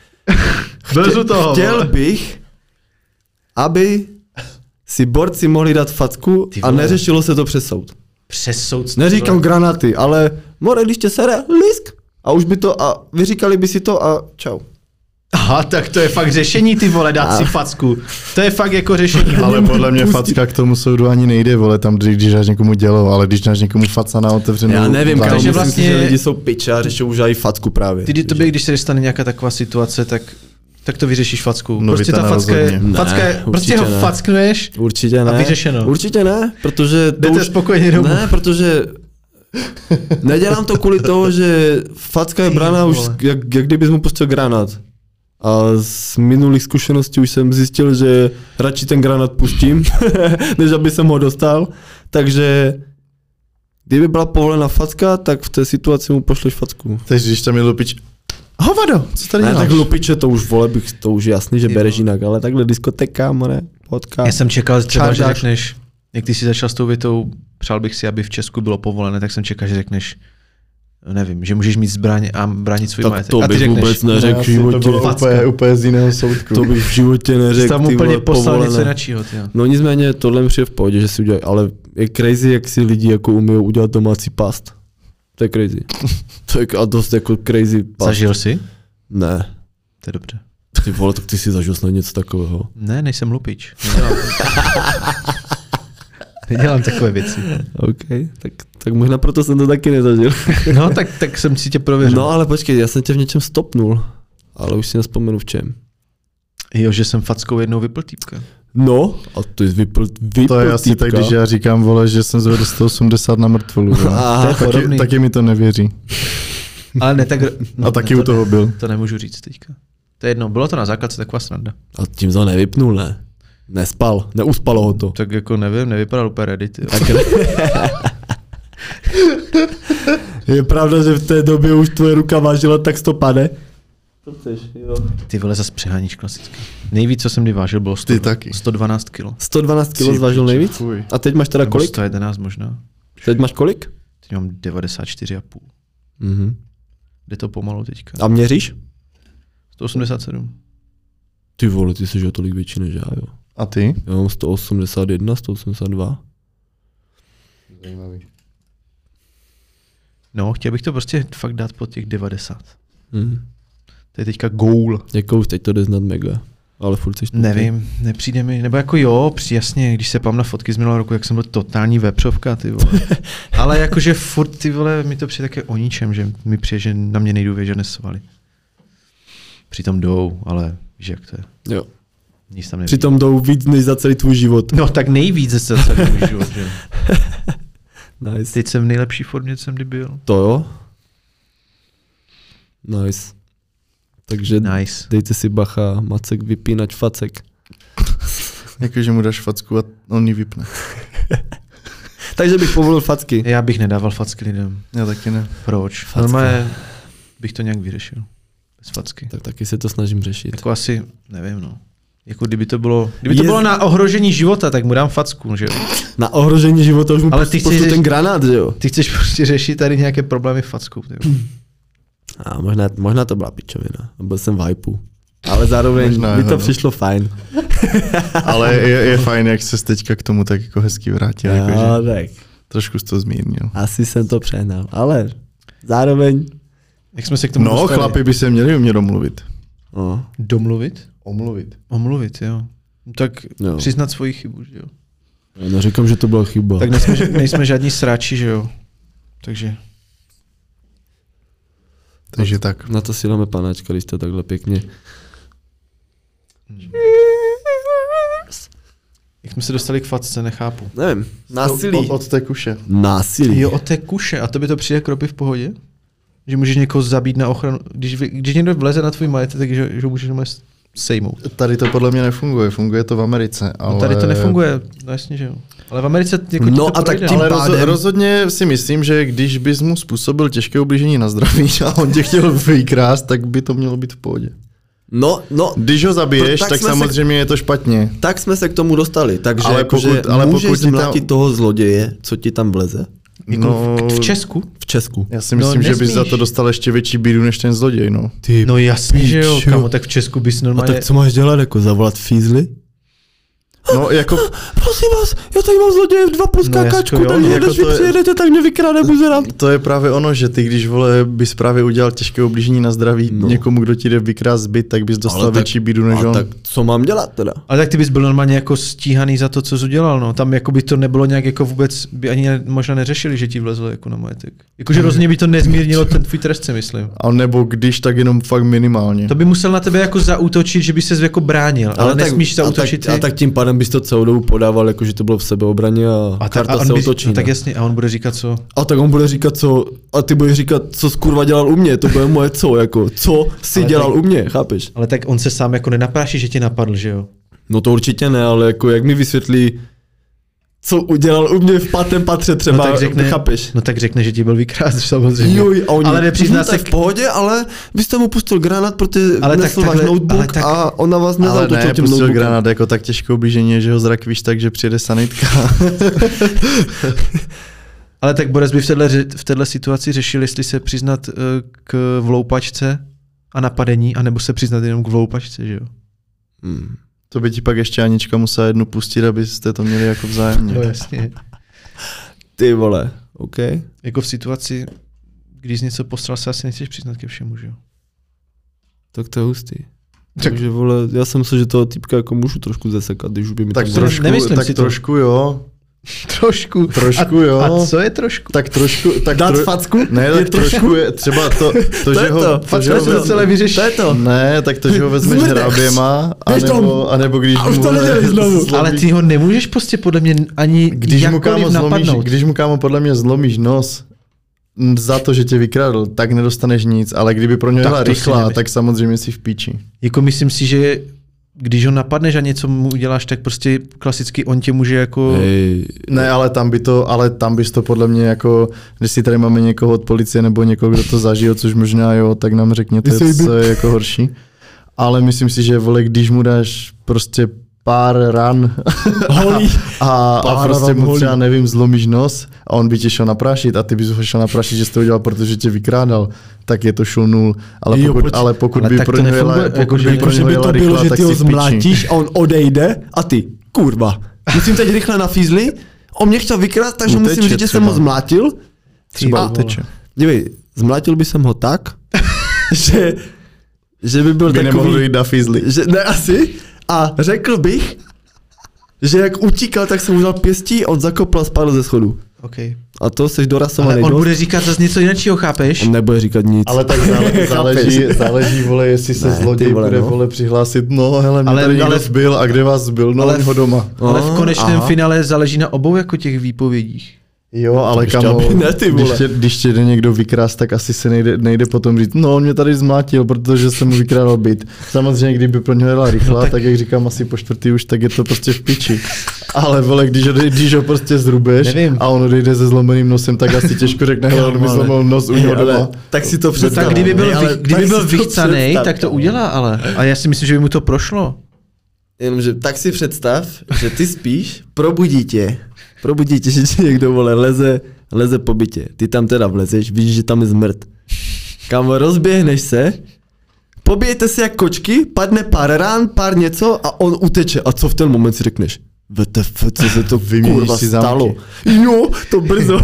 Chtěl bych, aby si borci mohli dát facku a neřešilo se to přes soud. Přes soud. Neříkám granaty, ale more, když tě sere, lisk. A už by to, a vyříkali by si to a čau. Aha, tak to je fakt řešení, ty vole, dát si facku. To je fakt jako řešení. Ale podle mě facka k tomu soudu ani nejde, vole, tam když dáš někomu dělo, ale když dáš někomu faca na otevřenou... Já nevím, že vlastně že lidi jsou piče a řešou už i facku právě. Když se stane nějaká taková situace, tak to vyřešíš facku. No, prostě ta facka je, prostě ho facknuješ a vyřešeno. Určitě ne, protože... Jdete spokojeně domů. Ne, protože... Nedělám to kvůli toho, že facka je brána už, jak kdybys mu pustil granát. A z minulých zkušeností už jsem zjistil, že radši ten granát pustím, než aby jsem ho dostal. Takže kdyby byla povolena facka, tak v té situaci mu pošleš facku. Takže když tam je lupič, hovado, co tady děláš? Tak lupiče, to už vole bych, to už je jasný, že bereš jinak, ale takhle diskoteka, more, podcast. Já jsem čekal třeba, že řekneš, Jak ty jsi začal s tou větou, přál bych si, aby v Česku bylo povolené, tak jsem čekal, že řekneš, nevím, že můžeš mít zbraň a bránit svůj majetek. To bych vůbec neřekl v životě. To bylo úplně z jiného soudku. To bych v životě neřekl. Tam úplně poslal něco jiného. No nicméně tohle mi přijde v pohodě, že si udělají, ale je crazy, jak si lidi jako umí udělat domácí past. To je crazy. To je a dost jako crazy past. Zažil jsi? Ne. To je dobře. Ty vole, tak ty si zažil snad něco takového. Ne, nejsem lupič. Nedělám takové věci. OK, tak možná proto jsem to taky nezažil. No, tak jsem si tě prověřil. No, ale počkej, já jsem tě v něčem stopnul, ale už si nespomenu v čem. Jo, že jsem fackou jednou vypl týpka. No, a to je vypl to je asi tak, když já říkám, vole, že jsem zvedl 180 na mrtvolu. Taky mi to nevěří. Ale ne, tak... No, a taky u toho byl. To nemůžu říct teďka. To je jedno, bylo to na základce taková sranda. A tím to nevypnul, ne? Nespal, neuspalo ho to. Tak jako nevím, nevypadal úplně ready. Je pravda, že v té době už tvoje ruka vážila tak 100 pane? To chceš, jo. Ty vole, zas přeháníš klasicky. Nejvíc, co jsem kdy vážil, bylo 112 kg. 112 kg zvážil nejvíc? Fuj. A teď máš teda nebo kolik? 111 možná. Teď máš kolik? Teď mám 94,5. Mhm. Jde to pomalu teďka. A měříš? 187. Ty vole, ty jsi o tolik větší než já, jo. A ty? Já mám 181, 182. Zajímavý. No, chtěl bych to prostě fakt dát pod těch 90. Mhm. To je teďka goal. Jako už teď to jde znát mega. Ale furt jsi Nevím, nepřijde mi, nebo jako jo, jasně, když se pám na fotky z minulého roku, jak jsem byl totální vepřovka, ty vole. Ale jakože furt, ty vole, mi to přijde také o ničem, že mi přijde, že na mě nejdou vědět, že nesvali. Přitom jdou, ale víš, jak to je. Jo. Nic tam nevidí. Přitom jdou víc než za celý tvůj život. No tak nejvíc za celý můj život, že? Nice. Teď jsem v nejlepší formě, co jsem kdy byl. To jo. Nice. Takže Nice. dejte si bacha, Macek vypínať facek. Jakože mu dáš facku a on ji vypne. Takže bych povolil facky. Já bych nedával facky lidem. Já taky ne. Proč? Facka. Normálně bych to nějak vyřešil. Bez facky. Tak taky se to snažím řešit. Jako asi, nevím no. Jako kdyby to bylo na ohrožení života, tak mu dám facku, že jo. Na ohrožení života už mu Ale ty pošlu ten granát, že jo. Ty chceš prostě řešit tady nějaké problémy fackou, jo. A možná to byla pičovina. Byl jsem v hypeu. Ale zároveň Možná, mi to no. přišlo fajn. Ale je fajn, jak se teďka k tomu tak jako hezky vrátil. Jo, Jakože tak. trošku jsi to zmírnil. Asi jsem to přehnal, ale zároveň... Jak jsme se k tomu No, dostali? chlapi by se měli umět domluvit. No. Domluvit? Omluvit. Omluvit, jo. Tak Jo. přiznat svoji chybu, že jo. Já neříkám, že to byla chyba. Tak nejsme žádní sráči, že jo. Takže... Takže tak. Na to si dáme panáčka, když to takhle pěkně. Jak jsme se dostali k facce, nechápu. Nevím, násilí. Od té kuše. Násilí. Jo, od té kuše. A to by to přijde kropy v pohodě? Že můžeš někoho zabít na ochranu. Když někdo vleze na tvůj majetek, takže že ho můžeš jenom sejmout. Tady to podle mě nefunguje, funguje to v Americe. Ale... No tady to nefunguje, no jasně, že jo. Ale v Americe jako No ti to a tak projde. tím Ale pádem- rozhodně si myslím, že když bys mu způsobil těžké ublížení na zdraví a on tě chtěl vykrást, tak by to mělo být v pohodě. No, Když ho zabiješ, tak tak jsme samozřejmě je to špatně. tak jsme se k tomu dostali. Takže Ale můžeš pokud ti tam- zmlátit toho zloděje, co ti tam vleze. Jako No, v Česku? V Česku. já si myslím, že bys nesmíš. za to dostal ještě větší bídu než ten zloděj, no. Ty No jasně, že jo, pičo. kamo, tak v Česku bys A normálně... tak co máš dělat, jako zavolat fízly? No, jako, Prosím vás, já tady mám zloděje v 2 plus No, kákačku, jako jo, takže jako když vy to je- přijedete, tak mě vykráde buzerant. to je právě ono, že ty, když vole, bys právě udělal těžké ublížení na zdraví někomu, kdo ti jde vykrást zbyt, tak bys dostal Ale tak- větší bídu než A on. tak co mám dělat teda? Ale tak ty bys byl normálně jako stíhaný za to, co jsi udělal, no. Tam jako by to nebylo nějak jako vůbec, by ani možná neřešili, že ti vlezlo jako na majetek. Jakože rozhodně by to nezmírnilo ten tvůj trest, si myslím. A nebo když, tak jenom fakt minimálně. To by musel na tebe jako zaútočit, že by ses jako bránil, ale nesmíš zaútočit ty. a tak tím pádem bys to celou dobu podával, jako že to bylo v sebeobraně a karta on se by- otočí. no, tak ne? jasně, a on bude říkat co? A tak on bude říkat co, a ty budeš říkat, co skurva dělal u mě, to bude moje co, jako, co jsi Ale dělal tak- u mě, chápeš? Ale tak on se sám jako nenapráší, že tě napadl, že jo? No to určitě ne, ale jako jak mi vysvětlí, co udělal u mě v 5. patře třeba, chápeš? No tak řekne, že ti byl vykrást, samozřejmě. Juj, ale nepřizná se v pohodě, ale vy jste mu pustil granát, protože nesl váš notebook a on na vás nezautočil tím notebookem. Ale ne, pustil granát, jako tak těžké oblížení, že ho zrakvíš tak, že přijede sanitka. Ale tak Borec by v této situaci řešil, jestli se přiznat k vloupačce a napadení, anebo se přiznat jenom k vloupačce, že jo? To by ti pak ještě Anička musela jednu pustit, abyste to měli jako vzájemně. No jasně. Ty vole, OK. Jako v situaci, když něco postral, se asi nechceš přiznat ke všemu, že jo? Tak to je hustý. Takže vole, já jsem myslel, že toho týpka jako můžu trošku zasekat, když už by mi tak tam trošku, nemyslím tak si trošku jo. Trošku jo. A co je trošku? Tak trošku. Tak dát facku? Ne, tak trošku je třeba to že ho... Facka se celé vyřeší. To je to. Ne, tak to, že ho vezmeš hraběma, anebo když mu... znovu. Ale ty ho nemůžeš prostě podle mě ani jakkoliv napadnout. Když mu kámo podle mě zlomíš nos za to, že tě vykradl, tak nedostaneš nic, ale kdyby pro něj byla rychlá, tak samozřejmě si v píči. Jako myslím si, že když ho napadneš a něco mu uděláš, tak prostě klasicky on tě může jako... Ne, ale tam bys to podle mě jako, když si tady máme někoho od policie nebo někoho, kdo to zažil, což možná jo, tak nám řekněte, co je jako horší. Ale myslím si, že vole, když mu dáš prostě pár ran a prostě mu třeba, nevím, zlomíš nos a on by tě šel naprášit a ty bys ho šel naprášit, že jsi to udělal, protože tě vykrádal, tak je to šul 0. Ale pokud by pro něho jela rychlá, že ty ho zmlátíš a on odejde a ty, kurva, musím teď rychle na fízli, on mě chtěl vykrát, takže musím říct, že jsem ho zmlátil. Třeba uteče. Dívej, zmlátil by jsem ho tak, že by byl takový... nemohl jít na fízli. Ne, asi. A řekl bych, že jak utíkal, tak jsem udělal pěstí a on zakopl a spadl ze schodu. Okay. A to jsi dorasovaný. Ale on bude říkat zase něco jiného, chápeš? On nebude říkat nic. Ale tak záleží vole, jestli se zloděj bude vole přihlásit, no hele, mě tady někdo zbyl a kde vás zbyl, no ale ho doma. Ale v konečném finále záleží na obou jako těch výpovědích. Jo, ale kamo, když tě jde někdo vykrást, tak asi se nejde potom říct, no on mě tady zmlátil, protože jsem mu vykrádal byt. Samozřejmě, kdyby pro něho jela rychlá, tak jak říkám, asi po 4. už, tak je to prostě v piči. Ale vole, když ho prostě zrubeš a on odejde se zlomeným nosem, tak asi těžko řekne, hele, on mi zlomil nos u něho doma. Tak si to představ. Tak kdyby byl vychcanej, tak to udělá, ale. A já si myslím, že by mu to prošlo. Jenomže tak si představ, že ty spíš, probudí tě, že ti někdo vole leze po bytě. Ty tam teda vlezeš, vidíš, že tam je zmrt. Kámo, rozběhneš se, pobijete se jak kočky, padne pár rán, pár něco a on uteče. A co v ten moment si řekneš? VTF, co se to kurva stalo? Jo, to brzo.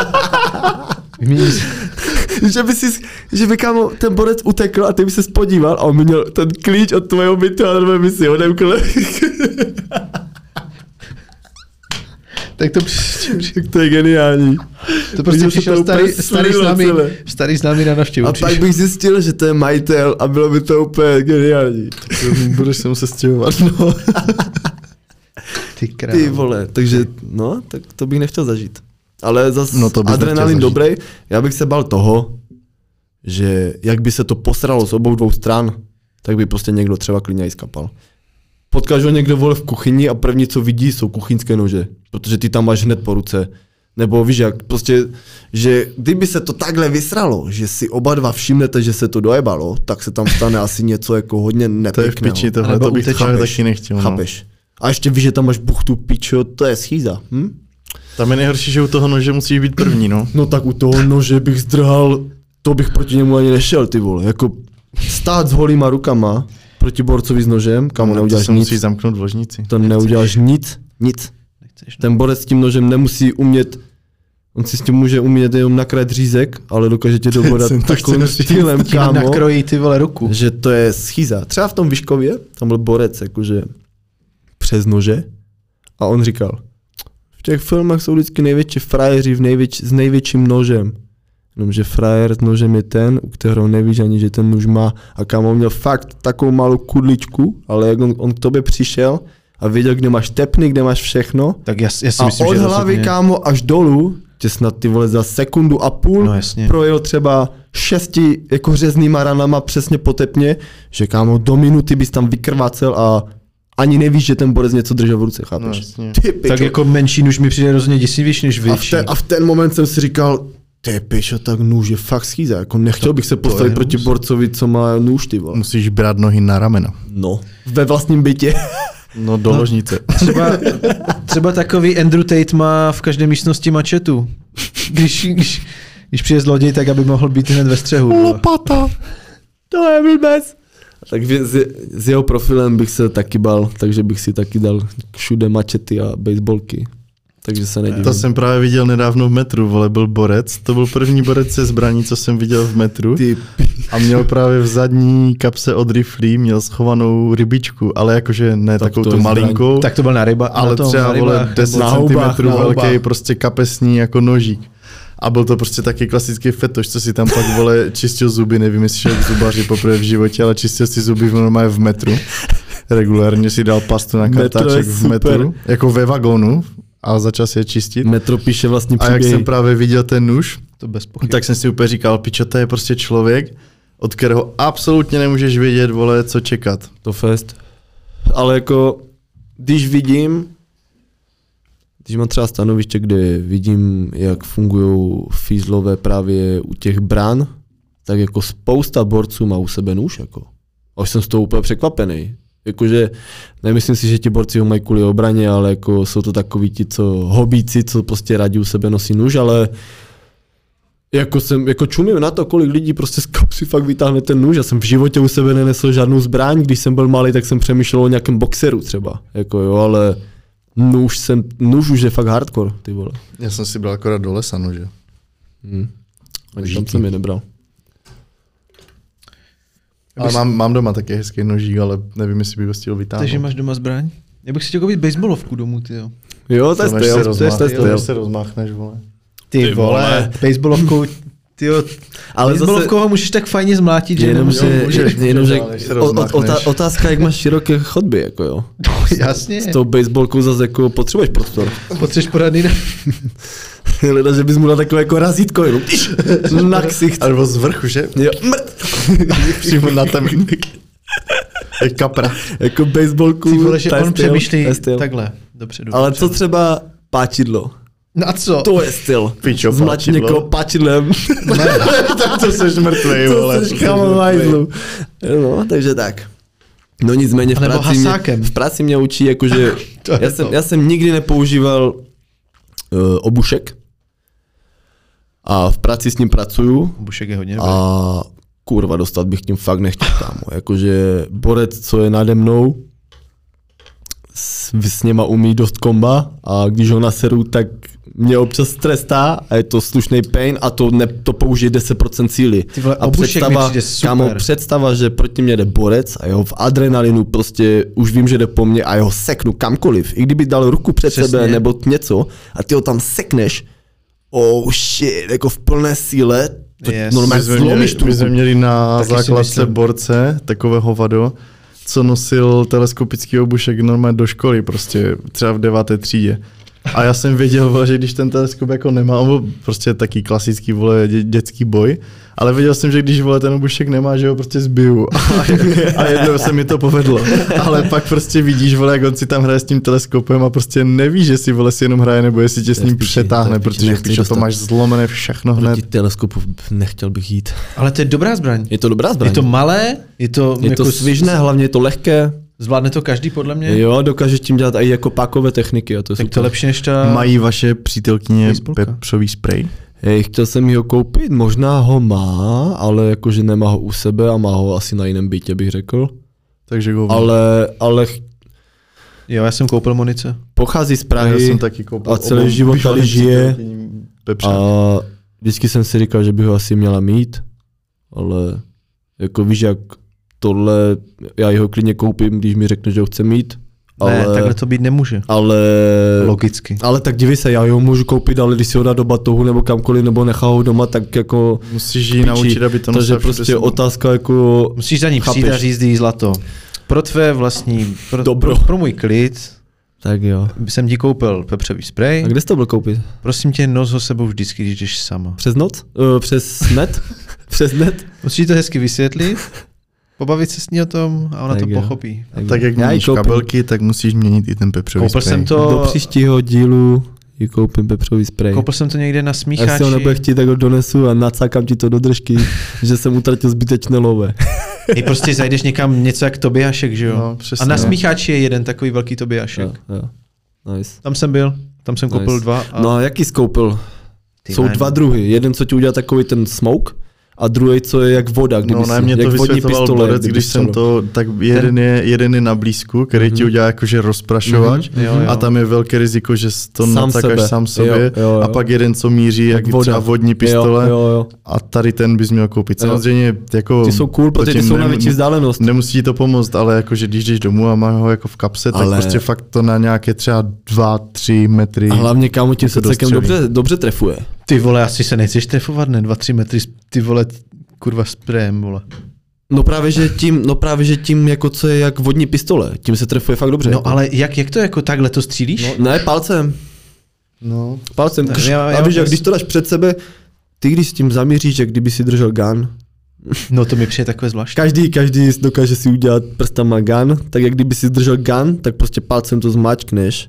že by kámo ten borec utekl a ty by se podíval a on měl ten klíč od tvého bytu a by si odemkl. Tak to je geniální. To prostě přišel starý známý na návštěvu. A pak bych zjistil, že to je majitel a bylo by to úplně geniální. Budeš se muset stěhovat, no. Ty vole, takže no, tak to bych nechtěl zažít. Ale zase adrenalin dobrý, já bych se bál toho, že jak by se to posralo z obou dvou stran, tak by prostě někdo třeba klidně i skapal. Potkáš ho někdo vole v kuchyni a první co vidí jsou kuchyňské nože, protože ty tam máš hned po ruce. Nebo víš jak, prostě, že kdyby se to takhle vysralo, že si oba dva všimnete, že se to dojebalo, tak se tam stane asi něco jako hodně nepěkného. To je v piči, tohle to bych taky nechtěl. Chápeš? A ještě víš, že tam máš buchtu pičo, to je schýza. Tam je nejhorší, že u toho nože musíš být první, no. No tak u toho nože bych zdrhal, to bych proti němu ani nešel, ty vole. Jako stát s holýma rukama proti borcovi s nožem, kamo neuděláš nic. Musíš zamknout v ložnici. To neuděláš nic. Nechceš, no. Ten borec s tím nožem nemusí umět, on si s tím může umět jenom nakrájet řízek, ale dokáže tě dobodat takovým stylem, kámo. Nakrojí ty vole ruku. Že to je schýza. Třeba v tom Vyškově, tam byl borec jakože přes nože a on říkal, v těch filmech jsou vždycky největší frajeři s největším nožem. Jenomže frajer s nožem je ten, u kterého nevíš ani, že ten nůž má. A kámo měl fakt takovou malou kudličku, ale jak on k tobě přišel a věděl, kde máš tepny, kde máš všechno. Tak já si myslím, a od hlavy, kámo, až dolů, tě snad ty vole za sekundu a půl projel třeba 6 jako řeznýma ranama přesně po tepně, že kámo do minuty bys tam vykrvácel a ani nevíš, že ten borec něco držel v ruce, chápeš? No, Ty pičo. Tak jako menší nůž mi přijde rozhodně děsivější než větší. A v ten moment jsem si říkal, ty pičo, tak nůž je fakt schýza, jako nechtěl bych se postavit proti borcovi, co má nůž, ty vole. Musíš brát nohy na ramena. No, ve vlastním bytě. No do ložnice. Třeba takový Andrew Tate má v každé místnosti mačetu. Když přijde zloděj, tak aby mohl být hned ve střehu. Lopata. To je vůbec. Tak s jeho profilem bych se taky bal, takže bych si taky dal všude mačety a baseballky. Takže se nedivím. To jsem právě viděl nedávno v metru, vole, byl borec. To byl první borec se zbraní, co jsem viděl v metru. A měl právě v zadní kapse od riflí, měl schovanou rybičku, ale jakože ne tak takovou tu malinkou. Tak to byl na ryba. Ale třeba, vole, 10 cm velký, prostě kapesní jako nožík. A byl to prostě taky klasický fetoš, co si tam pak, vole, čistil zuby, nevím, jestli šel k zubaři poprvé v životě, ale čistil si zuby normálně v metru. Regulárně si dal pastu na kartáček v metru, jako ve vagónu. A začal si je čistit. Metro píše vlastní příběhy. A jak jsem právě viděl ten nůž, to bez pochyb. Tak jsem si úplně říkal, pičo, to je prostě člověk, od kterého absolutně nemůžeš vědět, vole, co čekat. To fest. Ale jako, když mám třeba stanoviště, kde vidím, jak fungují fízlové právě u těch bran, tak jako spousta borců má u sebe nůž, jako. A už jsem z toho úplně překvapený. Jakože nemyslím si, že ti borci ho mají kvůli obraně, ale jako jsou to takoví ti, co hobíci, co prostě rádi u sebe nosí nůž, ale jako čumím na to, kolik lidí prostě z kapsy fakt vytáhne ten nůž. Já jsem v životě u sebe nenesl žádnou zbraň, když jsem byl malý, tak jsem přemýšlel o nějakém boxeru třeba, jako jo, ale nůž už je fakt hardcore, ty vole. Já jsem si bral akorát do lesa nože. Ani tam jsem je nebral. Ale mám doma taky hezký nožík, ale nevím, jestli bych ho chtěl vytáhnout. Takže máš doma zbraň? Já bych si chtěl koupit baseballovku domů, tyjo. Jo, to je se rozmáchneš, vole. Ty vole, baseballovkou, tyjo, ale baseballovkou ho můžeš tak fajně zmlátit, že jenomže otázka, jak máš široké chodby, jako jo. Jasně. S tou baseballkou zase jako potřebuješ prostor. Potřebuješ poradný. Hleda, že bys mu dal takové jako razítko, jenom na ksicht. Alebo z vrchu, že? Jo. Přímo na tam. Jak kapra. Jako baseballku. Ty vole, že on přemýšlí takhle, dopředu. Ale co třeba páčidlo? No a co? To je styl. Pičo, zmlač někoho páčidlem. To seš mrtvej, vole. To seš kamovajzlu. No, takže tak. No nicméně v práci mě učí, jakože já jsem nikdy nepoužíval obušek. A v práci s ním pracuju. Obušek je hodně a kurva, dostat bych tím fakt nechtěl, kámo. Jakože borec, co je nade mnou, s něma umí dost komba a když ho naseru, tak mě občas trestá a je to slušný pain a to použije 10% síly. A představa, že proti mě jde borec a jeho v adrenalinu prostě už vím, že jde po mně a jeho seknu kamkoliv. I kdyby dal ruku před sebe nebo něco a ty ho tam sekneš, oh shit, jako v plné síle, normálně zlomíš tu. My jsme měli na základce borce, takového vado, co nosil teleskopický obušek normálně do školy, prostě třeba v 9. třídě. A já jsem věděl, že když ten teleskop jako nemá, on byl prostě taky klasický, vole, dětský boj, ale věděl jsem, že když, vole, ten obušek nemá, že ho prostě zbiju. A jednou se mi to povedlo. Ale pak prostě vidíš, vole, jak on si tam hraje s tím teleskopem a prostě nevíš, jestli, vole, si jenom hraje, nebo jestli tě s ním přetáhne, protože píčo, to máš zlomené všechno hned. Proti teleskopu nechtěl bych jít. Ale to je dobrá zbraň. Je to dobrá zbraň. Je to malé, je to jako svižné, hlavně je to lehké. Zvládne to každý, podle mě? Jo, dokážeš tím dělat i jako pákové techniky. A to tak to lepší než ta... Mají vaše přítelkyně pepřový sprej? Chtěl jsem ho koupit, možná ho má, ale jakože nemá ho u sebe a má ho asi na jiném bytě, bych řekl. Takže go. Ale... Jo, já jsem koupil munice. Pochází z Prahy já jsem taky koupil, a celý život tady žije. A vždycky jsem si říkal, že bych ho asi měla mít, ale jako víš, jak tohle, já jeho klidně koupím, když mi řekne, že ho chce mít. Ale, ne, takhle to být nemůže. Ale... Logicky. Ale tak dívej se, já ho můžu koupit, ale když si ho dá do batohu nebo kamkoliv, nebo nechá ho doma, tak jako... Musíš ji naučit, aby to nosil. Takže prostě otázka jako... Musíš za ní přijít a říct jí zlato. Pro tvé vlastní, pro můj klid, tak jo. Jsem ti koupil pepřový sprej. A kde jsi to byl koupit? Prosím tě, nos ho sebou vždycky, když jdeš sama. Přes noc? Přes net? Přes net? Musíš to hezky vysvětlit. pobavit se s ní o tom a ona Tak to jo. pochopí. Tak jak Já ji měníš koupím. kabelky, tak musíš měnit i ten pepřový Koupil sprej. jsem to, Do příštího dílu ji koupím pepřový sprej. koupil jsem to někde na A jestli smícháči. ho nebude chtít, tak ho donesu a nacákám ti to do držky, že jsem utratil zbytečné love. I prostě zajdeš někam něco jak Tobiášek, že jo? No, přesně. A na smícháči je jeden takový velký Tobiášek. Jo. Nice. Tam jsem byl, tam jsem koupil Nice. 2. A... No a jaký skoupil? Ty Jsou vole, 2 druhy. Jeden, co ti udělá takový ten smoke, a druhý, co je jak voda, kdyby No, si, ne, mě to jak vodní vysvětloval pistole. Borec, když jsem to, tak jeden je na blízku, který ti udělá jakože rozprašovač Jo. a tam je velké riziko, že to Sám nacakáš sebe. sám sobě Jo. a pak jeden, co míří, jak voda. třeba vodní pistole Jo. a tady ten bys měl koupit. Samozřejmě jako... Ty jsou cool, protože ty jsou na větší vzdálenost. Nemusí ti to pomoct, ale jakože když jdeš domů a máš ho jako v kapse, tak Ale- prostě fakt to na nějaké třeba 2-3 metry. A hlavně kámo tím to se celkem dostřelí. dobře trefuje. Ty vole, asi se nechceš trefovat, ne? 2-3 metry, ty vole, kurva sprejem, vole. No právě, že tím jako co je jak vodní pistole, tím se trefuje fakt dobře. No jako. ale jak to jako takhle to střílíš? Ne, palcem. No. Palcem. Ne, Kš, já a víš, jak vůbec- když to dáš před sebe, ty když s tím zamíříš, jak kdyby si držel gun. No to mi přijde takové zvláštní. Každý dokáže si udělat prstama gun, tak jak kdyby si držel gun, tak prostě palcem to zmáčkneš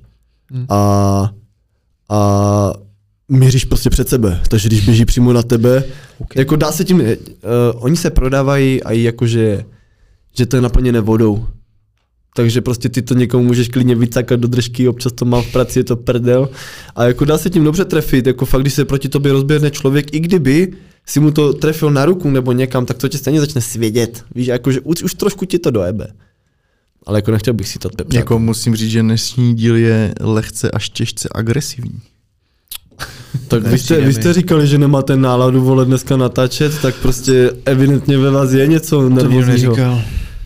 a míříš prostě před sebe. Takže když běží přímo na tebe, Okay. jako dá se tím, oni se prodávají a jakože, že to je naplněné vodou. Takže prostě ty to někomu můžeš klidně vycakat do držky, občas to mám v práci, je to prdel. A jako dá se tím dobře trefit, jako fakt, když se proti tobě rozběhne člověk, i kdyby si mu to trefil na ruku nebo někam, tak to tě stejně začne svědět. Víš, jakože už trošku ti to dojebe. Ale jako nechtěl bych si to pepřát. Jako musím říct, že dnešní díl je lehce až těžce agresivní. Tak vy Nepřijde jste mi. říkali, že nemáte náladu vole dneska natáčet, tak prostě evidentně ve vás je něco To nikdo nervózního. neříkal.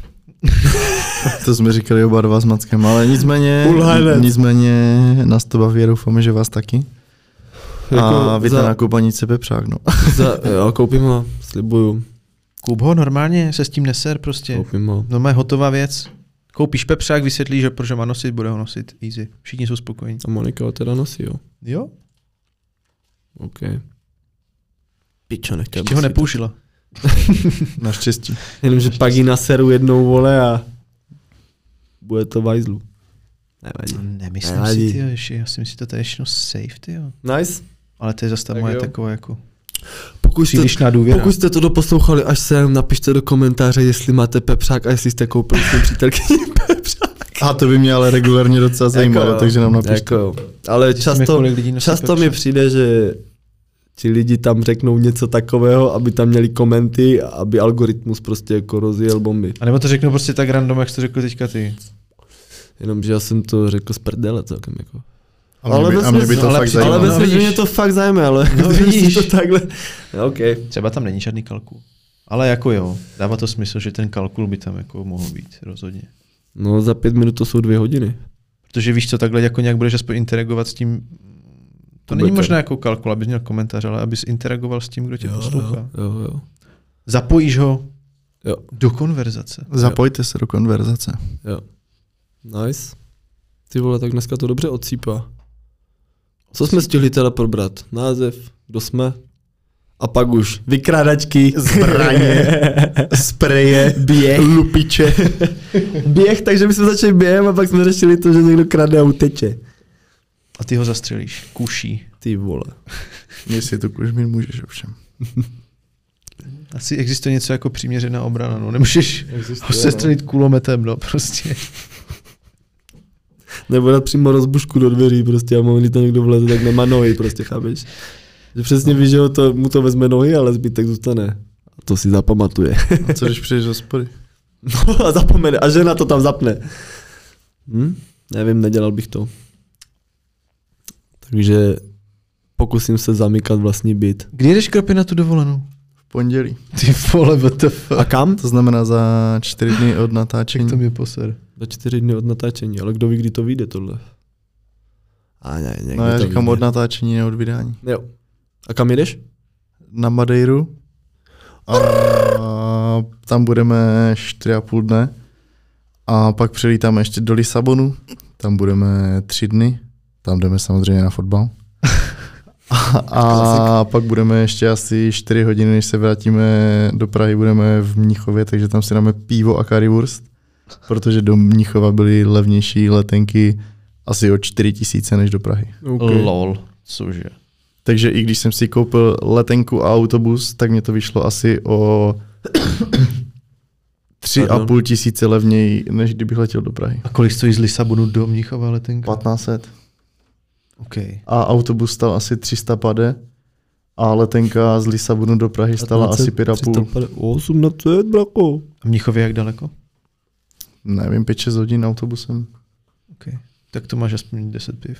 To jsme říkali oba dva s Mackem, ale nicméně nás to baví, doufáme, že vás taky. A vy ten nakoupaníce pepřák, no. Jo, koupím ho, slibuju. Kup ho normálně, se s tím neser prostě. Koupím ho. No má hotová věc. Koupíš pepřák, vysvětlíš, že proč ho má nosit, bude ho nosit. Easy. Všichni jsou spokojení. A Monika ho teda nosí, jo. Jo? OK. Pičo, nechtěl Ještě ho nepoužila. Naštěstí. Jenomže pak ji naseru jednou, vole, a bude to v hajzlu. Nevadí. Nemyslím Nevadí. si, tyjo, ještě, já si myslím, že to je ještě safe, tyjo. Nice. Ale to je zase ta Tak moje jo. taková jako Pokud jste, přílišná důvěra. pokud jste to doposlouchali až sem, napište do komentáře, jestli máte pepřák a jestli jste koupili svým přítelkyni pepřák. A to by mě ale regulárně docela zajímalo, Jako, takže nám napište. Jako, jo. Ale Zjistíme, kolik lidí nosí často mi pepřák. přijde, že ti lidi tam řeknou něco takového, aby tam měli komenty a aby algoritmus prostě jako rozjel bomby. A nebo to řeknu prostě tak random, jak jsi to řekl teďka ty. Jenomže já jsem to řekl z prdele celkem jako. A mě by to ale fakt přitom- Ale zajímalo. ve smyslu, vidíš. mě to fakt zajímá, ale No, když vidíš. to takhle. OK. Třeba tam není žádný kalkul. Ale jako jo, dává to smysl, že ten kalkul by tam jako mohl být, rozhodně. No za 5 minut to jsou 2 hodiny. Protože víš co, takhle jako nějak budeš aspoň interagovat s tím. To není možná jako kalkul, abys měl komentář, ale abys interagoval s tím, kdo tě poslouchá. Jo. Zapojíš ho Jo. do konverzace. Zapojte se do konverzace. Jo. Nice. Ty vole, tak dneska to dobře odsýpá. Co jsme stihli teda probrat? Název, kdo jsme? A pak už vykrádačky, Zbraně, spreje, běh, lupiče. běh, takže my jsme začali během a pak jsme řešili to, že někdo krade a uteče. A ty ho zastřelíš. Kuší. Ty vole. Jestli to kuž mít můžeš ovšem. Asi existuje něco jako přiměřená obrana, no. Nemůžeš ho sestřelit kulometem, no, prostě. Nebo dát přímo rozbušku do dveří prostě a když tam někdo vleze, tak nemá nohy prostě, chápeš? Že přesně víš, že mu to vezme nohy, ale zbytek zůstane. A to si zapamatuje. A co když přijdeš do hospody? No a zapomene. A žena to tam zapne. Nevím, nedělal bych to. Takže pokusím se zamykat vlastní byt. Kdy jdeš Kropě na tu dovolenou? V pondělí. Ty vole, WTF. A kam? To znamená za 4 dny od natáčení. Jak to mě poser. Za 4 dny od natáčení, ale kdo ví, kdy to vyjde tohle? A ne, někdy No já to říkám vyjde. od natáčení, ne od vydání. Jo. A kam jedeš? Na Madeiru. A tam budeme 4,5 dne. A pak přilítáme ještě do Lisabonu. Tam budeme 3 dny. Tam jdeme samozřejmě na fotbal. A pak budeme ještě asi 4 hodiny, než se vrátíme do Prahy, budeme v Mnichově, takže tam si dáme pivo a currywurst, protože do Mnichova byly levnější letenky asi o 4 000 než do Prahy. Okay. Lol, cože. Takže i když jsem si koupil letenku a autobus, tak mě to vyšlo asi o 3,5 tisíce levněji, než kdybych letěl do Prahy. A kolik stojí z Lisabonu do Mnichova letenka? 1500. Okay. A autobus stal asi 350 a letenka z Lisabonu do Prahy stala 1500, asi 5,5. 1800, brako. A Mnichově jak daleko? Nevím, 5-6 hodin autobusem. Okay. Tak to máš aspoň 10 piv.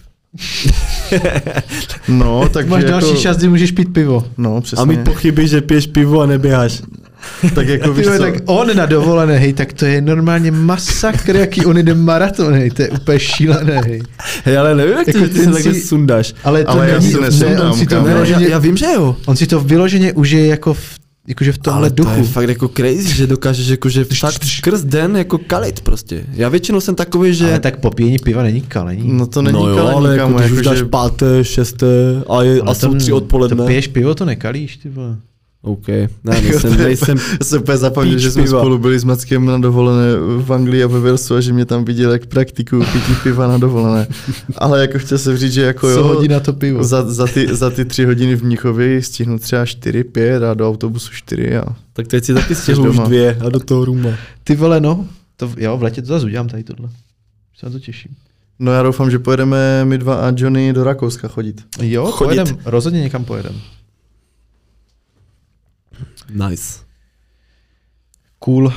No, takže máš další jako... čas, kdy můžeš pít pivo. No, přesně. A mít pochyby, že piješ pivo a neběháš. Tak jako víš co? Tak on na dovolené, hej, tak to je normálně masakr, jaký on jde maraton, hej, to je úplně šílené, hej. Hej, ale nevím, jak jako ty se takhle sundáš. Ale já si nesundám, on si to kámo. vyloženě, Já vím, že jo. on si to vyloženě užije jako jakože v tomhle ale duchu. to je fakt jako crazy, že dokážeš jakože fakt skrz den jako kalit prostě. Já většinou jsem takový, že... Ale tak popíjení piva není kalení. No to není no jo, kalení, ale jako, kámo, když už jako, dáš že... 5., 6. a jsou 3 odpoledne. To piješ pivo, to nekalíš, ty vole. OK, ne, nejsem Já jsem úplně zapomněl, že jsme piva. spolu byli s Mackem na dovolené v Anglii a ve Walesu a že mě tam viděl jak praktikuju pití piva na dovolené. Ale jako chtěl jsem říct, že jako jo, hodina to pivo. Za ty 3 hodiny v Mnichově stihnu třeba 4, 5 a do autobusu 4 a... Tak teď si taky stihl už 2 a do toho ruma. Ty vole, no. To, jo, v letě to zase udělám tady tohle. Se na to těším. No já doufám, že pojedeme my dva a Johnny do Rakouska chodit. Jo, pojedem, rozhodně někam pojedem. Nice. Cool.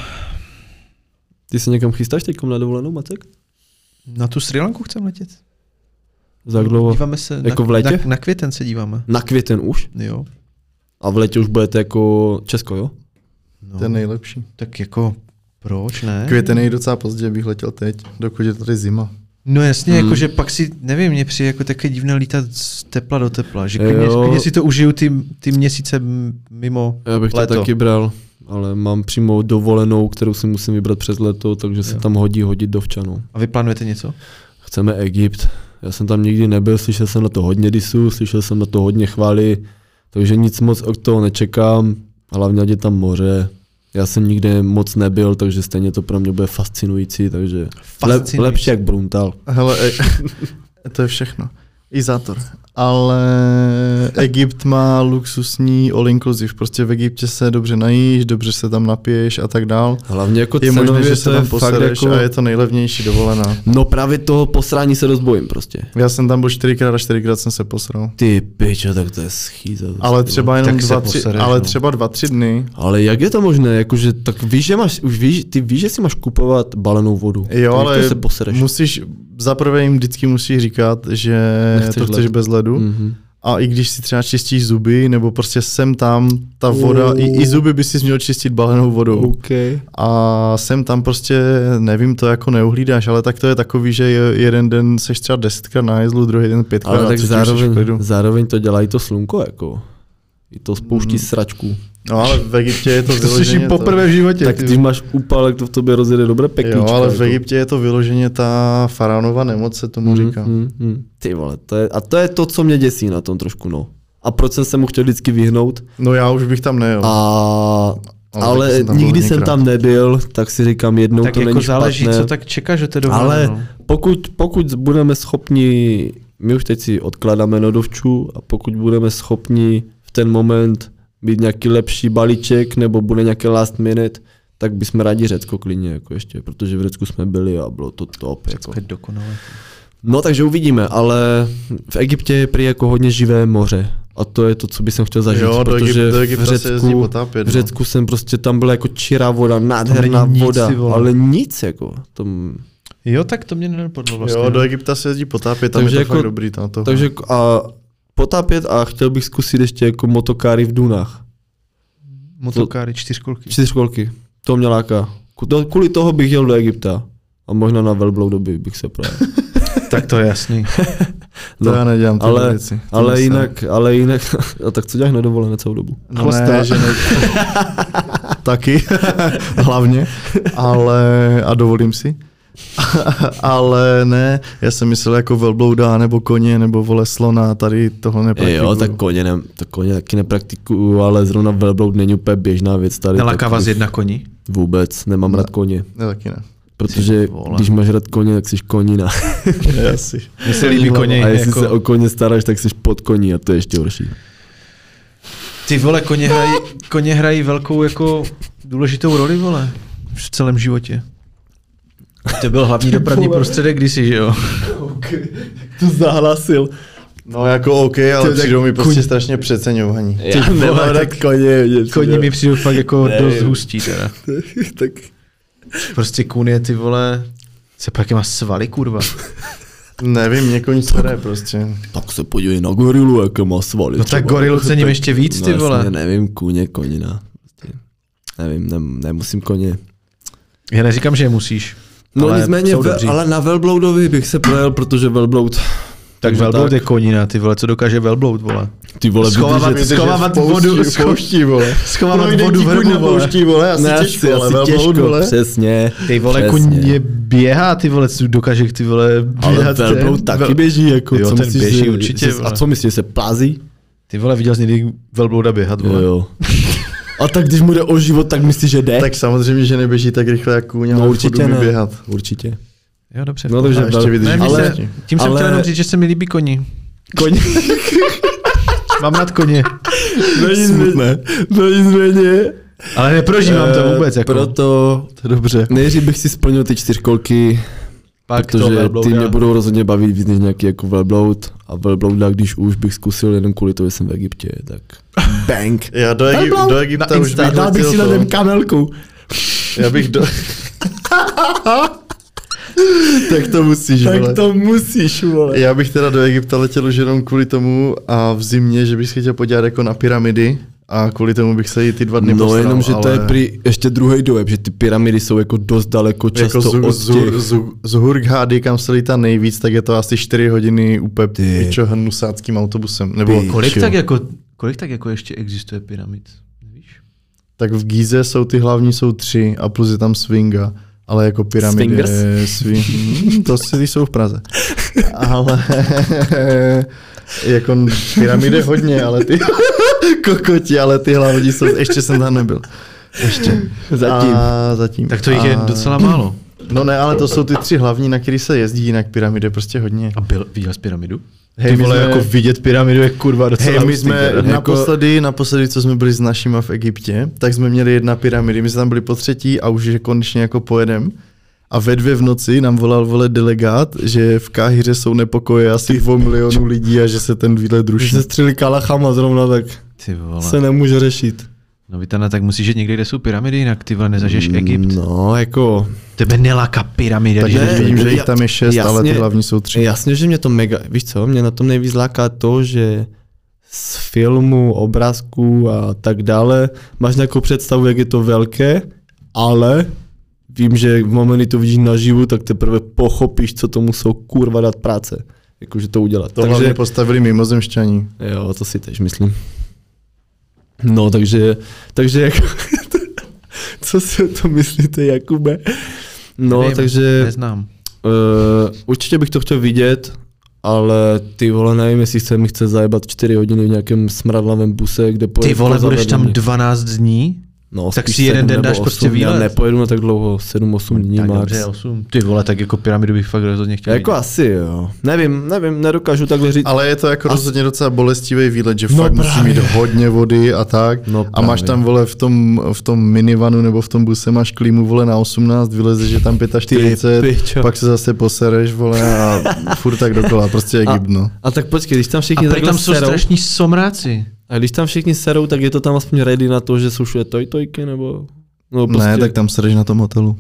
Ty se někam chystáš teďkom na dovolenou, Macek? Na tu Srí Lanku chcem letět. Za dlouho? Díváme se jako v létě? Na květen se díváme. Na květen už? Jo. A v létě už budete jako Česko, jo? No, To je nejlepší. tak jako, proč ne? Květen je docela pozdě, bych letěl teď, dokud je tady zima. No jasně, jakože pak si, nevím, mě přijde jako také divné lítat z tepla do tepla, že klidně si to užiju ty měsíce mimo Já bych léto. to taky bral, ale mám přímo dovolenou, kterou si musím vybrat přes léto, takže se tam hodit do včanů. A vy plánujete něco? Chceme Egypt. Já jsem tam nikdy nebyl, slyšel jsem na to hodně disů, slyšel jsem na to hodně chvály, takže nic moc od toho nečekám, hlavně ať je tam moře. Já jsem nikde moc nebyl, takže stejně to pro mě bude fascinující, takže lepší jak Bruntal. Hele, to je všechno. Izátor. Ale Egypt má luxusní all inclusive. Prostě v Egyptě se dobře najíš, dobře se tam napiješ a tak dál. Hlavně jako je možné, že to se je tam fakt posereš jako... a je to nejlevnější dovolená. No právě toho posrání se dost bojím prostě. Já jsem tam byl 4krát a 4krát jsem se posral. Ty pičo, tak to je schýza. Ale třeba jenom tak 2-3 dny. Ale jak je to možné? Jakože, tak víš, že máš, ty víš, že si máš kupovat balenou vodu. Jo, ale se posereš. musíš, zaprvé jim vždycky musíš říkat, že to chceš bez ledu. Mm-hmm. A i když si třeba čistíš zuby, nebo prostě sem tam ta voda, i zuby by si měl čistit balenou vodou. Okay. A sem tam prostě, nevím, to jako neuhlídáš, ale tak to je takový, že jeden den seš třeba 10krát na hajzlu, druhý den 5krát. Ale tak zároveň to dělá i to slunko, jako. I to spouští sračku. No ale v Egyptě je to vyloženě... To slyším poprvé v životě. Tak když máš úpalek, to v tobě rozjede dobré pekličko. Jo, ale v jako. Egyptě je to vyloženě ta faraonova nemoc, se tomu říká. Ty vole, to je to, co mě děsí na tom trošku, no. A proč jsem se mu chtěl vždycky vyhnout? No já už bych tam nejel. Ale nikdy jsem tam nebyl, tak si říkám, jednou tak to jako není záleží, špatné. co tak čekáš, že to je dovolené. Ale no. pokud budeme schopni, my už teď si odkládáme nodovču, a pokud budeme schopni v ten moment být nějaký lepší balíček, nebo bude nějaký last minute, tak bychom rádi Řecko klidně, jako ještě, protože v Řecku jsme byli a bylo to top. Řecko je dokonalé. No takže uvidíme, ale v Egyptě je prý jako hodně živé moře. A to je to, co bych chtěl zažít, jo, protože do Egypta se jezdí potápět, v Řecku jsem prostě, tam byla jako čirá voda, nádherná voda, ale nic jako. Jo, tak to mě nenapadlo vlastně. Jo, do Egypta se jezdí potápět, tam je to jako, fakt dobrý. Takže a potápět a chtěl bych zkusit ještě jako motokáry v dunách. Motokáry, 4kolky. 4kolky, to mě láká. Kvůli toho bych jel do Egypta. A možná na velblou doby bych se právě. Tak to je jasný. To já nedělám tyhle věci. Ale jinak, a tak co děláš na dovolené celou dobu? No ne, že ne. Taky, hlavně, ale a dovolím si. Ale ne, já jsem myslel jako velblouda, nebo koně, nebo vole slona, tady toho nepraktikuju. Jo, tak koně taky nepraktikuju, ale zrovna velbloud není úplně běžná věc tady. Neláká vás jedna koní? Vůbec, nemám rád koně. Ne, taky ne. Protože když máš rád koně, tak jsi konina. Asi. Mně se líbí koně. A jestli se o koně staráš, tak jsi pod koní a to je ještě horší. Ty vole, koně hrají velkou jako důležitou roli, vole, v celém životě. To byl hlavní dopravní prostředek kdysi, že jo? Okay. To zahlasil. No jako OK, ale přijdou mi prostě strašně přeceňovaní. Já nemám rád koně. Koně mi přijdou fakt jako dost hustí teda. Tak. Prostě kůň je ty vole, se pak má svaly, kurva. Nevím, mě koň staré prostě. Tak se podívej na gorilu, jaké má svaly. No tak gorilu cením ještě víc, ty vole. Jasně, nevím, konina. Nevím, nemusím koně. Já neříkám, že je musíš. No ale nicméně, ale na velbloudovi bych se projel, protože velbloud... Tak velbloud je konina, ty vole, co dokáže velbloud, vole. Ty vole, schovávat vodu, pouští, vole. Schovávat vodu v hrbu, vole. Pouští, vole, asi těžko, přesně. Ty vole, koně běhá, ty vole, co dokáže ty vole běhat. Ale velbloud taky běží, jako jo, co ten myslíš, běží určitě, a co myslíš, se plází? Ty vole, viděl jsi někdy velblouda běhat, vole. Jo. A tak když mu jde o život, tak myslíš, že jde? Tak samozřejmě, že neběží tak rychle jak kůň, ale určitě ne. Běhat. Určitě. Jo, dobře. No takže ještě vydrží. Ale tím jsem chtěl jenom říct, že se mi líbí koni. Koně. Mám rád koně. No nicméně. Ale neprožívám to vůbec. Jako. Proto to je dobře. Nejdřív bych si splnil ty 4kolky, protože ty mě budou rozhodně bavit víc než nějaký jako velbloud. A velblouda, když už bych zkusil jenom kvůli toho, že jsem v Egyptě, tak bang. Já do Egypta už bych dal bych si na ten kamelku. Já bych tak to musíš, tak vole. to musíš, vole. Já bych teda do Egypta letěl už jenom kvůli tomu a v zimě, že bych se chtěl podívat jako na pyramidy a kvůli tomu bych se i ty 2 dny postaral. postaral, jenom, že ale... to je prý ještě druhý dojeb, že ty pyramidy jsou jako dost daleko často jako od těch... Z Hurghady, kam se lítá nejvíc, tak je to asi 4 hodiny úplně nusáckým autobusem. Nebo kolik tak jako ještě existuje pyramid? Nevíš? Tak v Gíze jsou ty hlavní, jsou 3 a plus je tam Svinga. Ale jako pyramidy to si jsou v Praze. Ale jako pyramidy hodně, ale ty kokoti, ale ty hlavní jsou, ještě jsem tam nebyl. Ještě. Zatím. Tak to jich je docela málo. No ne, ale to jsou ty 3 hlavní, na který se jezdí, jinak pyramidy je prostě hodně. A viděl jsi pyramidu? Hej, ty vole, jako vidět pyramidu je kurva docela. Hej, my jsme naposledy, co jsme byli s našima v Egyptě, tak jsme měli 1 pyramidy, my jsme tam byli po 3. a už je konečně jako pojedem. A ve 2 v noci nám volal delegát, že v Káhiře jsou nepokoje asi 2 milionů lidí a že se ten výlet ruší. Když se střeli kalachama zrovna, tak se nemůže řešit. No Vitana, tak musíš jít někde, kde jsou pyramidy, jinak ty vole nezažiješ Egypt. No, jako... Tebe neláká pyramidy. Tak vím, že jich tam je 6, jasně, ale ty hlavní jsou 3. Jasně, že mě to mega... Víš co, mě na tom nejvíc láká to, že z filmu, obrázků a tak dále máš nějakou představu, jak je to velké, ale vím, že v momentu to vidíš naživu, tak teprve pochopíš, co tomu jsou kurva dát práce. Jakože to udělat. To hlavně postavili mimozemšťani. Jo, to si tež myslím. No, takže jako, co si o tom myslíte, Jakube? No, nevím, takže... Neznám. Určitě bych to chtěl vidět, ale ty vole, nevím, jestli mi chce zajebat 4 hodiny v nějakém smradlavém buse, kde pojedu. Ty vole, budeš tam 12 dní? No, tak si jeden den dáš 8, prostě výlet. Já nepojedu na tak dlouho, 7-8 dní tak max. Dobře, 8. Ty vole, tak jako pyramidu bych fakt rozhodně chtěl. Jako asi jo. Nevím, nedokážu takhle říct. Ale je to jako rozhodně docela bolestivý výlet, že fakt musí mít hodně vody a tak. No a máš tam vole v tom minivanu nebo v tom buse máš klímu vole na 18, vylezeš je tam 45, pak se zase posereš vole a furt tak dokola, prostě Egypt, no. A tak počkej, když tam všichni takhle tam jsou strašní somráci. A když tam všichni serou, tak je to tam aspoň ready na to, že jsou všude tojtojky, nebo... No prostě... Ne, tak tam sereš na tom hotelu.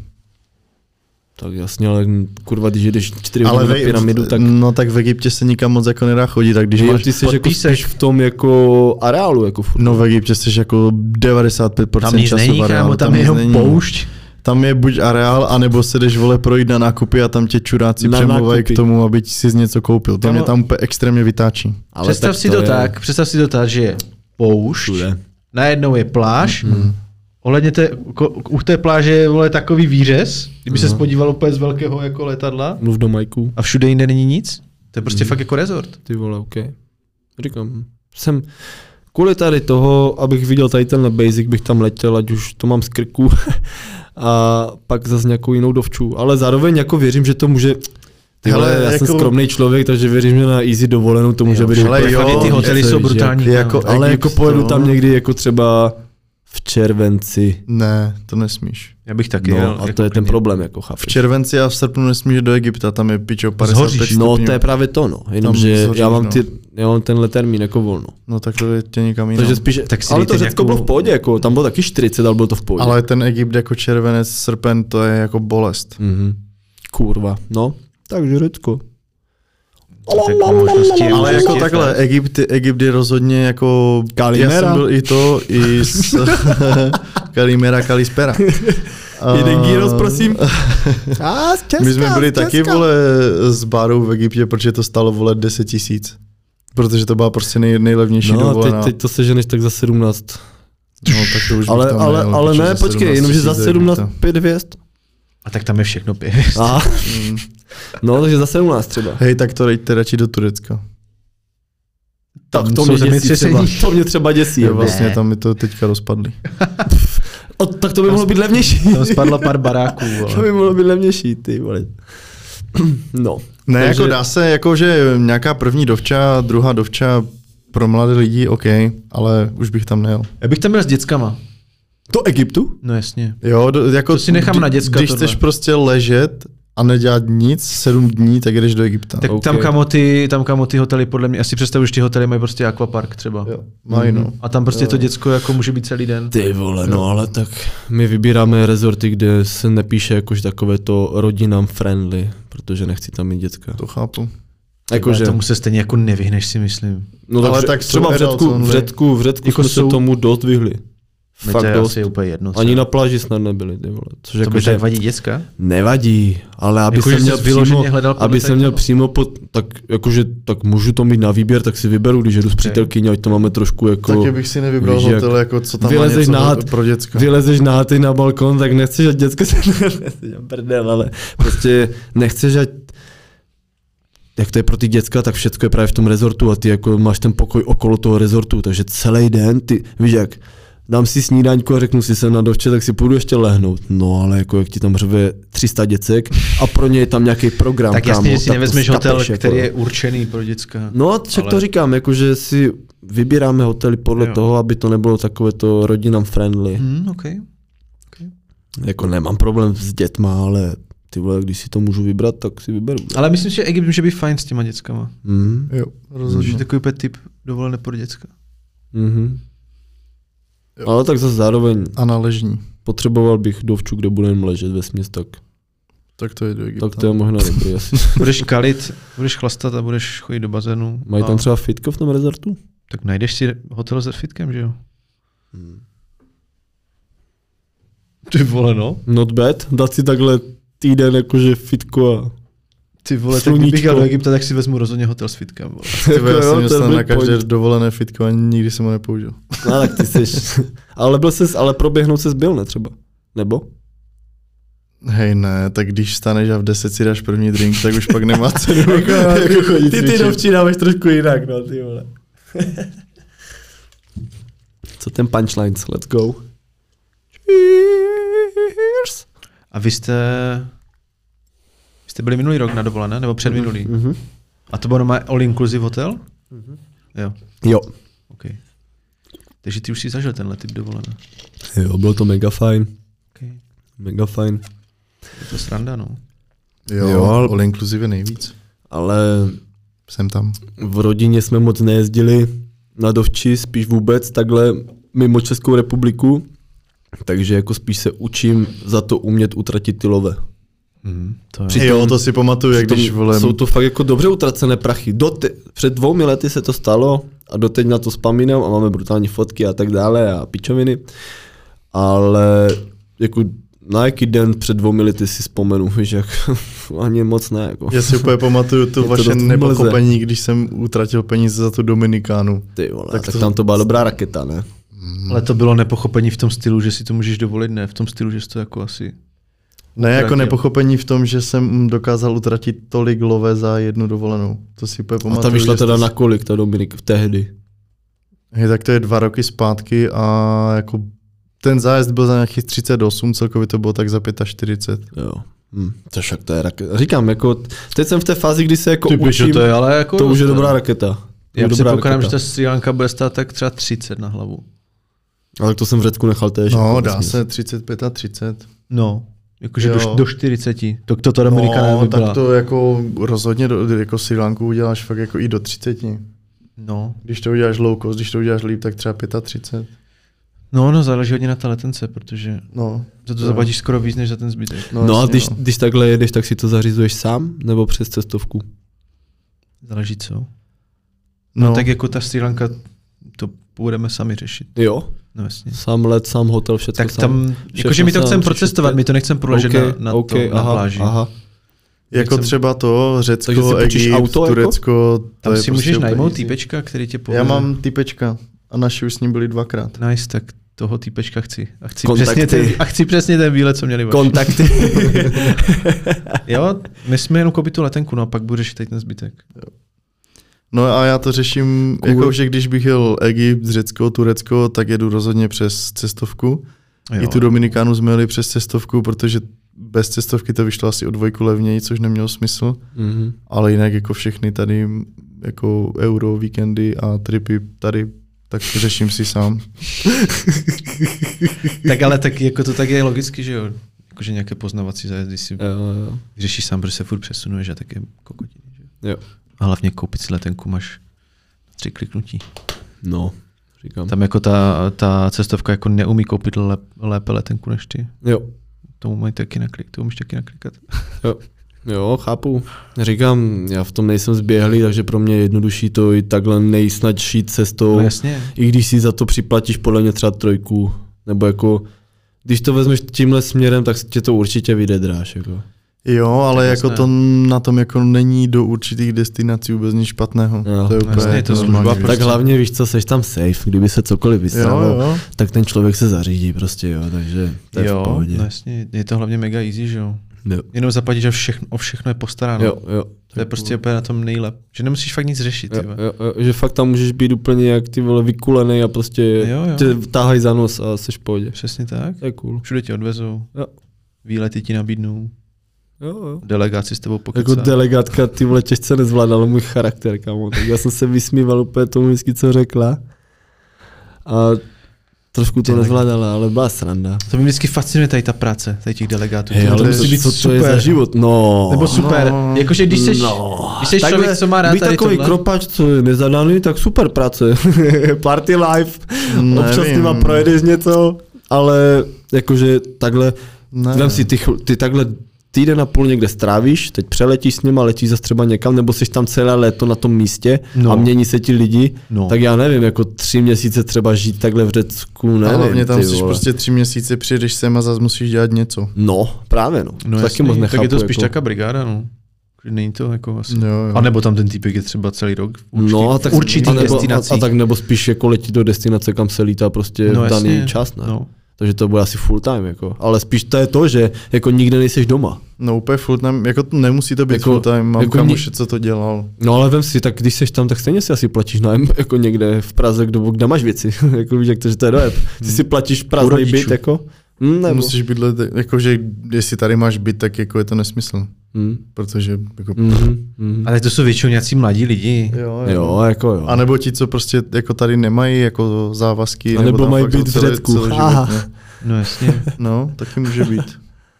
Tak jasně, ale kurva, když jdeš 4 hodiny na pyramidu, tak... No tak v Egyptě se nikam moc jako nedá chodit, tak když máš ty jsi jako spíš v tom jako areálu, jako furt. No v Egyptě jsi jako 95% tam času není, v areálu. Tam je jenom poušť. Tam je buď areál, anebo se jdeš vole projít na nákupy a tam tě čuráci přemluvají k tomu, aby si něco koupil. To mě tam extrémně vytáčí. Ale představ si to tak, že je poušť, najednou je pláž ohledně u té pláže je vole takový výřez, kdyby se podíval úplně z velkého jako letadla. Mluv do majku. A všude jinde není nic? To je prostě fakt jako rezort. Ty vole, OK. Říkám, jsem kvůli tady toho, abych viděl tady tenhle basic, bych tam letěl, ať už to mám z krku a pak zase nějakou jinou dovču. Ale zároveň jako věřím, že to může... Tyhle, já jsem skromný člověk, takže věřím, že na easy dovolenou to může být. Ale ty hotely jsou brutální. Ale jako pojedu tam někdy jako třeba v červenci. Ne, to nesmíš. Já bych taky jel. A to je ten problém, jako chápu. V červenci a v srpnu nesmíš do Egypta, tam je pičo 55 stupňů. No to je právě to, no. Jenomže já mám tenhle termín jako volno. No tak to je tě někam jinam. Takže spíš, ale to Řecko bylo v pohodě, jako, tam bylo taky 40, ale bylo to v pohodě. Ale ten Egypt jako červenec, srpen, to je jako bolest. Kurva, no. Takže Řecko. Ale jako takhle, Egypt je rozhodně jako... Kalimera. Já jsem byl i s Kalimera, Kalispera. Jeden gyros, prosím. My jsme byli taky, vole, s bárou v Egyptě, protože to stálo, vole, 10 000. Protože to byla prostě nejlevnější dovolená. No, teď to seženeš tak za 17. No, tak to už ale ne, počkej, jenomže za 17 5 hvězd. A tak tam je všechno 5. No, takže za 17 třeba. Hej, tak to dejte radši do Turecka. Tak to mě děsí třeba. To mě třeba děsí. Jo, vlastně tam mi to teďka rozpadli. Tak to by mohlo být levnější. Tam spadla pár baráků. Vole. To by mohlo být levnější, ty vole. No. Ne, takže... jako dá se, jako že nějaká první dovča, druhá dovča pro mladé lidi, OK, ale už bych tam nejel. Já bych tam byl s dětskama. Do Egyptu? No jasně. Jo, jako to si nechám na děcka. Když chceš prostě ležet a nedělat nic 7 dní, tak jdeš do Egypta. Tak okay. tam kamo ty hotely, podle mě, asi představuji, že ty hotely mají prostě aquapark třeba. Jo, mají no. A tam prostě to děcko jako může být celý den. Ty vole, no ale tak my vybíráme rezorty, kde se nepíše jakož takové to rodinám friendly, protože nechci tam mít děcka. To chápu. Jakože tomu se stejně jako nevyhneš, si myslím. No ale tak třeba v Řecku jako jsme se tomu dost vyhli. Fakt dost. Je úplně jedno. Ani na pláži snad nebyli, ty vole. Což to jako, by tak vadí děcka? Nevadí, ale aby jako, jsem měl přímo tak můžu to mít na výběr, tak si vyberu, když jdu s přítelkyní, ať to máme trošku jako... Taky bych si nevybral hotel, jako co tam má něco pro děcka. Vylezeš na balkon, tak nechceš, ať děcka se prdel, ale prostě nechceš, ať jak to je pro ty děcka, tak všechno je právě v tom rezortu a ty jako máš ten pokoj okolo toho rezortu, takže celý den ty, víš jak, dám si snídaňku a řeknu si jsem na dovče, tak si půjdu ještě lehnout. No ale jako jak ti tam řve 300 děcek a pro ně je tam nějaký program. Tak jasně, že si nevezmeš hotel, jako, který je určený pro děcka. No a však to říkám, jakože si vybíráme hotely podle toho, aby to nebylo takové to rodinám friendly. Okay. Jako nemám problém s dětma, ale ty vole, když si to můžu vybrat, tak si vyberu. Ale myslím, že Egypt může být fajn s těma dětskama. Jo, rozhodně. Takový typ dovolené pro děcka. Ale tak zase zároveň a na ležní. Potřeboval bych dovču, kde budeme ležet vesměs, tak to je do Egypta. Tak to je možná dobrý asi. Budeš kalit, budeš chlastat a budeš chodit do bazénu. Mají tam třeba fitko v tom rezortu? Tak najdeš si hotel se fitkem, že jo? Ty vole, no. Not bad, dát si takhle týden jakože fitko a ty vole, tak kdybych jel do Egypta, tak si vezmu rozhodně hotel s fitkem. Ty vole, já jsem měl na každé dovolené fitko a nikdy jsem ho nepoužil. No tak ty jsi, ale proběhnout ses byl, ne třeba? Nebo? Hej ne, tak když staneš a v 10 si dáš první drink, tak už pak nemá cenu jako chodit ty dovčí dáváš trošku jinak, no ty vole. Co ten punchlines, let's go. Cheers. A vy jste byli minulý rok na dovolené, nebo předminulý? A to bylo normálně all-inclusive hotel? Jo. Okay. Takže ty už si zažil tenhle typ dovolené. Jo, bylo to mega fajn. Okay. Mega fajn. Je to sranda, no. Jo, all-inclusive je nejvíc. Ale jsem tam. V rodině jsme moc nejezdili na dovči, spíš vůbec takhle mimo Českou republiku. Takže jako spíš se učím za to umět utratit ty love. To si pamatuju, jak když volem. Jsou to fakt jako dobře utracené prachy. Před 2 lety se to stalo a doteď na to vzpomínám a máme brutální fotky a tak dále a pičoviny. Ale jako na jaký den před 2 lety si vzpomenu, že jak ani moc ne. Jako. Já si úplně pamatuju to vaše nepochopení, když jsem utratil peníze za tu Dominikánu. Ty vole, tak tam to byla dobrá raketa, ne? Ale to bylo nepochopení v tom stylu, že si to můžeš dovolit, ne v tom stylu, že jsi to jako asi... Ne, jako nepochopení v tom, že jsem dokázal utratit tolik love za jednu dovolenou. To si úplně pamatuju. A ta vyšla teda na kolik, ta Dominik, tehdy? Hej, tak to je 2 roky zpátky a jako ten zájezd byl za nějakých 38, celkově to bylo tak za 45. Jo. To však to je raketa. Říkám, jako, teď jsem v té fázi, kdy se jako Ty píšu, učím, to je, ale jako to už je dobrá raketa. Já předpokládám, že ta Srí Lanka bude stát tak třeba 30 na hlavu. Ale to jsem v Řecku nechal též. No, jako dá se 35 a 30. No, jakože do 40. To Dominika no, nebyla. tak to jako rozhodně jako Srí Lanku uděláš fakt jako i do 30. No. Když to uděláš low cost, když to uděláš líp, tak třeba 35. No, záleží hodně na té letence, protože za to zaplatíš skoro víc, než za ten zbytek. No a když takhle jedeš, tak si to zařizuješ sám, nebo přes cestovku? Záleží co? No tak jako ta Srí Lanka, to budeme sami řešit. Jo? No jasně. Sám let, sám hotel, všechno tak sám. Tam, jakože my to chceme procestovat, my to nechceme proležet na pláži. Aha. Jako třeba to Řecko, Egypt, auto, Turecko. Jako? Tam si můžeš najmout týpečka, který tě povede. Já mám týpečka a naši už s ním byli 2krát. Nice, tak toho týpečka chci. A chci přesně ten výlet, co měli vaši. Kontakty. Jo, my jsme jenom koupit tu letenku, no a pak budu řešit teď ten zbytek. Jo. No a já to řeším, jako že když bych jel Egypt, Řecko, Turecko, tak jedu rozhodně přes cestovku. Jo. I tu Dominikánu jsme jeli přes cestovku, protože bez cestovky to vyšlo asi o 2 levněji, což nemělo smysl. Mm-hmm. Ale jinak jako všechny tady jako euro, víkendy a tripy tady, tak řeším si sám. Tak ale tak jako to tak je logicky, že jo? Jakože nějaké poznávací zájezdy si řešíš sám, protože se furt přesunuješ a tak je kokotiny. Jo. A hlavně koupit si letenku máš 3 kliknutí. No, říkám. Tam jako ta cestovka jako neumí koupit lépe letenku než ty. Jo. To umíš taky naklikat. Jo, chápu. Říkám, já v tom nejsem zběhlý, takže pro mě je jednodušší to i takhle nejsnadší cestou. No jasně. I když si za to připlatíš podle mě třeba 3, nebo jako, když to vezmeš tímhle směrem, tak tě to určitě vyjde dráž. Jako. Jo, ale tak jako to na tom jako není do určitých destinací vůbec nic špatného. Jo, to je úplně to služba. Tak hlavně víš co, seš tam safe, kdyby se cokoliv vystalo, tak ten člověk se zařídí prostě, jo, takže to je v pohodě. No jasně, je to hlavně mega easy, že jo. Jenom zaplatíš, že o všechno je postaráno. Jo. To je prostě úplně na tom nejlep. Že nemusíš fakt nic řešit. Jo, že fakt tam můžeš být úplně jak ty vole vykulenej a prostě tě táhají za nos a seš v pohodě. Přesně tak. To je cool. Všude tě odvezou. Jo. Výlety ti nabídnou. Jo. Delegáci s tebou pokecá. Jako delegátka ty vole těžce nezvládala můj charakter, kámo. Tak já jsem se vysmíval úplně tomu vždycky, co řekla. A trošku to nezvládala, ale byla sranda. To mě vždycky fascinuje tady ta práce, tady těch delegátů. Hey, ale musí být co to je za život? No. Nebo super. No. Jakože když jsi člověk, co má rád být tady takový tohle. kropač, co je nezadaný, tak super práce. Party life. Občas ty vám projedeš něco, ale jakože takhle, vem si ty takhle týden a půl někde strávíš, teď přeletíš s nima, letíš zase třeba někam, nebo jsi tam celé léto na tom místě a mění se ti lidi, tak já nevím, jako 3 měsíce třeba žít takhle v Řecku, nevím. Ale hlavně tam musíš prostě 3 měsíce, přijedeš sem a zase musíš dělat něco. No, právě no. Taky jasný, moc nechápu. Tak je to spíš taká brigáda, no. Není to jako asi. Jo. A nebo tam ten týpek je třeba celý rok v určitých destinacích. A tak nebo spíš jako letí do destinace, kam se lítá prostě v daný čas, ne? No. Takže to bude asi full time, jako. Ale spíš to je to, že jako nikde nejseš doma. No úplně full time, jako nemusí to být jako, full time, mám jako kamoše, co to dělal. No ale vem si, tak když seš tam, tak stejně si asi platíš nájem jako někde v Praze, kde máš věci, jako víš, jak to, že to je dojeb. Ty si platíš Pražný byt, jako. Nebo? Musíš bydlet, jakože jestli tady máš byt, tak jako je to nesmysl. Protože jako... Ale to jsou většinou nějací mladí lidi. Jo, jako jo. A nebo ti, co prostě jako tady nemají jako závazky. A nebo mají být v Řecku. No jasně. No, taky může být.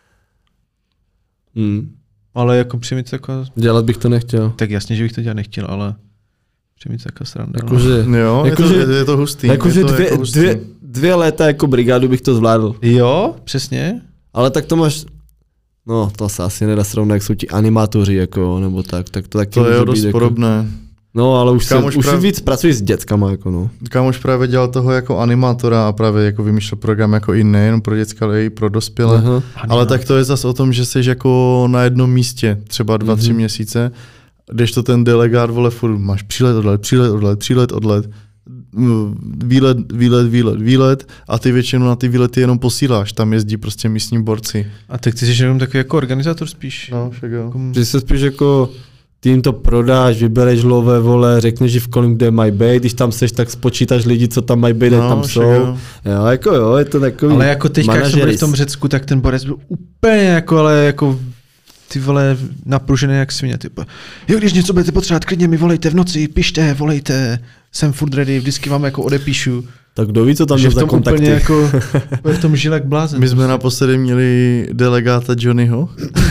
Ale jako přijmi to jako... Dělat bych to nechtěl. Tak jasně, že bych to dělat nechtěl, ale přijmi to jako sranda. Je to hustý. Jakože 2 léta jako brigádu bych to zvládl. Jo, přesně. Ale tak to máš... No, to se asi nedá srovnat, jak jsou ti animátoři, jako, nebo tak to taky to je dost podobné. Jako... No, ale už víc pracuješ s dětskama, jako no. Kámoš právě dělal toho jako animátora a právě jako vymýšlel program jako i nejen pro děcka, ale i pro dospělé. Aha. Ale tak to je zase o tom, že jsi jako na jednom místě, třeba 2-3 měsíce, kdežto ten delegát, vole, furt máš přílet, odlet. výlet a ty většinou na ty výlety jenom posíláš, tam jezdí prostě místní borci. A tak ty jsi jenom takový jako organizátor spíš. No, však jo. Že se spíš jako ty jim to prodáš, vybereš lové, vole, řekneš jim v kolik kde mají být, když tam seš, tak spočítáš lidi, co tam mají být, tam jsou. Jo, jako jo, je to takový. Ale jako teďka, jak jsme byli v tom Řecku, tak ten borec byl úplně jako, ale jako ty vole napružený jak svině. Typu. Jo, když něco budete potřebovat, klidně mi volejte v noci, pište, volejte, jsem furt ready, vždycky vám jako odepíšu. Tak kdo ví, co tam je za kontakty. Úplně jako v tom žil jak blázen. My jsme naposledy měli delegáta Johnnyho.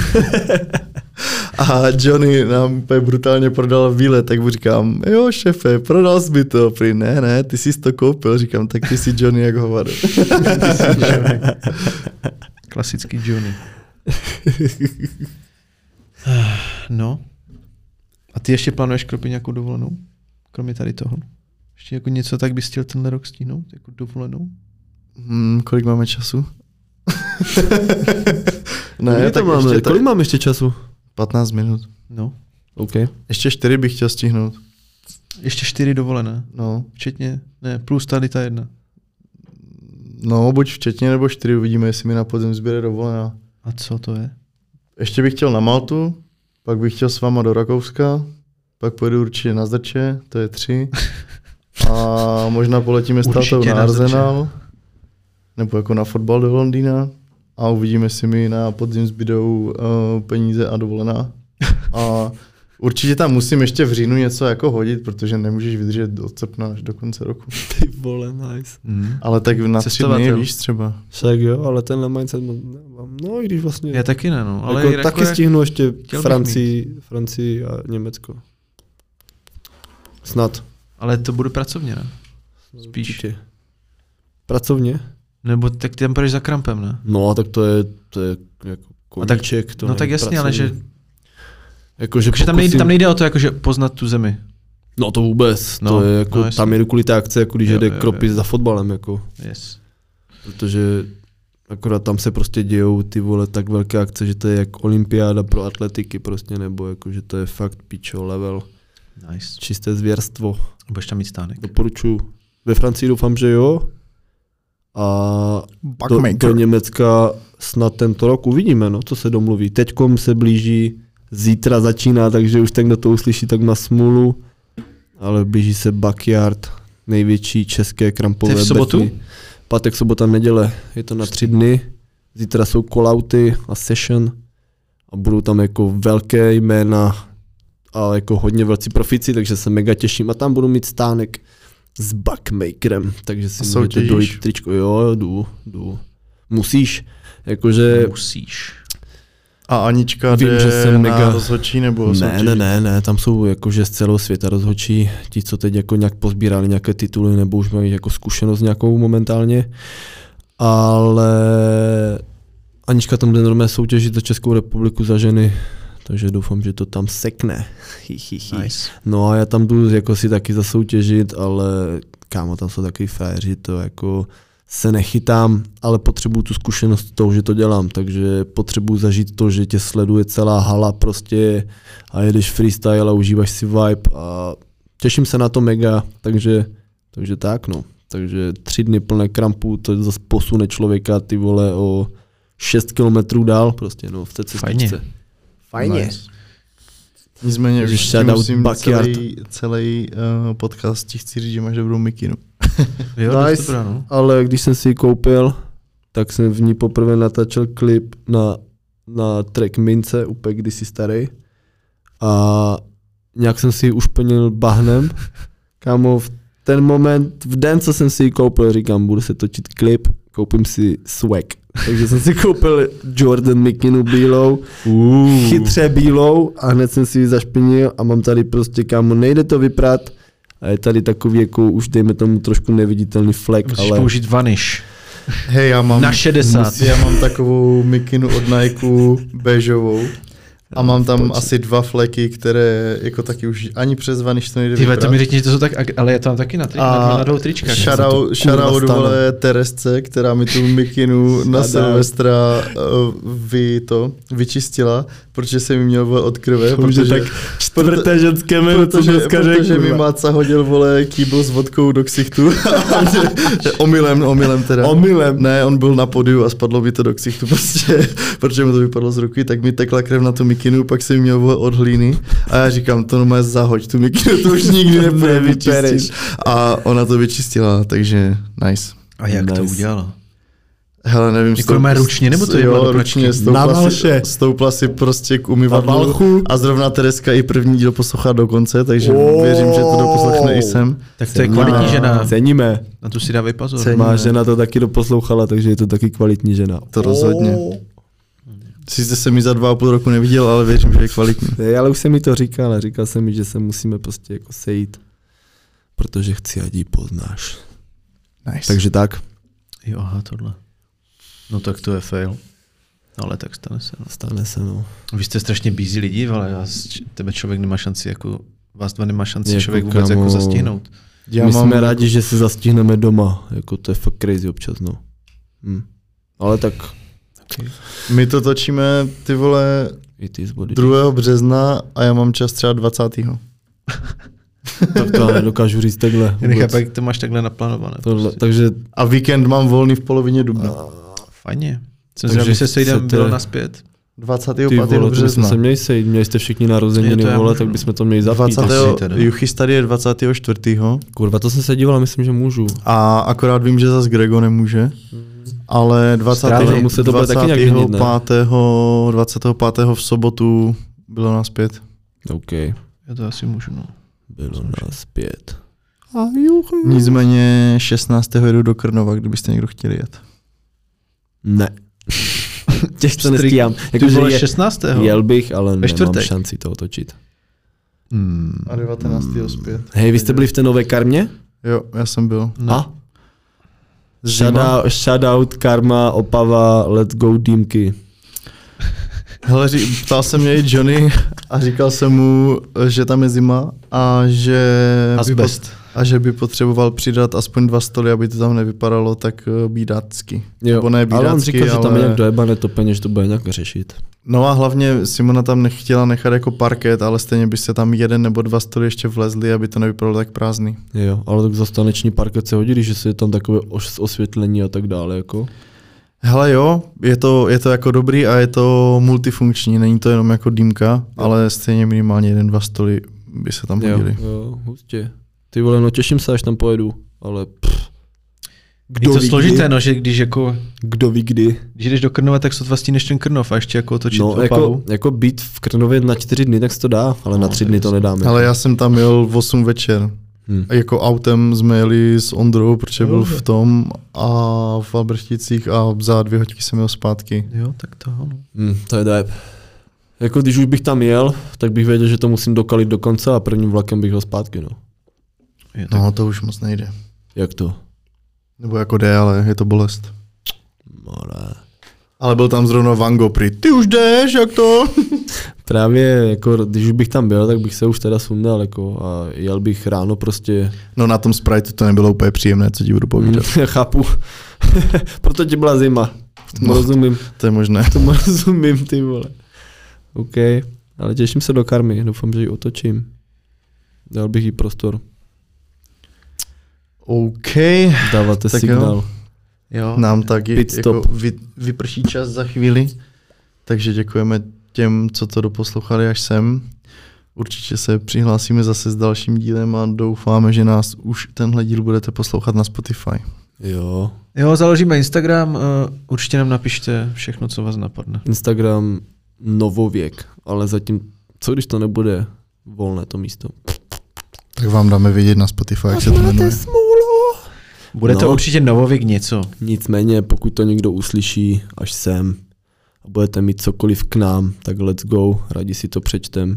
A Johnny nám úplně brutálně prodal výlet, tak mu říkám, jo šefe, prodal jsi mi to. Prý, ne, ty jsi to koupil. Říkám, tak ty jsi Johnny jak hovado. Klasický Johnny. No. A ty ještě plánuješ kropit nějakou dovolenou? Kromě tady toho? Ještě jako něco tak bys chtěl tenhle rok stihnout? Jako dovolenou? Kolik máme času? Ne, tak máme. Kolik máme ještě času? 15 minut. No. OK. Ještě 4 bych chtěl stihnout. Ještě 4 dovolené? No. Včetně? Ne, plus tady ta jedna. No, buď včetně nebo 4, uvidíme, jestli mi na podzim zběre dovolená. A co to je? Ještě bych chtěl na Maltu, pak bych chtěl s váma do Rakouska, pak pojedu určitě na Zrče, to je 3. A možná poletíme s tátou na Arsenal, nebo jako na fotbal do Londýna. A uvidíme, jestli mi na podzim zbydou peníze a dovolená. A určitě tam musím ještě v říjnu něco jako hodit, protože nemůžeš vydržet od srpna až do konce roku. Ty vole, nice. Ale tak na 3 dny, víš třeba. Však jo, ale tenhle mindset mám, no i když vlastně. Já taky ne, no. Ale jako taky stihnu ještě Francii a Německo. Snad. Ale to bude pracovně, ne? Spíš. Určitě. Pracovně? Nebo tak ty tam půjdeš za krampem, ne? No, tak to je jako koníček. No tak jasně, pracovně. Ale že... Jakože tam nejde o to, jakože poznat tu zemi. No to vůbec, to je jako, tam jedu kvůli té akce, jako když jde kropit za fotbalem, jako. Yes. Protože akorát tam se prostě dějou ty vole tak velké akce, že to je jak olympiáda pro atletiky prostě, nebo jako, že to je fakt pičo level. Nice. Čisté zvěrstvo. Budeš tam mít stánek? Doporučuji. Ve Francii doufám, že jo. A do Německa snad tento rok uvidíme, no, co se domluví. Teďkom se blíží, zítra začíná, takže už ten, kdo to uslyší, tak má smůlu. Ale blíží se Backyard, největší české krampové betny. To je v sobotu? Pátek, sobota, neděle. Je to na 3 dny. Zítra jsou callouty a session. A budou tam jako velké jména a jako hodně velcí profici, takže se mega těším. A tam budu mít stánek s Buckmakerem, takže si můžete dojít tričko. Jo, jdu. Musíš. Jakože... Musíš. A Anička jde na rozhodčí nebo soutěž? Ne, tam jsou jakože z celého světa rozhodčí, ti, co teď jako nějak pozbírali nějaké tituly nebo už mají jako zkušenost nějakou momentálně, ale Anička tam jde normálně soutěžit za Českou republiku za ženy, takže doufám, že to tam sekne. Nice. No a já tam jdu jako si taky zasoutěžit, ale kámo, tam jsou takový frajeři, to jako se nechytám, ale potřebuju tu zkušenost toho, že to dělám, takže potřebuju zažít to, že tě sleduje celá hala prostě a jedeš freestyle a užíváš si vibe a těším se na to mega, takže tak no. Takže 3 dny plné krampů, to zase posune člověka ty vole o 6 kilometrů dál prostě no v té cestičce. Fajně. Nice. Nicméně už musím celý podcast ti chci říct, že máš dobrou mikinu. Jo, nice, dobrá, no. Ale když jsem si ji koupil, tak jsem v ní poprvé natáčel klip na track Mince, úplně kdysi starý. A nějak jsem si ji ušplnil bahnem. Kámo, v ten moment, v den, co jsem si ji koupil, říkám, budu se točit klip, koupím si swag. Takže jsem si koupil Jordan mikinu bílou, chytře bílou a hned jsem si ji zašpinil a mám tady prostě, kámo, nejde to vyprat. A je tady takový jako už dejme tomu trošku neviditelný flek, musíš ale... použít vaniš. Hej, já mám... Na 60. Já mám takovou mikinu od Nike béžovou a mám tam asi 2 fleky, které jako taky už ani přes vaniš to nejde vyprat. To mi řekni, že to jsou tak, ale je tam taky na 2 tričkách. Shoutout vole Teresce, která mi tu mikinu na Silvestra vyčistila, protože jsem jí měl vole od krve, To už je tak čtvrté ženské jméno, co dneska řekl. Protože mi máca hodil vole kýbl s vodkou do ksichtu. Omylem teda. Omylem. Ne, on byl na podiu a spadlo mi to do ksichtu prostě, protože mu to vypadlo z ruky, tak mi tekla krev na tu mikinu, pak jsem jí měl vole od hlíny a já říkám, to normálně zahoď tu mikinu, to už nikdy nepůjde vyčistit. A ona to vyčistila, takže nice. A jak to udělala? Hele, nevím, jako má ručně, nebo to je ručně, stoupla si prostě k umyvadlu a zrovna Tereska i první díl poslouchá do konce, takže věřím, že to doposlouchne i sem. Tak to je kvalitní žena. Ceníme. Na tu si dávej pozor. Má žena to taky doposlouchala, takže je to taky kvalitní žena. To rozhodně. Sice jsem mi za 2,5 roku neviděl, ale věřím, že je kvalitní. Ale už jsem mi to říkal a říkal jsem mi, že se musíme prostě jako sejít, protože chci, ať ji poznáš. Nice. Takže tak. Jo, aha, tohle. No tak to je fail. Ale tak stane se. No. Stane se, no. Vy jste strašně busy lidi, ale tebe člověk nemá šanci, jako vás dva nemá šanci jako člověk vůbec jako zastihnout. My jsme rádi, že se zastihneme doma, jako to je fakt crazy občas, no. Ale tak. Okay. My to točíme, ty vole, 2. března a já mám čas třeba 20. Tak to nedokážu říct takhle. Nechápu, jak to máš takhle naplánované. Tohle, takže... A víkend mám volný v polovině dubna. Fajně. Jsem zvědavý, se sejdem, bylo naspět. 25. března. Měli jste všichni narozeniny, vole, tak bychom to měli zapít. Juchis tady je 24. Kurva, to jsem se díval, myslím, že můžu. A akorát vím, že zase Grego nemůže. Ale 25. v sobotu bylo naspět. OK. Já to asi můžu, no. Bylo naspět. Nicméně 16. jedu do Krnova, kdybyste někdo chtěli jet. Ne. Těžce nestíhám. Ty vole 16. Jel bych, ale nemám šanci to otočit. A 19. zpět. Hej, vy jste byli v té Nové Karmě? Jo, já jsem byl. No. Shoutout, Karma, Opava, let's go Dýmky. Hele, ptal jsem mě i Johnny a říkal jsem mu, že tam je zima a že by potřeboval přidat aspoň 2 stoly, aby to tam nevypadalo tak bídácky. Jo, ne bídácky, ale on říkal, že tam je nějak dojebané topeně, že to bude nějak řešit. No a hlavně Simona tam nechtěla nechat jako parket, ale stejně by se tam 1 nebo 2 stoly ještě vlezly, aby to nevypadalo tak prázdný. Jo, ale tak za taneční parket se hodí, že je tam takové osvětlení a tak dále, jako. Hele jo, je to jako dobrý a je to multifunkční, není to jenom jako dýmka, ale stejně minimálně 1-2 stoly by se tam hodili. Jo, hustě. Ty vole, no těším se, až tam pojedu, ale je to složité, kdy? No, že když jako... Kdo ví kdy. Když jdeš do Krnova, tak sotva stíneš ten Krnov a ještě jako otočit Opavu. Jako být v Krnově na 4 dny, tak se to dá, ale na 3 dny to nedáme. Ale já jsem tam jel v 8 večer. A jako autem jsme jeli s Ondrou, protože byl v tom a v Albrechticích a za 2 hodiny jsem jel zpátky. Jo, tak to ano. To je dajeb. Jako když už bych tam jel, tak bych věděl, že to musím dokalit do konce a prvním vlakem bych jel zpátky, no. No to už moc nejde. Jak to? Nebo jako jde, ale je to bolest. More. Ale byl tam zrovna Vango prý. Ty už jdeš, jak to? Právě, jako, když už bych tam byl, tak bych se už teda sundal jako, a jel bych ráno prostě. No na tom Spriteu to nebylo úplně příjemné, co ti budu povídat. Chápu. Proto ti byla zima. Tomu rozumím. To je možné. Tomu rozumím, ty vole. OK, ale těším se do Karmy, doufám, že ji otočím. Dal bych jí prostor. OK. Dáváte tak signál. Jo. Nám taky jako vyprší čas za chvíli, takže děkujeme těm, co to doposlouchali až sem. Určitě se přihlásíme zase s dalším dílem a doufáme, že nás už tenhle díl budete poslouchat na Spotify. Jo. Jo, založíme Instagram, určitě nám napište všechno, co vás napadne. Instagram Novověk, ale zatím, co když to nebude volné to místo? Tak vám dáme vědět na Spotify, jak se to jmenuje. Bude to určitě Novověk něco. Nicméně, pokud to někdo uslyší až sem a budete mít cokoliv k nám, tak let's go, rádi si to přečtem.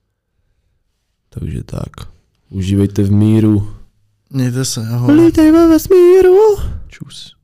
Takže tak, užívejte v míru. Mějte se, ahoj. Vlítejme ve smíru. Čus.